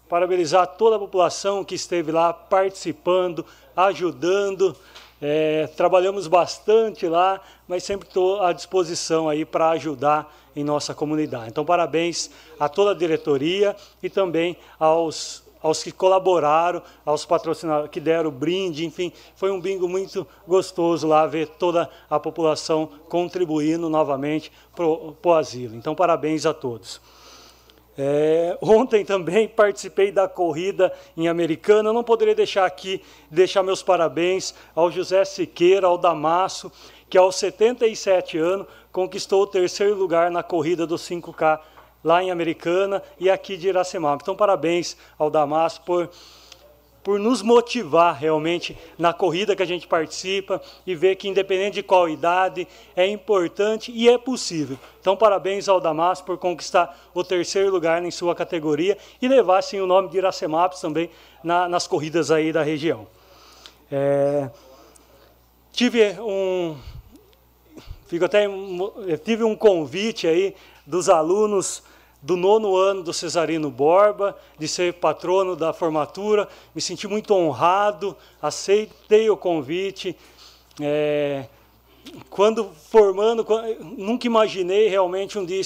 parabenizar toda a população que esteve lá participando, ajudando. Trabalhamos bastante lá, mas sempre estou à disposição aí para ajudar em nossa comunidade. Então, parabéns a toda a diretoria e também aos que colaboraram, aos patrocinadores que deram brinde, enfim, foi um bingo muito gostoso lá ver toda a população contribuindo novamente para o asilo. Então, parabéns a todos. Ontem também participei da corrida em Americana. Eu não poderia deixar meus parabéns ao José Siqueira, ao Damasso, que aos 77 anos conquistou o 3º lugar na corrida do 5K lá em Americana e aqui de Iracemapa. Então, parabéns ao Damasso por nos motivar realmente na corrida que a gente participa e ver que, independente de qual idade, é importante e é possível. Então, parabéns ao Damasso por conquistar o 3º lugar em sua categoria e levar, assim, o nome de Iracemapa também nas corridas aí da região. Tive um convite aí dos alunos do 9º ano do Cesarino Borba, de ser patrono da formatura. Me senti muito honrado, aceitei o convite. Quando formando, nunca imaginei realmente um dia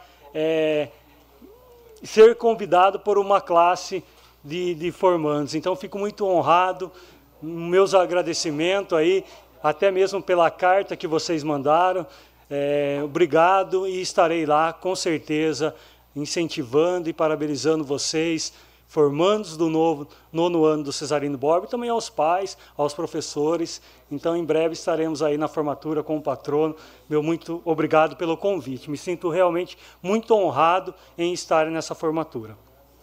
ser convidado por uma classe de formandos. Então, fico muito honrado, meus agradecimentos aí, até mesmo pela carta que vocês mandaram. Obrigado, e estarei lá, com certeza, incentivando e parabenizando vocês, formandos do 9º ano do Cesarino Borba, e também aos pais, aos professores. Então, em breve estaremos aí na formatura com o patrono. Meu muito obrigado pelo convite. Me sinto realmente muito honrado em estar nessa formatura.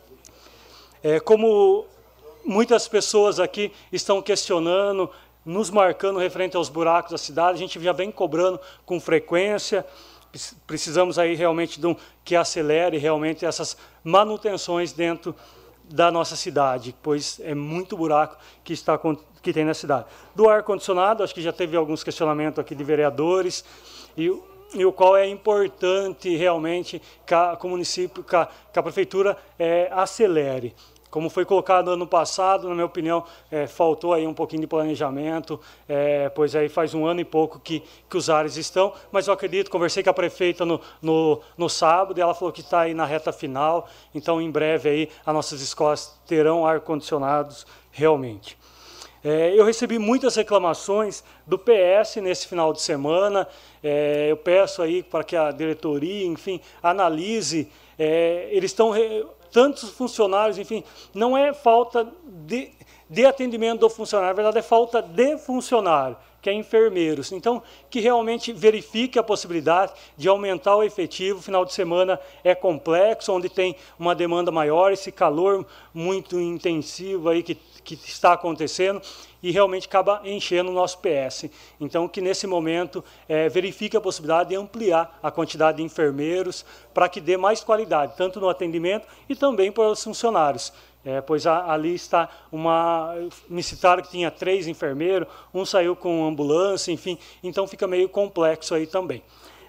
Como muitas pessoas aqui estão questionando, nos marcando referente aos buracos da cidade, a gente já vem cobrando com frequência. Precisamos aí realmente que acelere realmente essas manutenções dentro da nossa cidade, pois é muito buraco que tem na cidade. Do ar-condicionado, acho que já teve alguns questionamentos aqui de vereadores, e o qual é importante realmente que o município, que a prefeitura acelere. Como foi colocado ano passado, na minha opinião, faltou aí um pouquinho de planejamento, pois aí faz 1 ano e pouco que os ares estão, mas eu acredito, conversei com a prefeita no sábado, e ela falou que está aí na reta final, então em breve aí as nossas escolas terão ar-condicionados realmente. Eu recebi muitas reclamações do PS nesse final de semana. Eu peço aí para que a diretoria, enfim, analise. Eles estão... tantos funcionários, enfim, não é falta de atendimento do funcionário, na verdade é falta de funcionário, que é enfermeiros. Então, que realmente verifique a possibilidade de aumentar o efetivo. Final de semana é complexo, onde tem uma demanda maior, esse calor muito intensivo aí que está acontecendo, e realmente acaba enchendo o nosso PS. Então, que nesse momento verifique a possibilidade de ampliar a quantidade de enfermeiros para que dê mais qualidade, tanto no atendimento e também para os funcionários. Pois ali está me citaram que tinha 3 enfermeiros, um saiu com ambulância, enfim, então fica meio complexo aí também.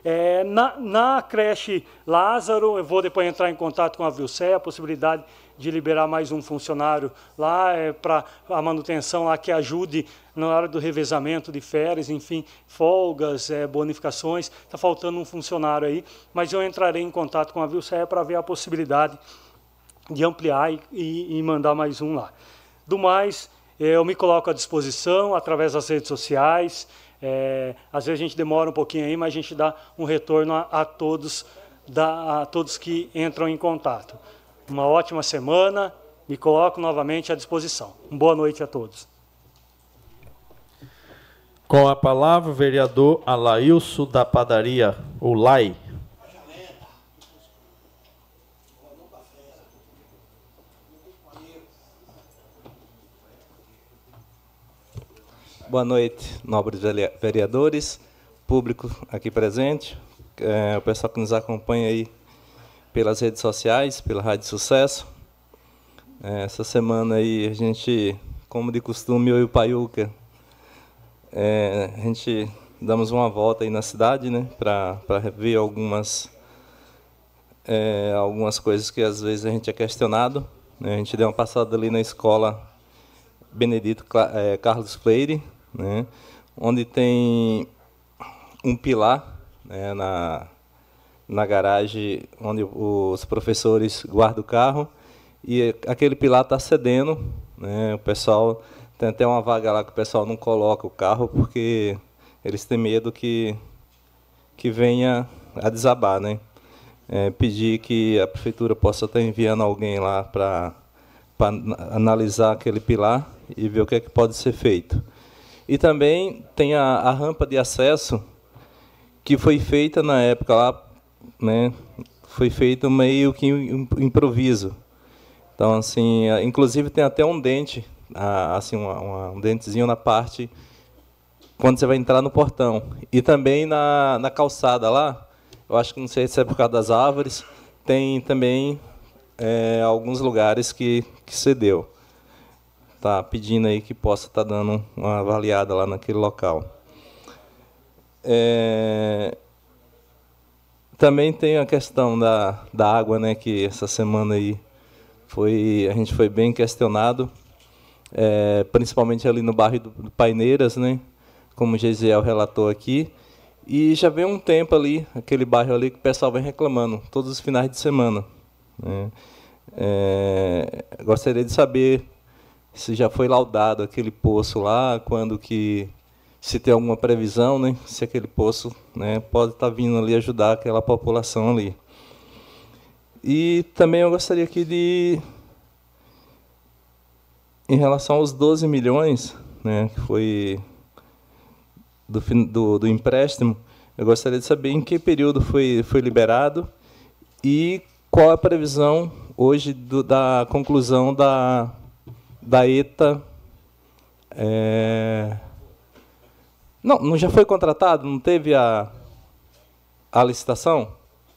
Na creche Lázaro, eu vou depois entrar em contato com a Vilcé, a possibilidade de liberar mais um funcionário lá, para a manutenção lá, que ajude na hora do revezamento de férias, enfim, folgas, bonificações. Está faltando um funcionário aí, mas eu entrarei em contato com a Vilcé para ver a possibilidade de ampliar e mandar mais um lá. Do mais, eu me coloco à disposição através das redes sociais. Às vezes a gente demora um pouquinho aí, mas a gente dá um retorno a todos que entram em contato. Uma ótima semana, me coloco novamente à disposição. Boa noite a todos. Com a palavra, o vereador Alailson da Padaria, o Lai. Boa noite, nobres vereadores, público aqui presente, o pessoal que nos acompanha aí pelas redes sociais, pela Rádio Sucesso. Essa semana aí a gente, como de costume, eu e o Paiuca, a gente damos uma volta aí na cidade, né, para ver algumas coisas que às vezes a gente é questionado né? A gente deu uma passada ali na escola Benedito Carlos Freire, né? Onde tem um pilar, né, na garagem onde os professores guardam o carro, e aquele pilar está cedendo, né? O pessoal tem até uma vaga lá que o pessoal não coloca o carro porque eles têm medo que venha a desabar, né? Pedir que a prefeitura possa estar enviando alguém lá para analisar aquele pilar e ver o que é que pode ser feito. E também tem a rampa de acesso que foi feita na época lá, né? Foi feito meio que improviso. Então, assim, inclusive tem até um dente, assim, um dentezinho na parte quando você vai entrar no portão. E também na calçada lá, eu acho que não sei se é por causa das árvores, tem também alguns lugares que cedeu. Tá pedindo aí que possa estar dando uma avaliada lá naquele local. Também tem a questão da água, né, que essa semana aí a gente foi bem questionado, principalmente ali no bairro do Paineiras, né, como o Gesiel relatou aqui. E já vem um tempo ali, aquele bairro ali, que o pessoal vem reclamando, todos os finais de semana, né. Gostaria de saber se já foi laudado aquele poço lá, se tem alguma previsão, né, se aquele poço, né, pode estar vindo ali ajudar aquela população ali. E também eu gostaria aqui em relação aos 12 milhões, né, que foi do empréstimo, eu gostaria de saber em que período foi liberado e qual a previsão hoje da conclusão da ETA. Não já foi contratado? Não teve a licitação?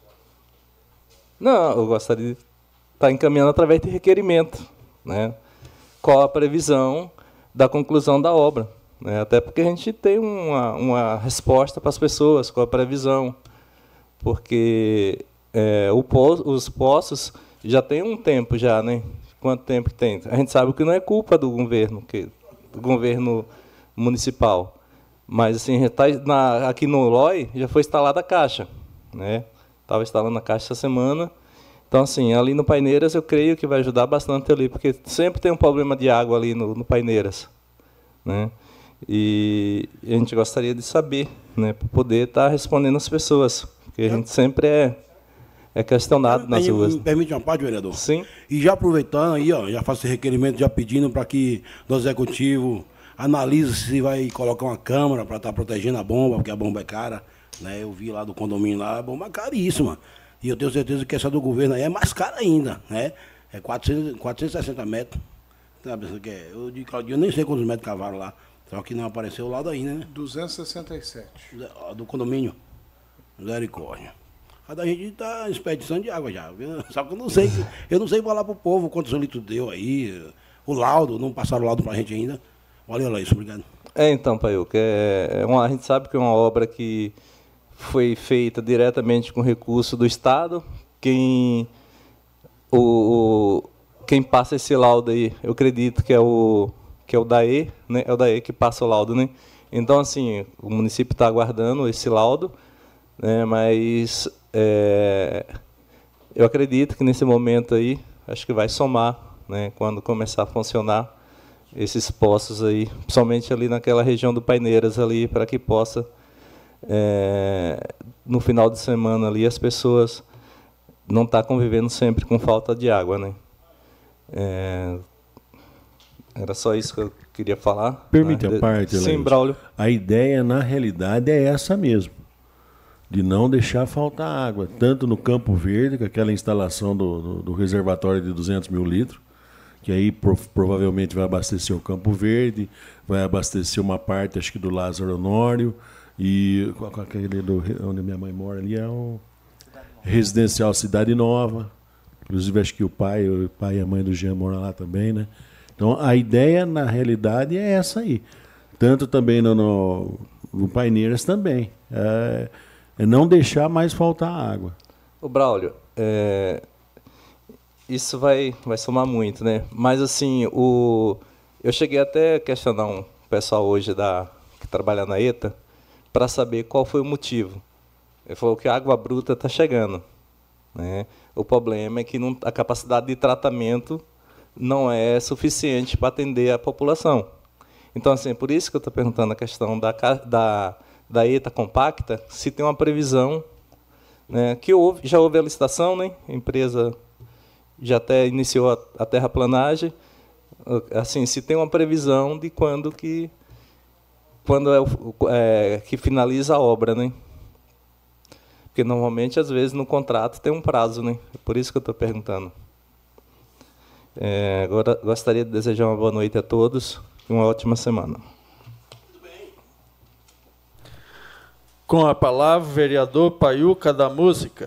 Não, eu gostaria de estar encaminhando através de requerimento, né? Qual a previsão da conclusão da obra, né? Até porque a gente tem uma resposta para as pessoas, qual a previsão, porque os poços já tem um tempo já, né? Quanto tempo que tem? A gente sabe que não é culpa do governo municipal, mas assim, aqui no LOI já foi instalada a caixa, né? Estava instalando a caixa essa semana. Então, assim, ali no Paineiras eu creio que vai ajudar bastante ali, porque sempre tem um problema de água ali no Paineiras, né? E a gente gostaria de saber, né, para poder estar respondendo as pessoas, porque a gente sempre é questionado nas ruas. Me permite uma parte, vereador? Sim. E já aproveitando aí, já faço esse requerimento, já pedindo para que o executivo analise se vai colocar uma câmera para estar protegendo a bomba, porque a bomba é cara, né? Eu vi lá do condomínio lá, a bomba é caríssima. E eu tenho certeza que essa do governo aí é mais cara ainda, né? É 460 metros. Sabe, eu nem sei quantos metros cavaram lá, só que não apareceu o laudo ainda, né? 267. Do condomínio. Misericórdia. A da gente está em expedição de água já, viu? Só que eu não sei falar pro povo quantos litros deu aí. O laudo, não passaram o laudo pra gente ainda. Olha lá isso, obrigado. Então, Paiuca, a gente sabe que é uma obra que foi feita diretamente com recurso do Estado. Quem passa esse laudo aí, eu acredito que é o DAE, né? É o DAE que passa o laudo, né? Então, assim, o município está aguardando esse laudo, né? Mas eu acredito que nesse momento aí, acho que vai somar, né? Quando começar a funcionar esses poços aí, principalmente ali naquela região do Paineiras ali, para que possa no final de semana ali as pessoas não estar convivendo sempre com falta de água, né? Era só isso que eu queria falar. Permite a parte, sim, Braulio. A ideia, na realidade, é essa mesmo, de não deixar faltar água, tanto no Campo Verde, com aquela instalação do reservatório de 200 mil litros, que aí provavelmente vai abastecer o Campo Verde, vai abastecer uma parte, acho que do Lázaro Honório, e aquele onde minha mãe mora ali é o residencial Cidade Nova. Inclusive, acho que o pai e a mãe do Jean moram lá também, né? Então, a ideia, na realidade, é essa aí. Tanto também no Paineiras também. É não deixar mais faltar água. Braulio, isso vai somar muito, né? Mas, assim, eu cheguei até a questionar um pessoal hoje que trabalha na ETA para saber qual foi o motivo. Ele falou que a água bruta está chegando, né? O problema é que a capacidade de tratamento não é suficiente para atender a população. Então, assim, por isso que eu estou perguntando a questão da ETA compacta, se tem uma previsão, né, que já houve a licitação, né? A empresa já até iniciou a terraplanagem, assim, se tem uma previsão de quando que finaliza a obra, né? Porque normalmente, às vezes, no contrato tem um prazo, né? É por isso que eu estou perguntando. Agora, gostaria de desejar uma boa noite a todos e uma ótima semana. Com a palavra, o vereador Paiuca da Música.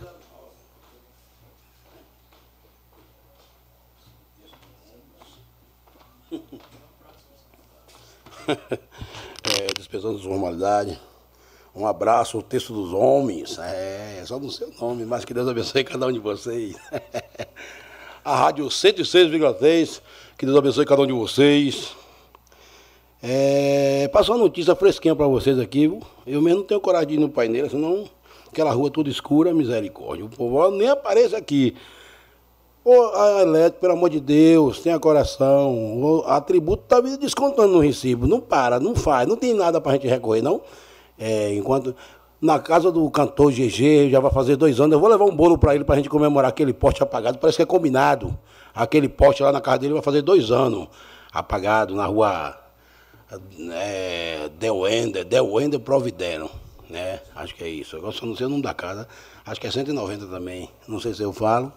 Dispensando as formalidades. Um abraço, o texto dos homens. Só não sei o nome, mas que Deus abençoe cada um de vocês. A Rádio 106,3, que Deus abençoe cada um de vocês. Passou uma notícia fresquinha para vocês aqui, viu? Eu mesmo não tenho coragem de ir no painel, senão aquela rua toda escura, misericórdia. O povo nem aparece aqui. A elétrica, pelo amor de Deus, tenha coração. O atributo está descontando no recibo. Não para, não faz, não tem nada para a gente recorrer, não. Enquanto na casa do cantor GG, já vai fazer 2 anos, eu vou levar um bolo para ele, para a gente comemorar aquele poste apagado. Parece que é combinado. Aquele poste lá na casa dele vai fazer 2 anos apagado na rua Del Wender Providero, né? Acho que é isso. Agora só não sei o nome da casa. Acho que é 190 também. Não sei se eu falo.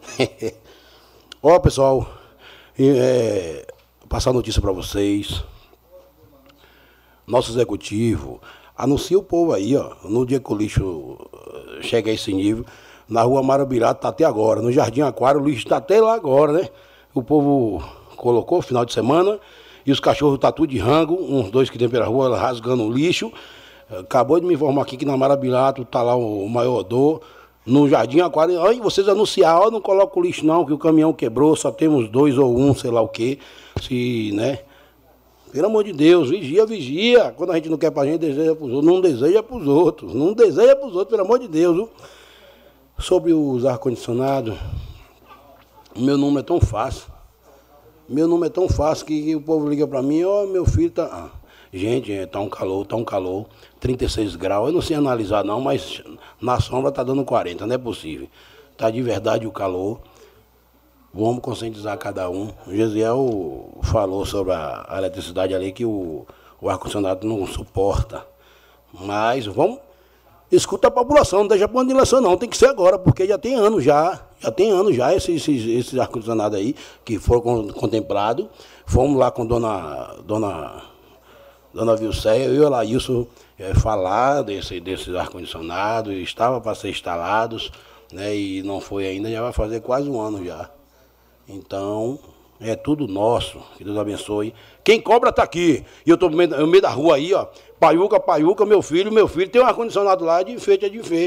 Ó, pessoal, passar a notícia para vocês. Nosso executivo anuncia o povo aí, ó, no dia que o lixo chega a esse nível, na rua Marabirá está até agora, no Jardim Aquário o lixo está até lá agora, né? O povo colocou final de semana e os cachorros tá tudo de rango, uns 2 que tem pela rua rasgando o lixo. Acabou de me informar aqui que na Marabirá tá lá o maior odor. No Jardim Aquário, aí vocês anunciaram, não coloca o lixo não, que o caminhão quebrou, só temos 2 ou 1, sei lá o quê, né? Pelo amor de Deus, vigia. Quando a gente não quer pra gente, deseja pros outros. Não deseja pros outros. Não deseja pros outros, pelo amor de Deus. Viu? Sobre os ar-condicionados, o meu número é tão fácil. Meu número é tão fácil que o povo liga pra mim, meu filho tá... Gente, tá um calor, 36 graus. Eu não sei analisar não, mas na sombra tá dando 40, não é possível. Tá de verdade o calor. Vamos conscientizar cada um. O Gesiel falou sobre a eletricidade ali, que o ar-condicionado não suporta. Mas vamos, escuta a população, não deixa para de eleição não, tem que ser agora, porque já tem anos já esses ar-condicionados aí, que foram contemplados. Fomos lá com dona Vilceia, eu e o Laílson falar desses ar-condicionados, estava para ser instalados, né, e não foi ainda, já vai fazer quase 1 ano já. Então, é tudo nosso, que Deus abençoe. Quem cobra está aqui. E eu estou no meio da rua aí, ó. Paiuca, meu filho tem um ar-condicionado lá, de enfeite.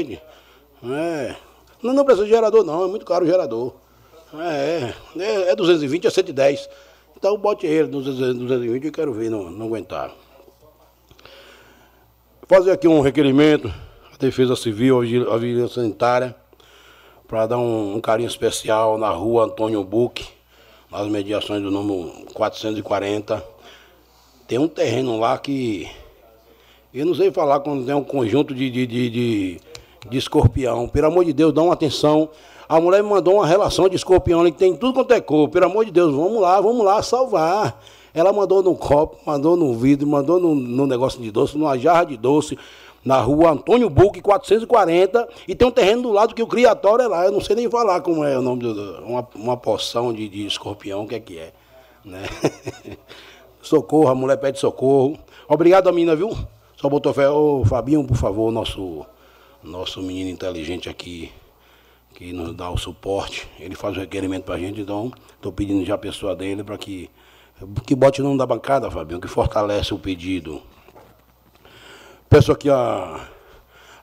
Não precisa de gerador não, é muito caro o gerador. É 220 a 110. Então bote ele, 220, eu quero ver, não aguentar. Fazer aqui um requerimento à Defesa Civil, à Vigilância Sanitária, para dar um carinho especial na rua Antônio Buch, nas mediações do número 440. Tem um terreno lá que, eu não sei falar, quando tem um conjunto de escorpião. Pelo amor de Deus, dá uma atenção. A mulher me mandou uma relação de escorpião ali que tem tudo quanto é cor. Pelo amor de Deus, vamos lá salvar. Ela mandou num copo, mandou num vidro, mandou num negócio de doce, numa jarra de doce, na rua Antônio Buch, 440, e tem um terreno do lado que o criatório é lá. Eu não sei nem falar como é o nome, uma porção de escorpião, o que é, né? Socorro, a mulher pede socorro. Obrigado, menina, viu? Só botou fé. Ô, Fabinho, por favor, nosso menino inteligente aqui, que nos dá o suporte, ele faz o requerimento pra gente, então estou pedindo já a pessoa dele para que bote o nome da bancada, Fabinho, que fortalece o pedido. Peço aqui a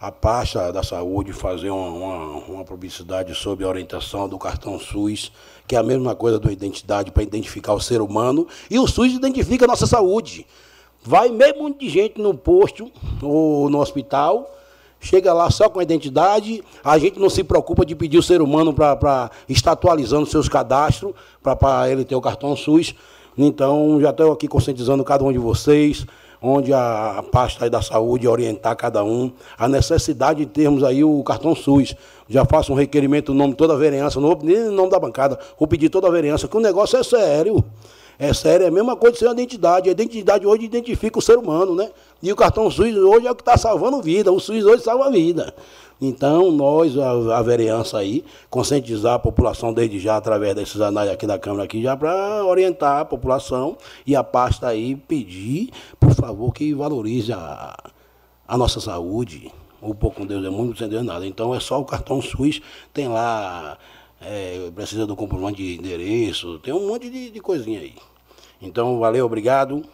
a pasta da saúde fazer uma publicidade sobre a orientação do cartão SUS, que é a mesma coisa da identidade para identificar o ser humano, e o SUS identifica a nossa saúde. Vai meio monte de gente no posto ou no hospital, chega lá só com a identidade, a gente não se preocupa de pedir o ser humano para estar atualizando seus cadastros, para ele ter o cartão SUS. Então, já estou aqui conscientizando cada um de vocês, onde a pasta aí da saúde orientar cada um, a necessidade de termos aí o cartão SUS. Já faço um requerimento no nome de toda a vereança, nem no nome da bancada, vou pedir toda a vereança, que o negócio é sério. É sério, é a mesma coisa de ser a identidade. A identidade hoje identifica o ser humano, né? E o cartão SUS hoje é o que está salvando vida. O SUS hoje salva a vida. Então, nós, a vereança aí, conscientizar a população desde já, através desses anais aqui da Câmara, aqui, já para orientar a população e a pasta aí pedir, por favor, que valorize a nossa saúde. O pouco com Deus é muito, sem Deus nada. Então, é só o cartão SUS, tem lá... precisa do comprovante de endereço, tem um monte de coisinha aí. Então, valeu, obrigado.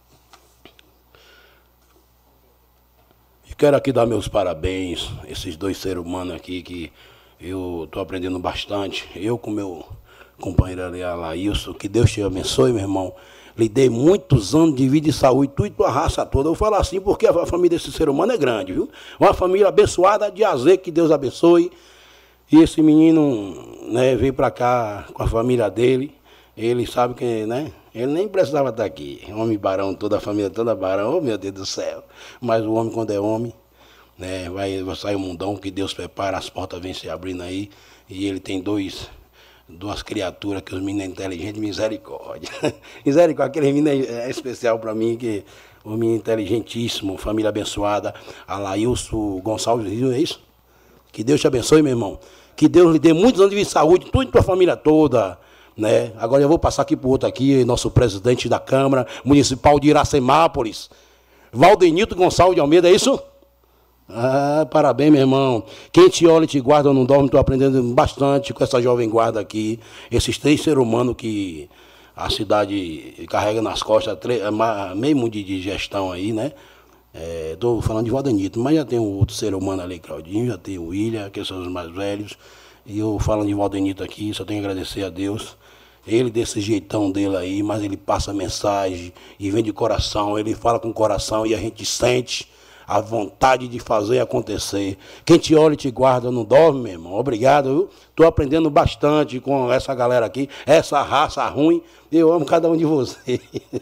E quero aqui dar meus parabéns a esses dois seres humanos aqui, que eu estou aprendendo bastante. Eu com meu companheiro ali, Alailson, que Deus te abençoe, meu irmão. Lhe dei muitos anos de vida e saúde, tu e tua raça toda. Eu falo assim porque a família desse ser humano é grande, viu? Uma família abençoada de azer, que Deus abençoe. E esse menino, né, veio para cá com a família dele. Ele sabe que, né, ele nem precisava estar aqui. Homem barão, toda a família toda barão, oh meu Deus do céu. Mas o homem, quando é homem, né, vai sair o mundão que Deus prepara, as portas vêm se abrindo aí. E ele tem duas criaturas que os meninos inteligentes, misericórdia. Misericórdia, aquele menino é especial para mim, que o menino inteligentíssimo, família abençoada, Alailson Gonçalves Rio, é isso? Que Deus te abençoe, meu irmão. Que Deus lhe dê muitos anos de saúde, tu e tua família toda, né? Agora eu vou passar aqui para o outro aqui, nosso presidente da Câmara Municipal de Iracemápolis, Valdenito Gonçalves de Almeida, é isso? Ah, parabéns, meu irmão. Quem te olha e te guarda não dorme, estou aprendendo bastante com essa jovem guarda aqui, esses três seres humanos que a cidade carrega nas costas, meio mundo de gestão aí, né? Estou falando de Valdenito, mas já tem um outro ser humano ali, Claudinho, já tem o William, que são os mais velhos, e eu falando de Valdenito aqui, só tenho que agradecer a Deus. Ele desse jeitão dele aí, mas ele passa mensagem e vem de coração, ele fala com o coração e a gente sente a vontade de fazer acontecer. Quem te olha e te guarda não dorme, meu irmão. Obrigado, viu? Estou aprendendo bastante com essa galera aqui, essa raça ruim. Eu amo cada um de vocês.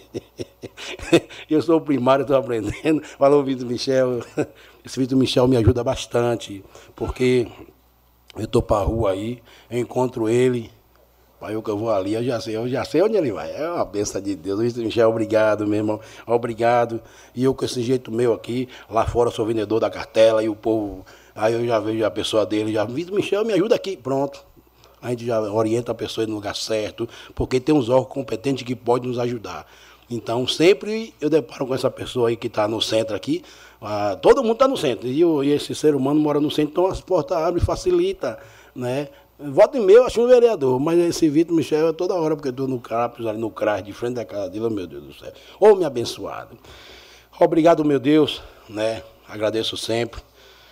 Eu sou o primário, estou aprendendo. Falou, Vitor Michel. Esse Vitor Michel me ajuda bastante, porque eu estou para a rua aí, eu encontro ele. Aí eu vou ali, eu já sei onde ele vai. É uma bênção de Deus. Vitor Michel, obrigado, meu irmão. Obrigado. E eu com esse jeito meu aqui, lá fora eu sou vendedor da cartela e o povo... Aí eu já vejo a pessoa dele, Vitor Michel, me ajuda aqui. Pronto. A gente já orienta a pessoa no lugar certo, porque tem uns órgãos competentes que podem nos ajudar. Então, sempre eu deparo com essa pessoa aí que está no centro aqui. Todo mundo está no centro. E esse ser humano mora no centro, então as portas abrem, facilita, né? Voto em meu, acho um vereador, mas esse Vitor Michel é toda hora, porque eu estou no CRAPS, ali no CRAS, de frente da casa dele, oh, meu Deus do céu. Ô, meu abençoado. Obrigado, meu Deus, né? Agradeço sempre.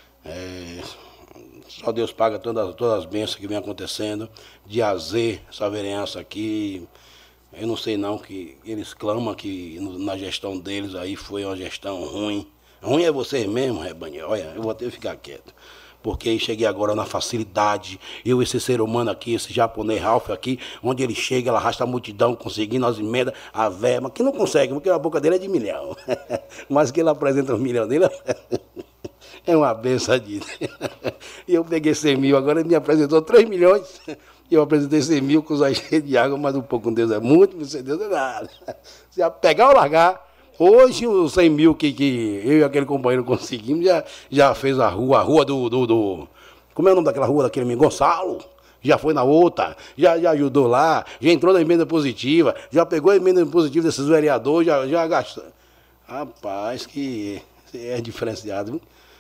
Só Deus paga todas as bênçãos que vem acontecendo. De azer, essa vereança aqui, eu não sei não, que eles clamam que na gestão deles aí foi uma gestão ruim. Ruim é vocês mesmo, rebanho. Olha, eu vou ter que ficar quieto. Porque cheguei agora na facilidade, esse ser humano aqui, esse japonês Ralph aqui, onde ele chega, ele arrasta a multidão, conseguindo as emendas, a verba, que não consegue, porque a boca dele é de milhão. Mas que ele apresenta os milhões dele, é uma benção de Deus. E eu peguei 100 mil, agora ele me apresentou 3 milhões, e eu apresentei 100 mil com os cheios de água, mas um pouco com Deus é muito, sem Deus é nada. Se pegar ou largar, hoje os 100 mil que eu e aquele companheiro conseguimos, já fez a rua do... Como é o nome daquela rua daquele menino? Gonçalo. Já foi na outra, já ajudou lá, já entrou na emenda positiva, já pegou a emenda positiva desses vereadores, já gastou. Rapaz, que é diferenciado, viu?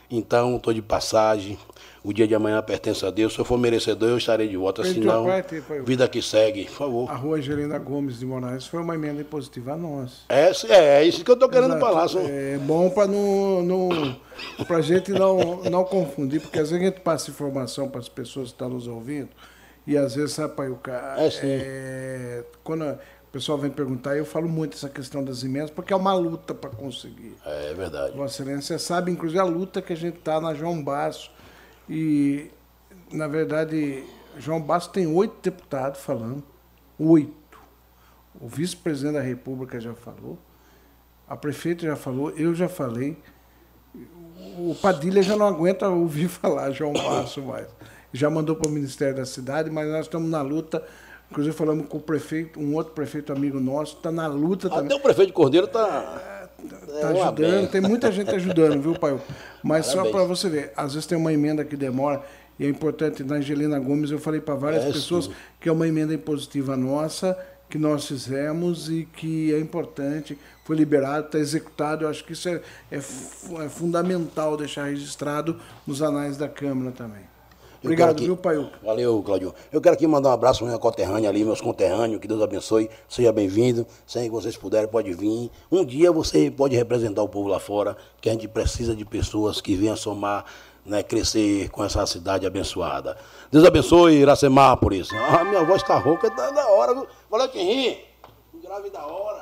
Então, estou de passagem. O dia de amanhã pertence a Deus. Se eu for merecedor, eu estarei de volta. Senão, vida que segue, por favor. A rua Angelina Gomes de Moraes foi uma emenda impositiva nossa. É isso que eu estou querendo falar. É bom para a gente não confundir, porque às vezes a gente passa informação para as pessoas que estão nos ouvindo, e às vezes, sabe, Paiuca, quando o pessoal vem perguntar, eu falo muito essa questão das emendas, porque é uma luta para conseguir. É verdade. Vossa Excelência sabe, inclusive, a luta que a gente está na João Basso. E, na verdade, João Basso tem 8 deputados falando. 8. O vice-presidente da República já falou. A prefeita já falou. Eu já falei. O Padilha já não aguenta ouvir falar João Basso mais. Já mandou para o Ministério da Cidade, mas nós estamos na luta. Inclusive, falamos com o prefeito, um outro prefeito amigo nosso, está na luta também. Até o prefeito de Cordeiro está... Está ajudando, tem muita gente ajudando, viu, pai? Mas parabéns. Só para você ver, às vezes tem uma emenda que demora, e é importante, na Angelina Gomes, eu falei para várias pessoas que é uma emenda impositiva nossa, que nós fizemos e que é importante, foi liberado, está executado. Eu acho que isso é fundamental deixar registrado nos anais da Câmara também. Obrigado, viu, Paiuca? Valeu, Claudio. Eu quero aqui mandar um abraço para minha conterrânea ali, meus conterrâneos, que Deus abençoe, seja bem-vindo. Sem que vocês puderem, pode vir. Um dia você pode representar o povo lá fora, que a gente precisa de pessoas que venham somar, né, crescer com essa cidade abençoada. Deus abençoe Iracemápolis. Minha voz está rouca, tá da hora. Valeu, quem ri. Grave da hora.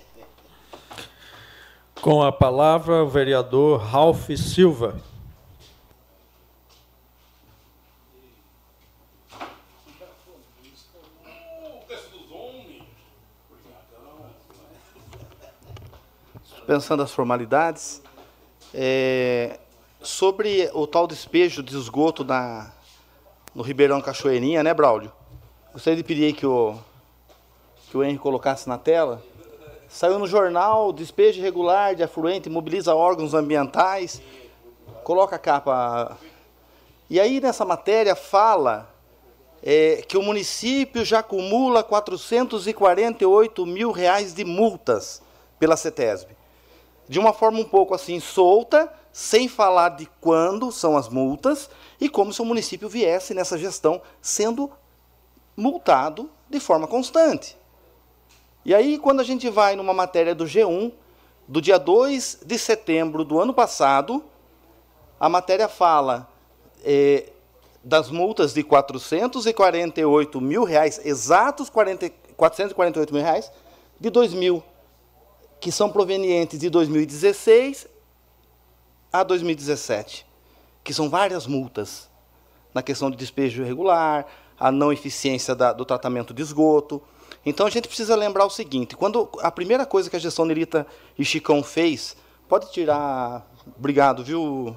Com a palavra, o vereador Ralph Silva. Pensando as formalidades, sobre o tal despejo de esgoto no Ribeirão Cachoeirinha, né, Braulio? Gostaria de pedir que o Henrique colocasse na tela. Saiu no jornal, despejo irregular de afluente mobiliza órgãos ambientais. Coloca a capa. E aí, nessa matéria, fala que o município já acumula R$448 mil de multas pela CETESB. De uma forma um pouco assim solta, sem falar de quando são as multas e como se o município viesse nessa gestão sendo multado de forma constante. E aí, quando a gente vai numa matéria do G1, do dia 2 de setembro do ano passado, a matéria fala das multas de R$448 mil, exatos R$448 mil de 2000, que são provenientes de 2016 a 2017, que são várias multas na questão de despejo irregular, a não eficiência do tratamento de esgoto. Então, a gente precisa lembrar o seguinte, quando a primeira coisa que a gestão Nerita e Chicão fez, pode tirar, obrigado, viu?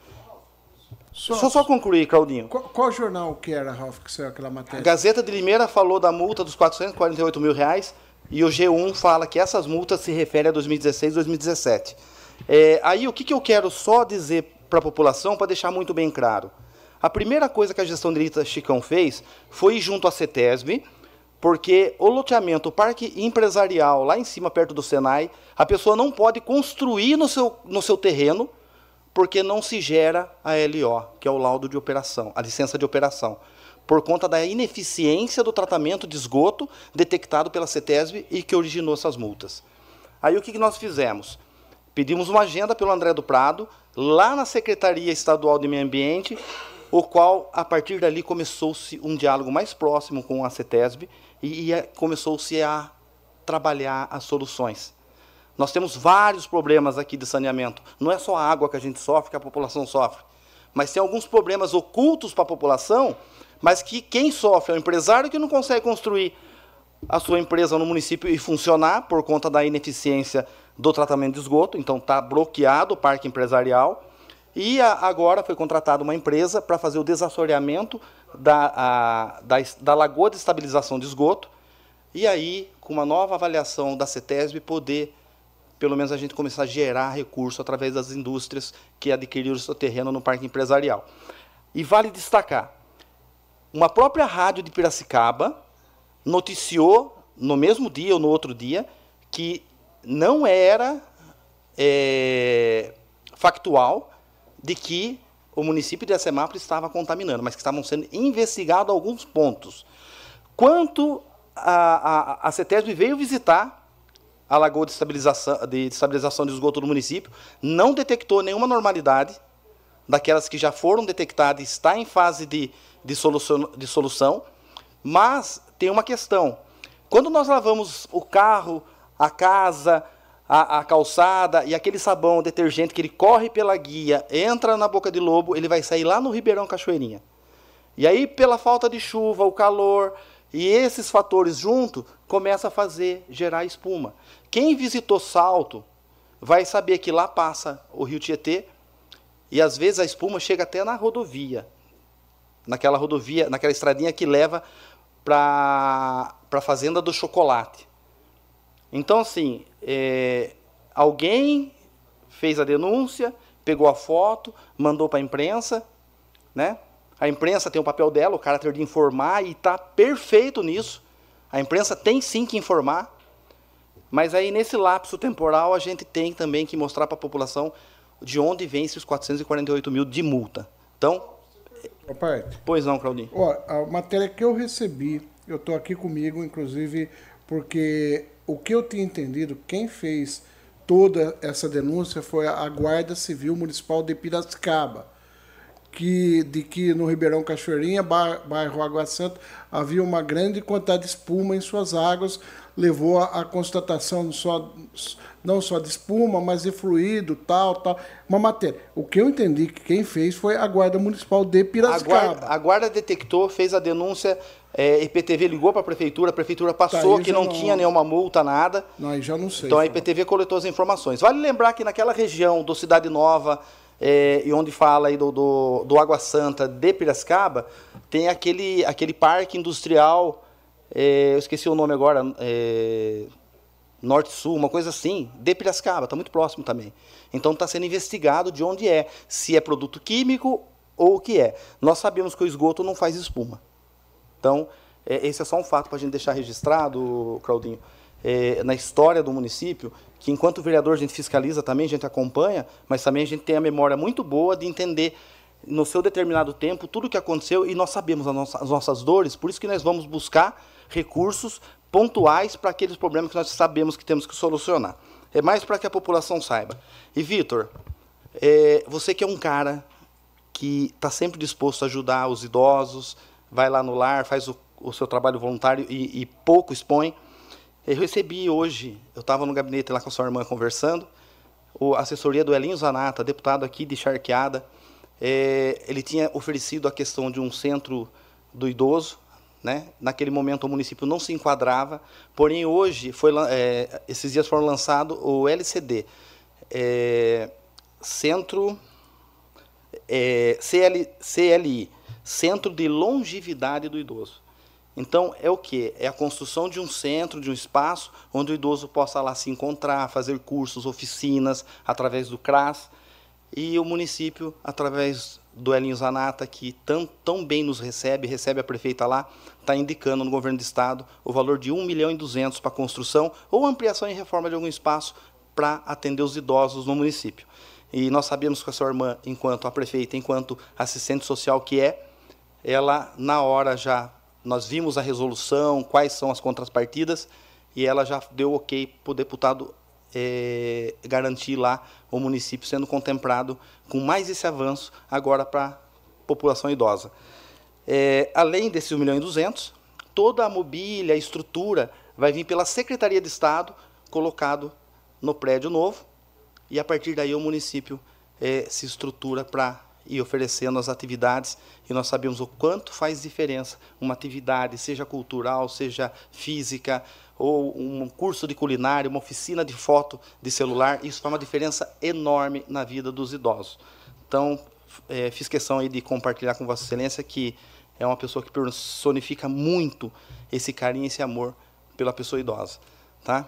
Só concluir, Claudinho. Qual jornal que era, Ralf, que saiu aquela matéria? A Gazeta de Limeira falou da multa dos R$448 mil, e o G1 fala que essas multas se referem a 2016 e 2017. Aí, o que eu quero só dizer para a população, para deixar muito bem claro. A primeira coisa que a gestão de Nerita Chicão fez foi ir junto à CETESB, porque o loteamento, o parque empresarial, lá em cima, perto do Senai, a pessoa não pode construir no seu terreno, porque não se gera a LO, que é o laudo de operação, a licença de operação, por conta da ineficiência do tratamento de esgoto detectado pela CETESB e que originou essas multas. Aí o que nós fizemos? Pedimos uma agenda pelo André do Prado, lá na Secretaria Estadual de Meio Ambiente, o qual, a partir dali, começou-se um diálogo mais próximo com a CETESB e começou-se a trabalhar as soluções. Nós temos vários problemas aqui de saneamento. Não é só a água que a gente sofre, que a população sofre, mas tem alguns problemas ocultos para a população, mas que quem sofre é o empresário que não consegue construir a sua empresa no município e funcionar por conta da ineficiência do tratamento de esgoto, então está bloqueado o parque empresarial, e agora foi contratada uma empresa para fazer o desassoreamento da lagoa de estabilização de esgoto, e aí, com uma nova avaliação da CETESB, poder, pelo menos, a gente começar a gerar recurso através das indústrias que adquiriram o seu terreno no parque empresarial. E vale destacar, uma própria rádio de Piracicaba noticiou, no mesmo dia ou no outro dia, que não era factual de que o município de Iracemápolis estava contaminando, mas que estavam sendo investigados alguns pontos. Quanto a CETESB veio visitar a lagoa de estabilização de esgoto do município, não detectou nenhuma normalidade daquelas que já foram detectadas, está em fase de solução, mas tem uma questão. Quando nós lavamos o carro, a casa, a calçada e aquele sabão, o detergente que ele corre pela guia, entra na Boca de Lobo, ele vai sair lá no Ribeirão Cachoeirinha. E aí, pela falta de chuva, o calor e esses fatores junto, começa a gerar espuma. Quem visitou Salto vai saber que lá passa o Rio Tietê e às vezes a espuma chega até na rodovia, naquela estradinha que leva para a Fazenda do Chocolate. Então, assim, alguém fez a denúncia, pegou a foto, mandou para a imprensa, né? A imprensa tem o papel dela, o caráter de informar, e está perfeito nisso. A imprensa tem sim que informar, mas aí nesse lapso temporal a gente tem também que mostrar para a população de onde vem esses 448 mil de multa. Então... Papai, pois não, Claudinho. Ó, a matéria que eu recebi, eu estou aqui comigo, inclusive, porque o que eu tinha entendido, quem fez toda essa denúncia foi a Guarda Civil Municipal de Piracicaba, de que no Ribeirão Cachoeirinha, bairro Água Santa, havia uma grande quantidade de espuma em suas águas, levou à constatação não só de espuma, mas de fluido, tal. Uma matéria. O que eu entendi que quem fez foi a Guarda Municipal de Piracicaba. A Guarda detectou, fez a denúncia, IPTV ligou para a prefeitura passou que não tinha nenhuma multa, nada. Não, aí já não sei. Então a IPTV coletou as informações. Vale lembrar que naquela região do Cidade Nova, e onde fala aí do Água Santa de Piracicaba, tem aquele parque industrial, eu esqueci o nome agora, Norte-Sul, uma coisa assim, de Piracicaba, está muito próximo também. Então está sendo investigado de onde é, se é produto químico ou o que é. Nós sabemos que o esgoto não faz espuma. Então, esse é só um fato para a gente deixar registrado, Claudinho, na história do município, que enquanto vereador a gente fiscaliza também, a gente acompanha, mas também a gente tem a memória muito boa de entender no seu determinado tempo tudo o que aconteceu e nós sabemos as nossas dores, por isso que nós vamos buscar recursos pontuais para aqueles problemas que nós sabemos que temos que solucionar. É mais para que a população saiba. E, Vitor, você que é um cara que está sempre disposto a ajudar os idosos, vai lá no lar, faz o seu trabalho voluntário e pouco expõe. Eu recebi hoje, eu estava no gabinete lá com a sua irmã conversando, a assessoria do Elinho Zanata, deputado aqui de Charqueada, ele tinha oferecido a questão de um centro do idoso, né? Naquele momento o município não se enquadrava, porém hoje, esses dias foram lançado o LCD, CLI, Centro de Longevidade do Idoso. Então, é o quê? É a construção de um centro, de um espaço, onde o idoso possa lá se encontrar, fazer cursos, oficinas, através do CRAS, e o município, através do Elinho Zanata, que tão bem nos recebe a prefeita lá, está indicando no governo do estado o valor de R$ 1.200.000 para construção ou ampliação e reforma de algum espaço para atender os idosos no município. E nós sabemos que a sua irmã, enquanto a prefeita, enquanto assistente social que ela, na hora já, nós vimos a resolução, quais são as contrapartidas, e ela já deu ok para o deputado garantir lá o município sendo contemplado com mais esse avanço agora para a população idosa. Além desses R$ 1.200.000, toda a mobília, a estrutura, vai vir pela Secretaria de Estado, colocado no prédio novo, e a partir daí o município se estrutura para ir oferecendo as atividades, e nós sabemos o quanto faz diferença uma atividade, seja cultural, seja física, ou um curso de culinária, uma oficina de foto de celular, isso faz uma diferença enorme na vida dos idosos. Então, fiz questão aí de compartilhar com Vossa Excelência que é uma pessoa que personifica muito esse carinho, esse amor pela pessoa idosa. Tá?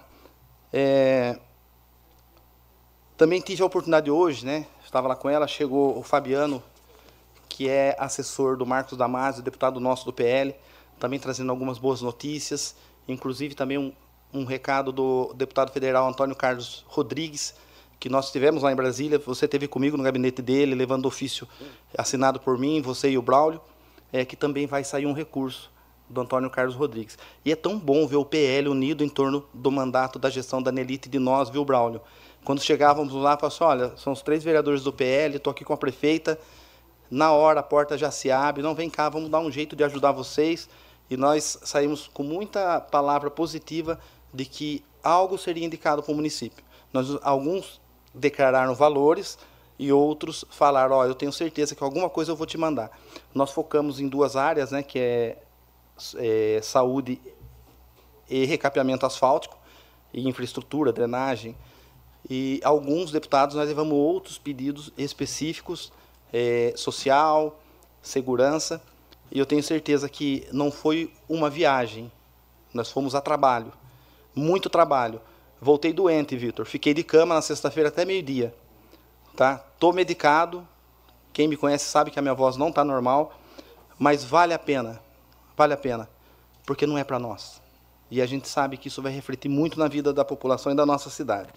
Também tive a oportunidade hoje, né? Estava lá com ela, chegou o Fabiano, que é assessor do Marcos Damasio, deputado nosso do PL, também trazendo algumas boas notícias, inclusive também um recado do deputado federal Antônio Carlos Rodrigues, que nós tivemos lá em Brasília, você esteve comigo no gabinete dele, levando ofício assinado por mim, você e o Braulio, que também vai sair um recurso do Antônio Carlos Rodrigues. E é tão bom ver o PL unido em torno do mandato da gestão da Nelita e de nós, viu, Braulio? Quando chegávamos lá, falava assim, olha, são os 3 vereadores do PL, estou aqui com a prefeita, na hora a porta já se abre, não, vem cá, vamos dar um jeito de ajudar vocês. E nós saímos com muita palavra positiva de que algo seria indicado para o município. Alguns declararam valores e outros falaram, ó, eu tenho certeza que alguma coisa eu vou te mandar. Nós focamos em 2 áreas, né, que é saúde e recapeamento asfáltico, e infraestrutura, drenagem. E alguns deputados nós levamos outros pedidos específicos, social, segurança, e eu tenho certeza que não foi uma viagem, nós fomos a trabalho, muito trabalho. Voltei doente, Vitor. Fiquei de cama na sexta-feira até meio-dia. Tá? Estou medicado. Quem me conhece sabe que a minha voz não está normal. Mas vale a pena. Vale a pena. Porque não é para nós. E a gente sabe que isso vai refletir muito na vida da população e da nossa cidade.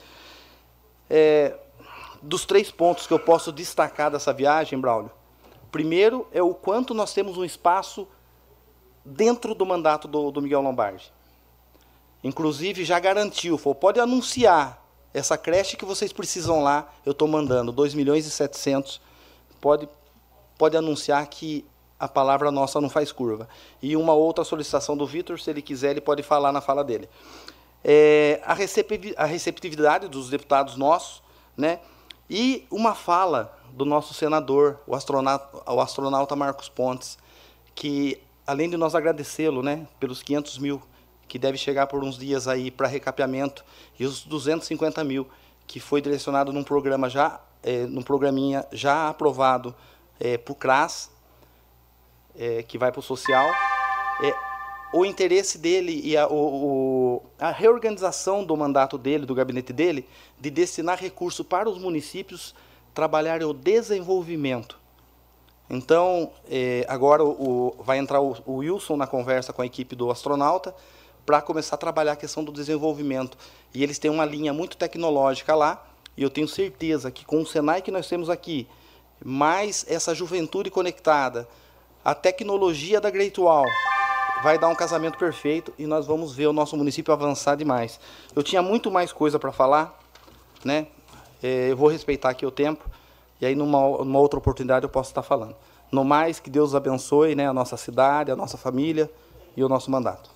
Dos 3 pontos que eu posso destacar dessa viagem, Braulio, primeiro é o quanto nós temos um espaço dentro do mandato do Miguel Lombardi. Inclusive, já garantiu, falou, pode anunciar essa creche que vocês precisam lá, eu estou mandando 2.700.000, pode anunciar que a palavra nossa não faz curva. E uma outra solicitação do Vitor, se ele quiser, ele pode falar na fala dele. A receptividade dos deputados nossos, né? E uma fala do nosso senador, o astronauta Marcos Pontes, que, além de nós agradecê-lo, né, pelos 500 mil que deve chegar por uns dias aí para recapeamento, e os 250 mil que foi direcionado num programa num programinha já aprovado para o CRAS, que vai para o social, o interesse dele e a reorganização do mandato dele, do gabinete dele, de destinar recursos para os municípios trabalharem o desenvolvimento. Então, agora vai entrar o Wilson na conversa com a equipe do astronauta, para começar a trabalhar a questão do desenvolvimento. E eles têm uma linha muito tecnológica lá, e eu tenho certeza que com o Senai que nós temos aqui, mais essa juventude conectada, a tecnologia da Great Wall, vai dar um casamento perfeito e nós vamos ver o nosso município avançar demais. Eu tinha muito mais coisa para falar, né? Eu vou respeitar aqui o tempo, e aí numa outra oportunidade eu posso estar falando. No mais, que Deus abençoe, né, a nossa cidade, a nossa família e o nosso mandato.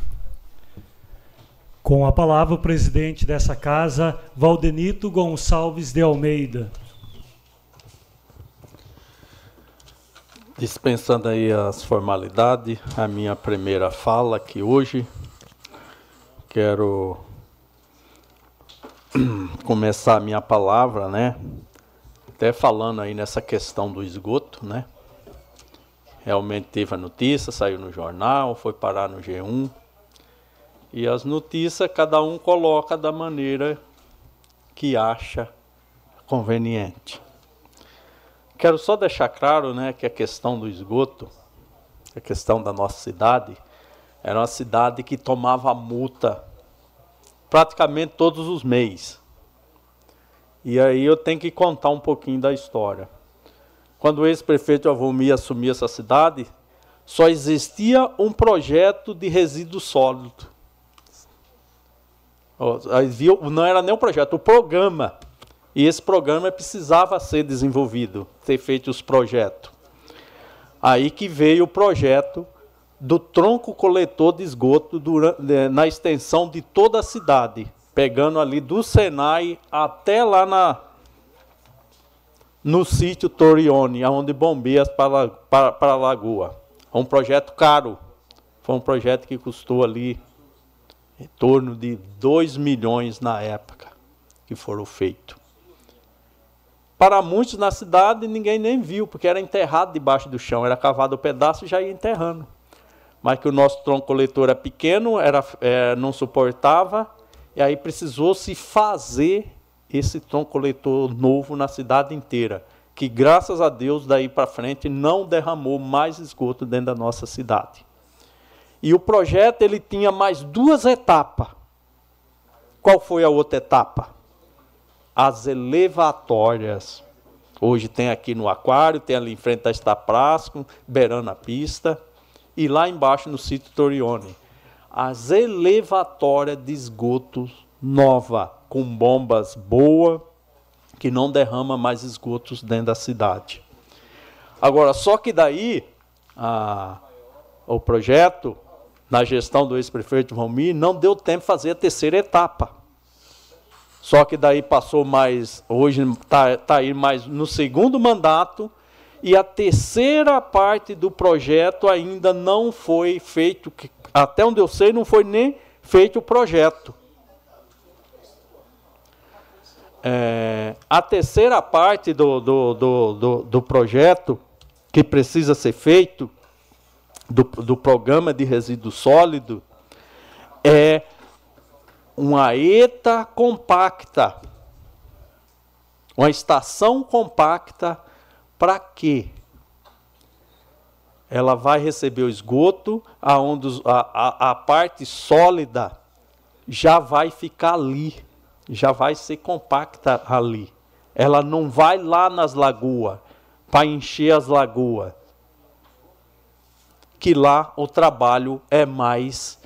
Com a palavra, o presidente dessa casa, Valdenito Gonçalves de Almeida. Dispensando aí as formalidades, a minha primeira fala aqui hoje, quero começar a minha palavra, né, até falando aí nessa questão do esgoto, né. Realmente teve a notícia, saiu no jornal, foi parar no G1, e as notícias cada um coloca da maneira que acha conveniente. Quero só deixar claro, né, que a questão do esgoto, a questão da nossa cidade, era uma cidade que tomava multa praticamente todos os meses. E aí eu tenho que contar um pouquinho da história. Quando o ex-prefeito Avomir assumiu essa cidade, só existia um projeto de resíduo sólido. Não era nem um projeto, o programa. E esse programa precisava ser desenvolvido, ter feito os projetos. Aí que veio o projeto do tronco coletor de esgoto na extensão de toda a cidade, pegando ali do Senai até lá no sítio Torione, onde bombeia para a lagoa. É um projeto caro, foi um projeto que custou ali em torno de 2 milhões na época que foram feitos. Para muitos na cidade, ninguém nem viu, porque era enterrado debaixo do chão, era cavado um pedaço e já ia enterrando. Mas que o nosso tronco coletor é pequeno, não suportava, e aí precisou se fazer esse tronco coletor novo na cidade inteira, que graças a Deus, daí para frente, não derramou mais esgoto dentro da nossa cidade. E o projeto ele tinha mais 2 etapas. Qual foi a outra etapa? as elevatórias. Hoje tem aqui no Aquário, tem ali em frente da Estaprasco, beirando a pista, e lá embaixo no sítio Torione. As elevatórias de esgoto nova, com bombas boas, que não derrama mais esgotos dentro da cidade. Agora, só que daí, o projeto, na gestão do ex-prefeito Valmir, não deu tempo de fazer a terceira etapa. Só que daí passou mais, hoje está aí mais no segundo mandato, e a terceira parte do projeto ainda não foi feito, até onde eu sei, não foi nem feito o projeto. A terceira parte do projeto, que precisa ser feito, do programa de resíduo sólido, é uma ETA compacta, uma estação compacta. Para quê? Ela vai receber o esgoto, aonde a parte sólida já vai ficar ali, já vai ser compacta ali. Ela não vai lá nas lagoas, para encher as lagoas. Que lá o trabalho é mais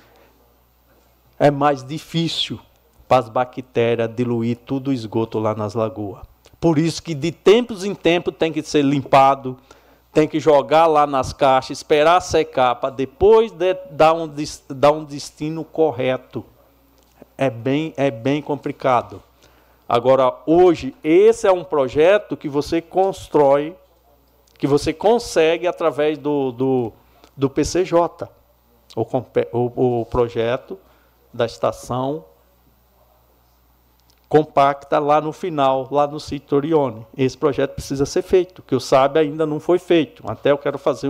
difícil para as bactérias diluir todo o esgoto lá nas lagoas. Por isso que de tempos em tempos tem que ser limpado, tem que jogar lá nas caixas, esperar secar, para depois dar um destino correto. É bem complicado. Agora, hoje, esse é um projeto que você constrói, que você consegue através do PCJ, o projeto da estação compacta lá no final, lá no sítio Torione. Esse projeto precisa ser feito, que eu saiba ainda não foi feito. Até eu quero fazer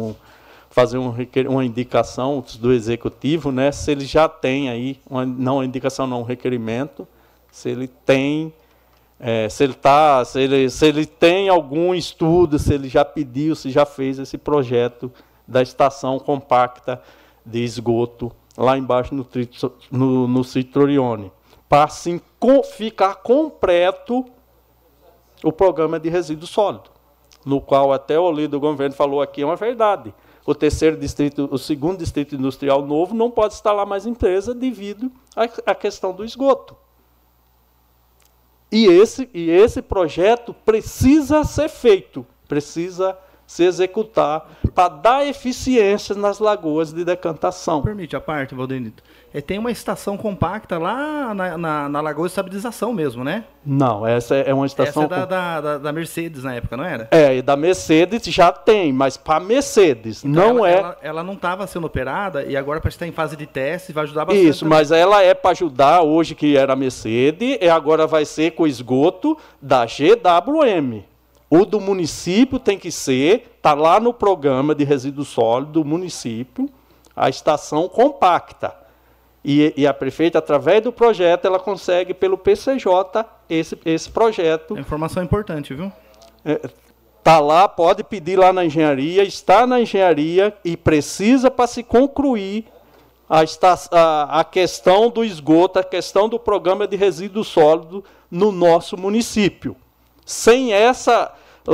uma indicação do executivo, né, se ele já tem aí, não indicação não, um requerimento, se ele tem, se ele tem algum estudo, se ele já pediu, se já fez esse projeto da estação compacta de esgoto lá embaixo no sítio Torione, para assim ficar completo o programa de resíduo sólido, no qual até o líder do governo falou aqui, é uma verdade. O segundo distrito industrial novo não pode instalar mais empresa devido à questão do esgoto. E esse projeto precisa ser feito, precisa se executar para dar eficiência nas lagoas de decantação. Permite a parte, Valdenito. Tem uma estação compacta lá na Lagoa de Estabilização mesmo, né? Não, essa é uma estação... Essa é da Mercedes na época, não era? E da Mercedes já tem, mas para a Mercedes, então não ela não estava sendo operada e agora parece que está em fase de teste e vai ajudar bastante. Isso, mas ela é para ajudar hoje, que era a Mercedes, e agora vai ser com o esgoto da GWM. O do município tem que ser, está lá no programa de resíduo sólido do município, a estação compacta. E a prefeita, através do projeto, ela consegue, pelo PCJ, esse projeto. É informação importante, viu? Está lá, pode pedir lá na engenharia, está na engenharia e precisa para se concluir a questão do esgoto, a questão do programa de resíduo sólido no nosso município. Sem essa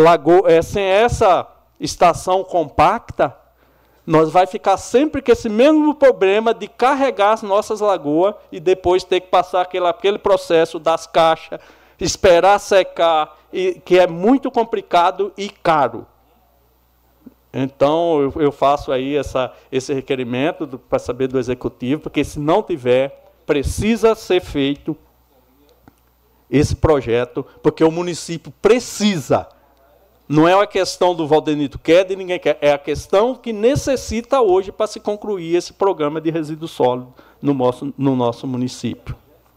estação compacta, nós vai ficar sempre com esse mesmo problema de carregar as nossas lagoas e depois ter que passar aquele processo das caixas, esperar secar, que é muito complicado e caro. Então, eu faço aí esse requerimento para saber do executivo, porque se não tiver, precisa ser feito esse projeto, porque o município precisa. Não é uma questão do Valdenito quer, de ninguém quer. É a questão que necessita hoje para se concluir esse programa de resíduo sólido no nosso município.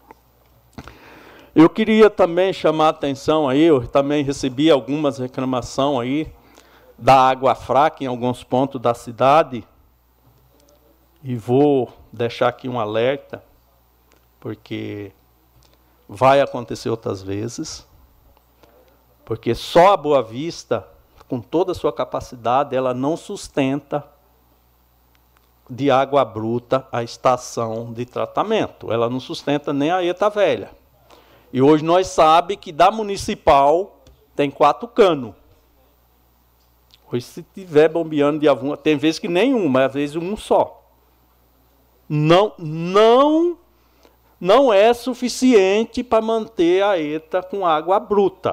Eu queria também chamar a atenção aí, eu também recebi algumas reclamações aí da água fraca em alguns pontos da cidade, e vou deixar aqui um alerta, porque vai acontecer outras vezes, porque só a Boa Vista, com toda a sua capacidade, ela não sustenta de água bruta a estação de tratamento. Ela não sustenta nem a ETA velha. E hoje nós sabemos que da municipal tem 4 canos. Hoje, se tiver bombeando de avulso, tem vezes que nenhum, mas às vezes um só. Não é suficiente para manter a ETA com água bruta.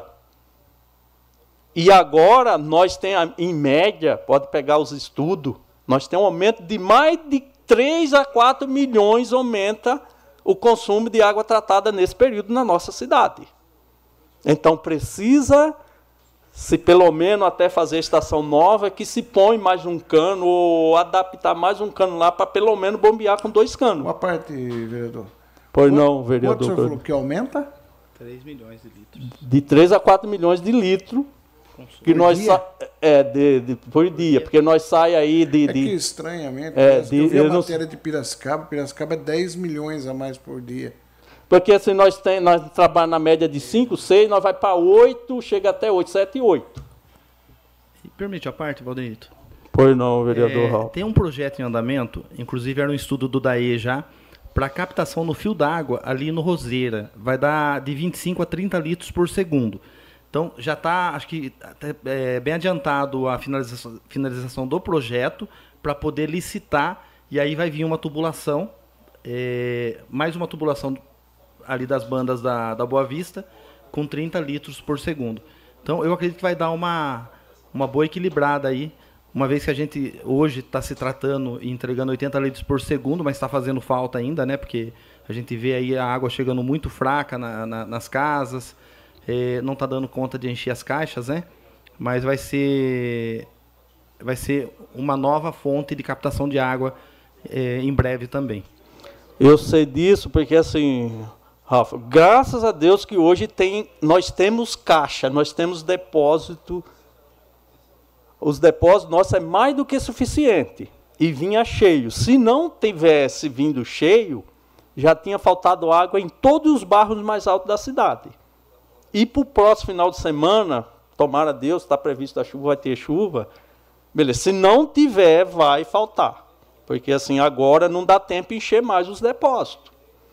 E agora nós temos, em média, pode pegar os estudos, nós temos um aumento de mais de 3 a 4 milhões, aumenta o consumo de água tratada nesse período na nossa cidade. Então precisa, se pelo menos até fazer estação nova, que se põe mais um cano, ou adaptar mais um cano lá, para pelo menos bombear com 2 canos. Uma parte, vereador. Pois não, vereador. Quanto o senhor falou que aumenta? 3 milhões de litros. De 3 a 4 milhões de litros. Que por nós dia? Por dia, porque nós sai aí de... que estranhamente, eu vi a matéria de Piracicaba é 10 milhões a mais por dia. Porque assim, nós trabalhamos na média de 5, 6, nós vai para 8, chega até 8, 7 e 8. Permite a parte, Valdenito? Pois não, vereador Raul. Tem um projeto em andamento, inclusive era um estudo do DAE já, para captação no fio d'água ali no Roseira. Vai dar de 25 a 30 litros por segundo. Então, já está, acho que, bem adiantado a finalização do projeto para poder licitar, e aí vai vir uma tubulação, mais uma tubulação ali das bandas da Boa Vista, com 30 litros por segundo. Então, eu acredito que vai dar uma boa equilibrada aí, uma vez que a gente hoje está se tratando e entregando 80 litros por segundo, mas está fazendo falta ainda, né? Porque a gente vê aí a água chegando muito fraca nas casas, não está dando conta de encher as caixas, né? Mas vai ser uma nova fonte de captação de água em breve também. Eu sei disso porque, assim, Rafa, graças a Deus que hoje nós temos caixa, nós temos depósito. Os depósitos nossos é mais do que suficiente. E vinha cheio. Se não tivesse vindo cheio, já tinha faltado água em todos os bairros mais altos da cidade. E para o próximo final de semana, tomara Deus, está previsto a chuva, vai ter chuva. Beleza, se não tiver, vai faltar. Porque assim, agora não dá tempo de encher mais os depósitos.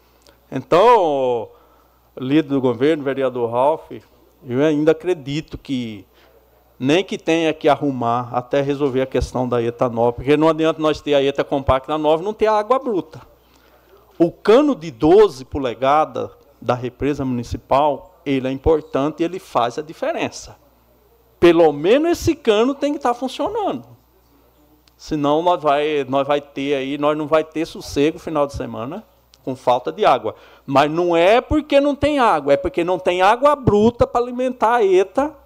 Então, líder do governo, vereador Ralph, eu ainda acredito que nem que tenha que arrumar até resolver a questão da ETA nova, porque não adianta nós ter a ETA compacta nova e não ter a água bruta. O cano de 12 polegadas da represa municipal, ele é importante e ele faz a diferença. Pelo menos esse cano tem que estar funcionando. Senão nós não vai ter sossego no final de semana com falta de água. Mas não é porque não tem água, é porque não tem água bruta para alimentar a ETA.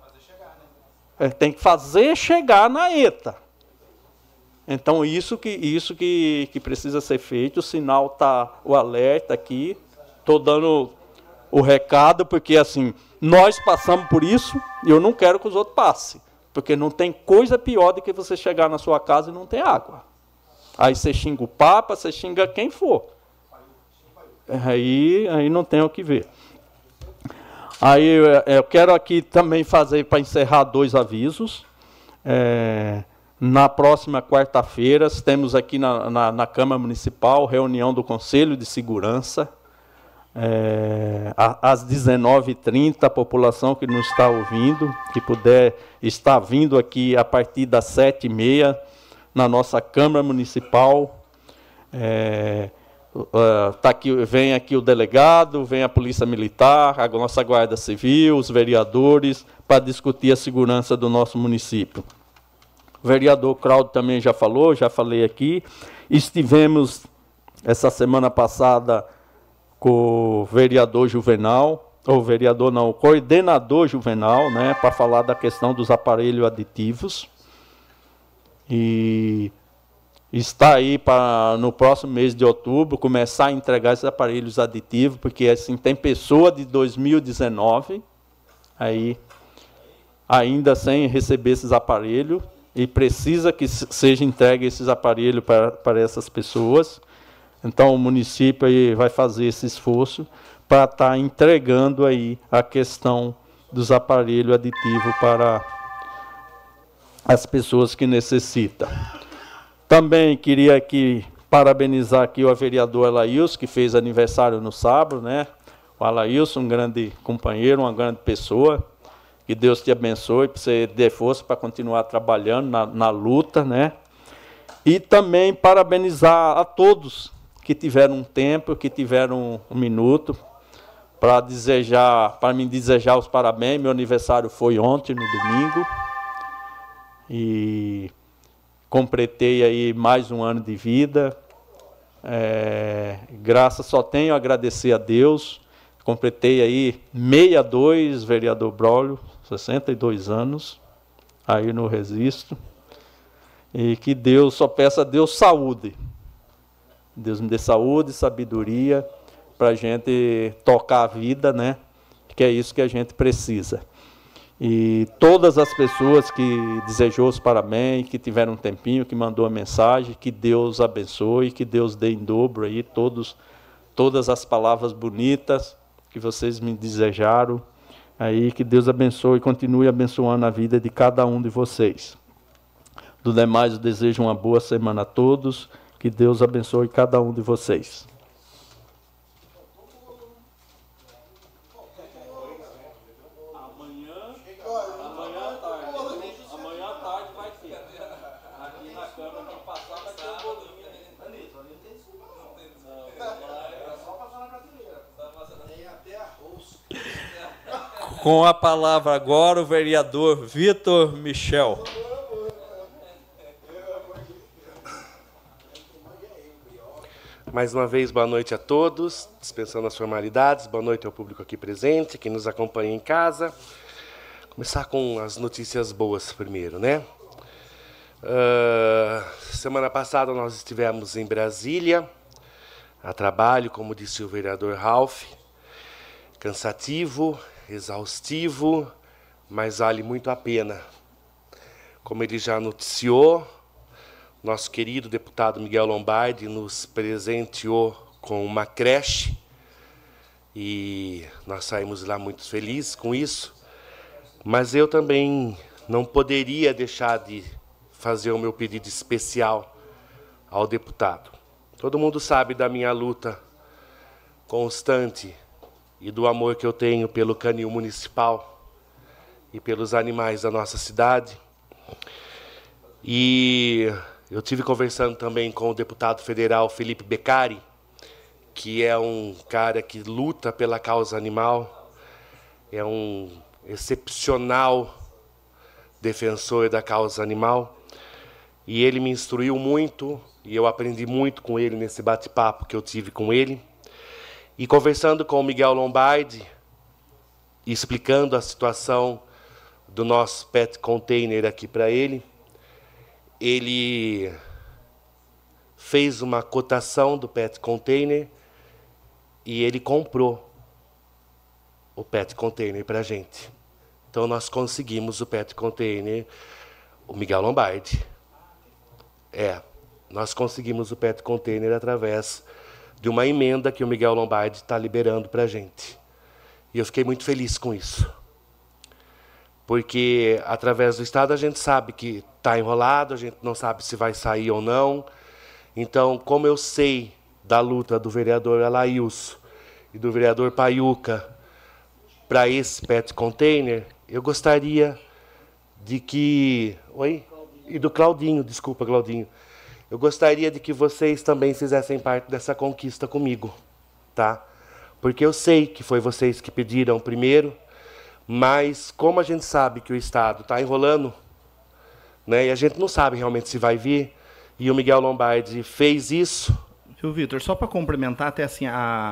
Tem que fazer chegar na ETA. Então, isso que precisa ser feito. O sinal está, o alerta aqui. Estou dando o recado, porque assim, nós passamos por isso e eu não quero que os outros passem. Porque não tem coisa pior do que você chegar na sua casa e não ter água. Aí você xinga o Papa, você xinga quem for. Aí não tem o que ver. Aí eu quero aqui também fazer, para encerrar, 2 avisos. Na próxima quarta-feira, temos aqui na Câmara Municipal, reunião do Conselho de Segurança, às 19h30, a população que nos está ouvindo, que puder estar vindo aqui a partir das 7h30, na nossa Câmara Municipal. Vem aqui o delegado, vem a Polícia Militar, a nossa Guarda Civil, os vereadores, para discutir a segurança do nosso município. O vereador Claudio também já falou, já falei aqui. Estivemos, essa semana passada, com o vereador Juvenal, o coordenador Juvenal, né, para falar da questão dos aparelhos aditivos. E está aí para, no próximo mês de outubro, começar a entregar esses aparelhos aditivos, porque assim, tem pessoa de 2019 aí, ainda sem receber esses aparelhos, e precisa que seja entregue esses aparelhos para essas pessoas. Então, o município aí vai fazer esse esforço para estar entregando aí a questão dos aparelhos aditivos para as pessoas que necessitam. Também queria aqui parabenizar aqui o vereador Elaíus, que fez aniversário no sábado, né? O Alailson, um grande companheiro, uma grande pessoa. Que Deus te abençoe, para você dê força para continuar trabalhando na luta, né? E também parabenizar a todos que tiveram um tempo, que tiveram um minuto, para me desejar os parabéns. Meu aniversário foi ontem, no domingo. E completei aí mais um ano de vida. Só tenho a agradecer a Deus. Completei aí 62, vereador Braulio, 62 anos, aí no registro. E que Deus, só peço a Deus saúde. Deus me dê saúde e sabedoria para a gente tocar a vida, né? Que é isso que a gente precisa. E todas as pessoas que desejou os parabéns, que tiveram um tempinho, que mandou a mensagem, que Deus abençoe, que Deus dê em dobro aí todas as palavras bonitas que vocês me desejaram, aí que Deus abençoe e continue abençoando a vida de cada um de vocês. Do demais, eu desejo uma boa semana a todos, que Deus abençoe cada um de vocês. Amanhã à tarde vai ter. Aqui na Câmara, quem passar vai ter um bolinho. Com a palavra agora o vereador Vitor Michel. Mais uma vez, boa noite a todos, dispensando as formalidades, boa noite ao público aqui presente, quem nos acompanha em casa. Começar com as notícias boas primeiro, né? Semana passada nós estivemos em Brasília, a trabalho, como disse o vereador Ralph, cansativo, exaustivo, mas vale muito a pena. Como ele já noticiou, nosso querido deputado Miguel Lombardi nos presenteou com uma creche e nós saímos lá muito felizes com isso, mas eu também não poderia deixar de fazer o meu pedido especial ao deputado. Todo mundo sabe da minha luta constante e do amor que eu tenho pelo canil municipal e pelos animais da nossa cidade. E eu tive conversando também com o deputado federal Felipe Beccari, que é um cara que luta pela causa animal, é um excepcional defensor da causa animal, e ele me instruiu muito, e eu aprendi muito com ele nesse bate-papo que eu tive com ele. E conversando com o Miguel Lombardi, explicando a situação do nosso pet container aqui para ele, ele fez uma cotação do pet container e ele comprou o pet container para a gente. Então nós conseguimos o pet container, o Miguel Lombardi. Nós conseguimos o pet container através de uma emenda que o Miguel Lombardi está liberando para a gente. E eu fiquei muito feliz com isso. Porque, através do Estado, a gente sabe que está enrolado, a gente não sabe se vai sair ou não. Então, como eu sei da luta do vereador Alailson e do vereador Paiuca para esse pet container, eu gostaria de que... Oi? E do Claudinho, desculpa, Claudinho. Eu gostaria de que vocês também fizessem parte dessa conquista comigo, tá? Porque eu sei que foi vocês que pediram primeiro, mas como a gente sabe que o Estado está enrolando, né, e a gente não sabe realmente se vai vir, e o Miguel Lombardi fez isso... Viu, Vitor, só para complementar, até assim,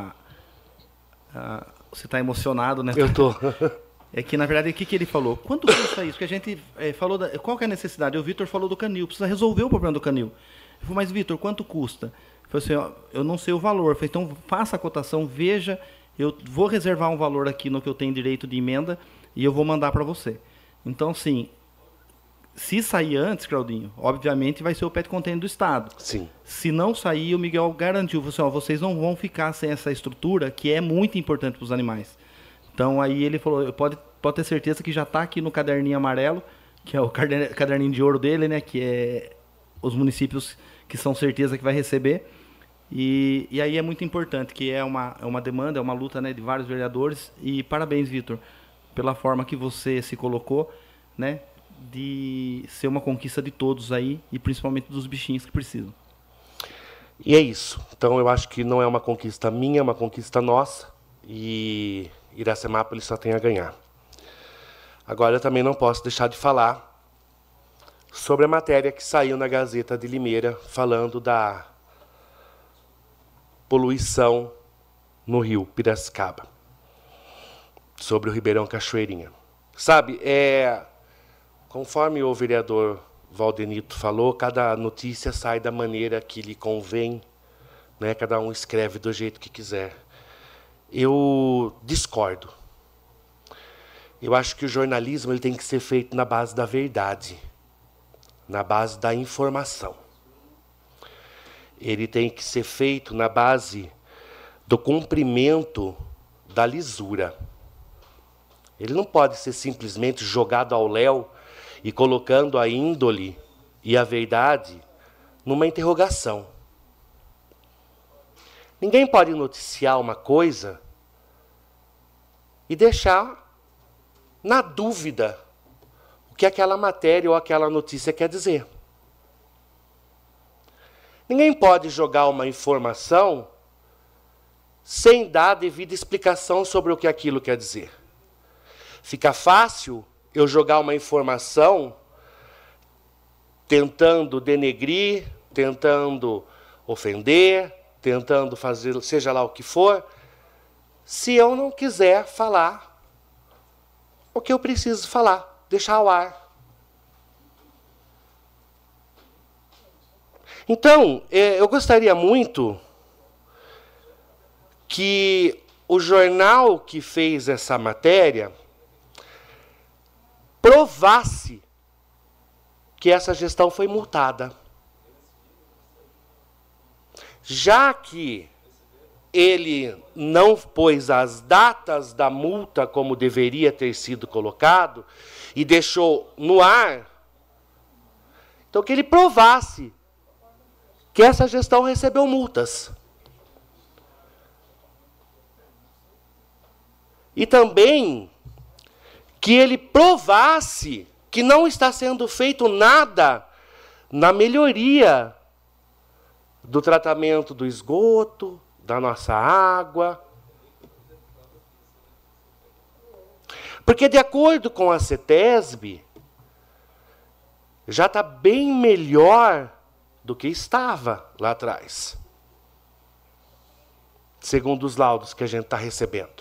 você está emocionado, né? Eu estou. É que, na verdade, o que ele falou? Quanto custa isso? Porque a gente falou... Qual que é a necessidade? O Vitor falou do canil, precisa resolver o problema do canil. Eu falei, mas, Vitor, quanto custa? Eu falei assim, eu não sei o valor. Eu falei, então, faça a cotação, veja, eu vou reservar um valor aqui no que eu tenho direito de emenda e eu vou mandar para você. Então, sim, se sair antes, Claudinho, obviamente vai ser o pet container do Estado. Sim. Se não sair, o Miguel garantiu, assim, vocês não vão ficar sem essa estrutura que é muito importante para os animais. Então, aí ele falou, pode ter certeza que já está aqui no caderninho amarelo, que é o caderninho de ouro dele, né, que é os municípios que são certeza que vai receber. E aí é muito importante, que é uma demanda, é uma luta, né, de vários vereadores. E parabéns, Vitor, pela forma que você se colocou, né, de ser uma conquista de todos aí, e principalmente dos bichinhos que precisam. E é isso. Então, eu acho que não é uma conquista minha, é uma conquista nossa. E Iracemápolis só tem a ganhar. Agora, eu também não posso deixar de falar sobre a matéria que saiu na Gazeta de Limeira, falando da poluição no rio Piracicaba, sobre o Ribeirão Cachoeirinha. Sabe, conforme o vereador Valdenito falou, cada notícia sai da maneira que lhe convém, né? Cada um escreve do jeito que quiser. Eu discordo. Eu acho que o jornalismo ele tem que ser feito na base da verdade, na base da informação. Ele tem que ser feito na base do cumprimento da lisura. Ele não pode ser simplesmente jogado ao léu e colocando a índole e a verdade numa interrogação. Ninguém pode noticiar uma coisa e deixar na dúvida o que aquela matéria ou aquela notícia quer dizer. Ninguém pode jogar uma informação sem dar a devida explicação sobre o que aquilo quer dizer. Fica fácil eu jogar uma informação tentando denegrir, tentando ofender, tentando fazer seja lá o que for, se eu não quiser falar o que eu preciso falar, deixar ao ar. Então, eu gostaria muito que o jornal que fez essa matéria provasse que essa gestão foi multada. Já que ele não pôs as datas da multa como deveria ter sido colocado e deixou no ar, então que ele provasse que essa gestão recebeu multas. E também que ele provasse que não está sendo feito nada na melhoria do tratamento do esgoto, da nossa água. Porque, de acordo com a CETESB, já está bem melhor do que estava lá atrás, segundo os laudos que a gente está recebendo.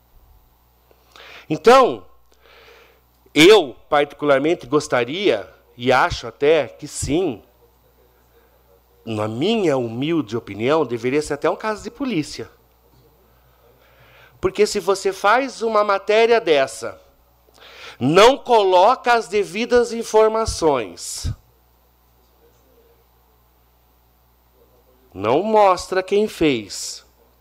Então, eu particularmente gostaria, e acho até que sim, na minha humilde opinião, deveria ser até um caso de polícia. Porque se você faz uma matéria dessa, não coloca as devidas informações, não mostra quem fez,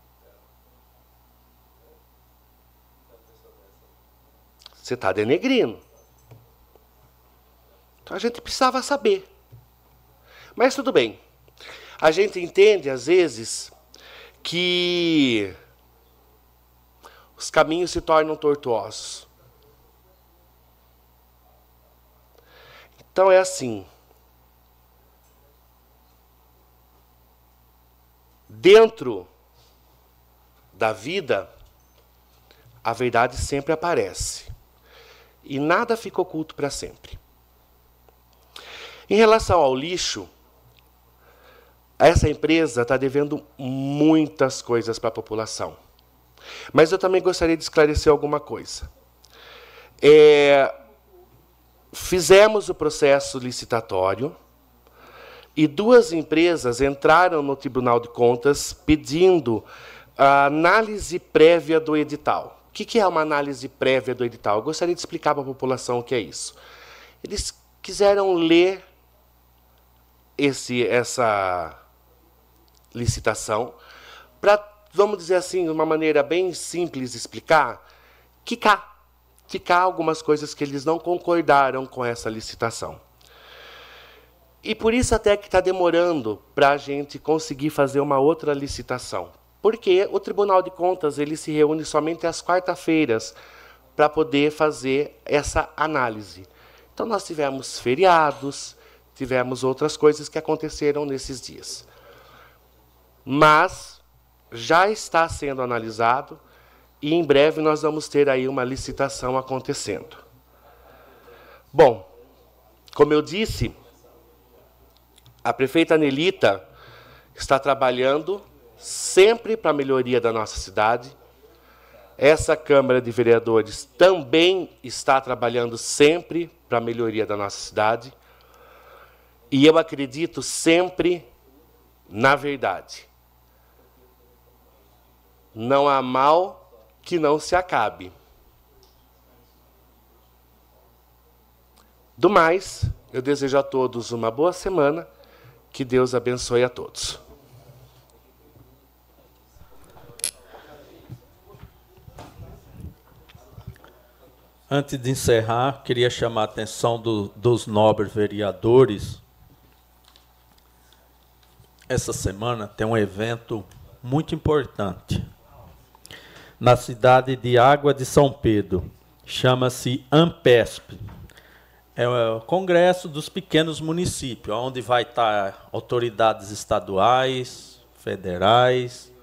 você está denegrindo. Então a gente precisava saber. Mas tudo bem. A gente entende, às vezes, que os caminhos se tornam tortuosos. Então é assim. Dentro da vida, a verdade sempre aparece. E nada fica oculto para sempre. Em relação ao lixo, essa empresa está devendo muitas coisas para a população. Mas eu também gostaria de esclarecer alguma coisa. Fizemos o processo licitatório e 2 empresas entraram no Tribunal de Contas pedindo a análise prévia do edital. O que é uma análise prévia do edital? Eu gostaria de explicar para a população o que é isso. Eles quiseram ler essa licitação para, vamos dizer assim, de uma maneira bem simples de explicar, quicar algumas coisas que eles não concordaram com essa licitação. E por isso até que está demorando para a gente conseguir fazer uma outra licitação. Porque o Tribunal de Contas ele se reúne somente às quarta-feiras para poder fazer essa análise. Então, nós tivemos feriados, tivemos outras coisas que aconteceram nesses dias. Mas já está sendo analisado e em breve nós vamos ter aí uma licitação acontecendo. Bom, como eu disse, a prefeita Nelita está trabalhando sempre para a melhoria da nossa cidade. Essa Câmara de Vereadores também está trabalhando sempre para a melhoria da nossa cidade. E eu acredito sempre na verdade. Não há mal que não se acabe. Do mais, eu desejo a todos uma boa semana. Que Deus abençoe a todos. Antes de encerrar, queria chamar a atenção dos nobres vereadores. Essa semana tem um evento muito importante na cidade de Água de São Pedro. Chama-se AMPESP. É o Congresso dos Pequenos Municípios, onde vai estar autoridades estaduais, federais,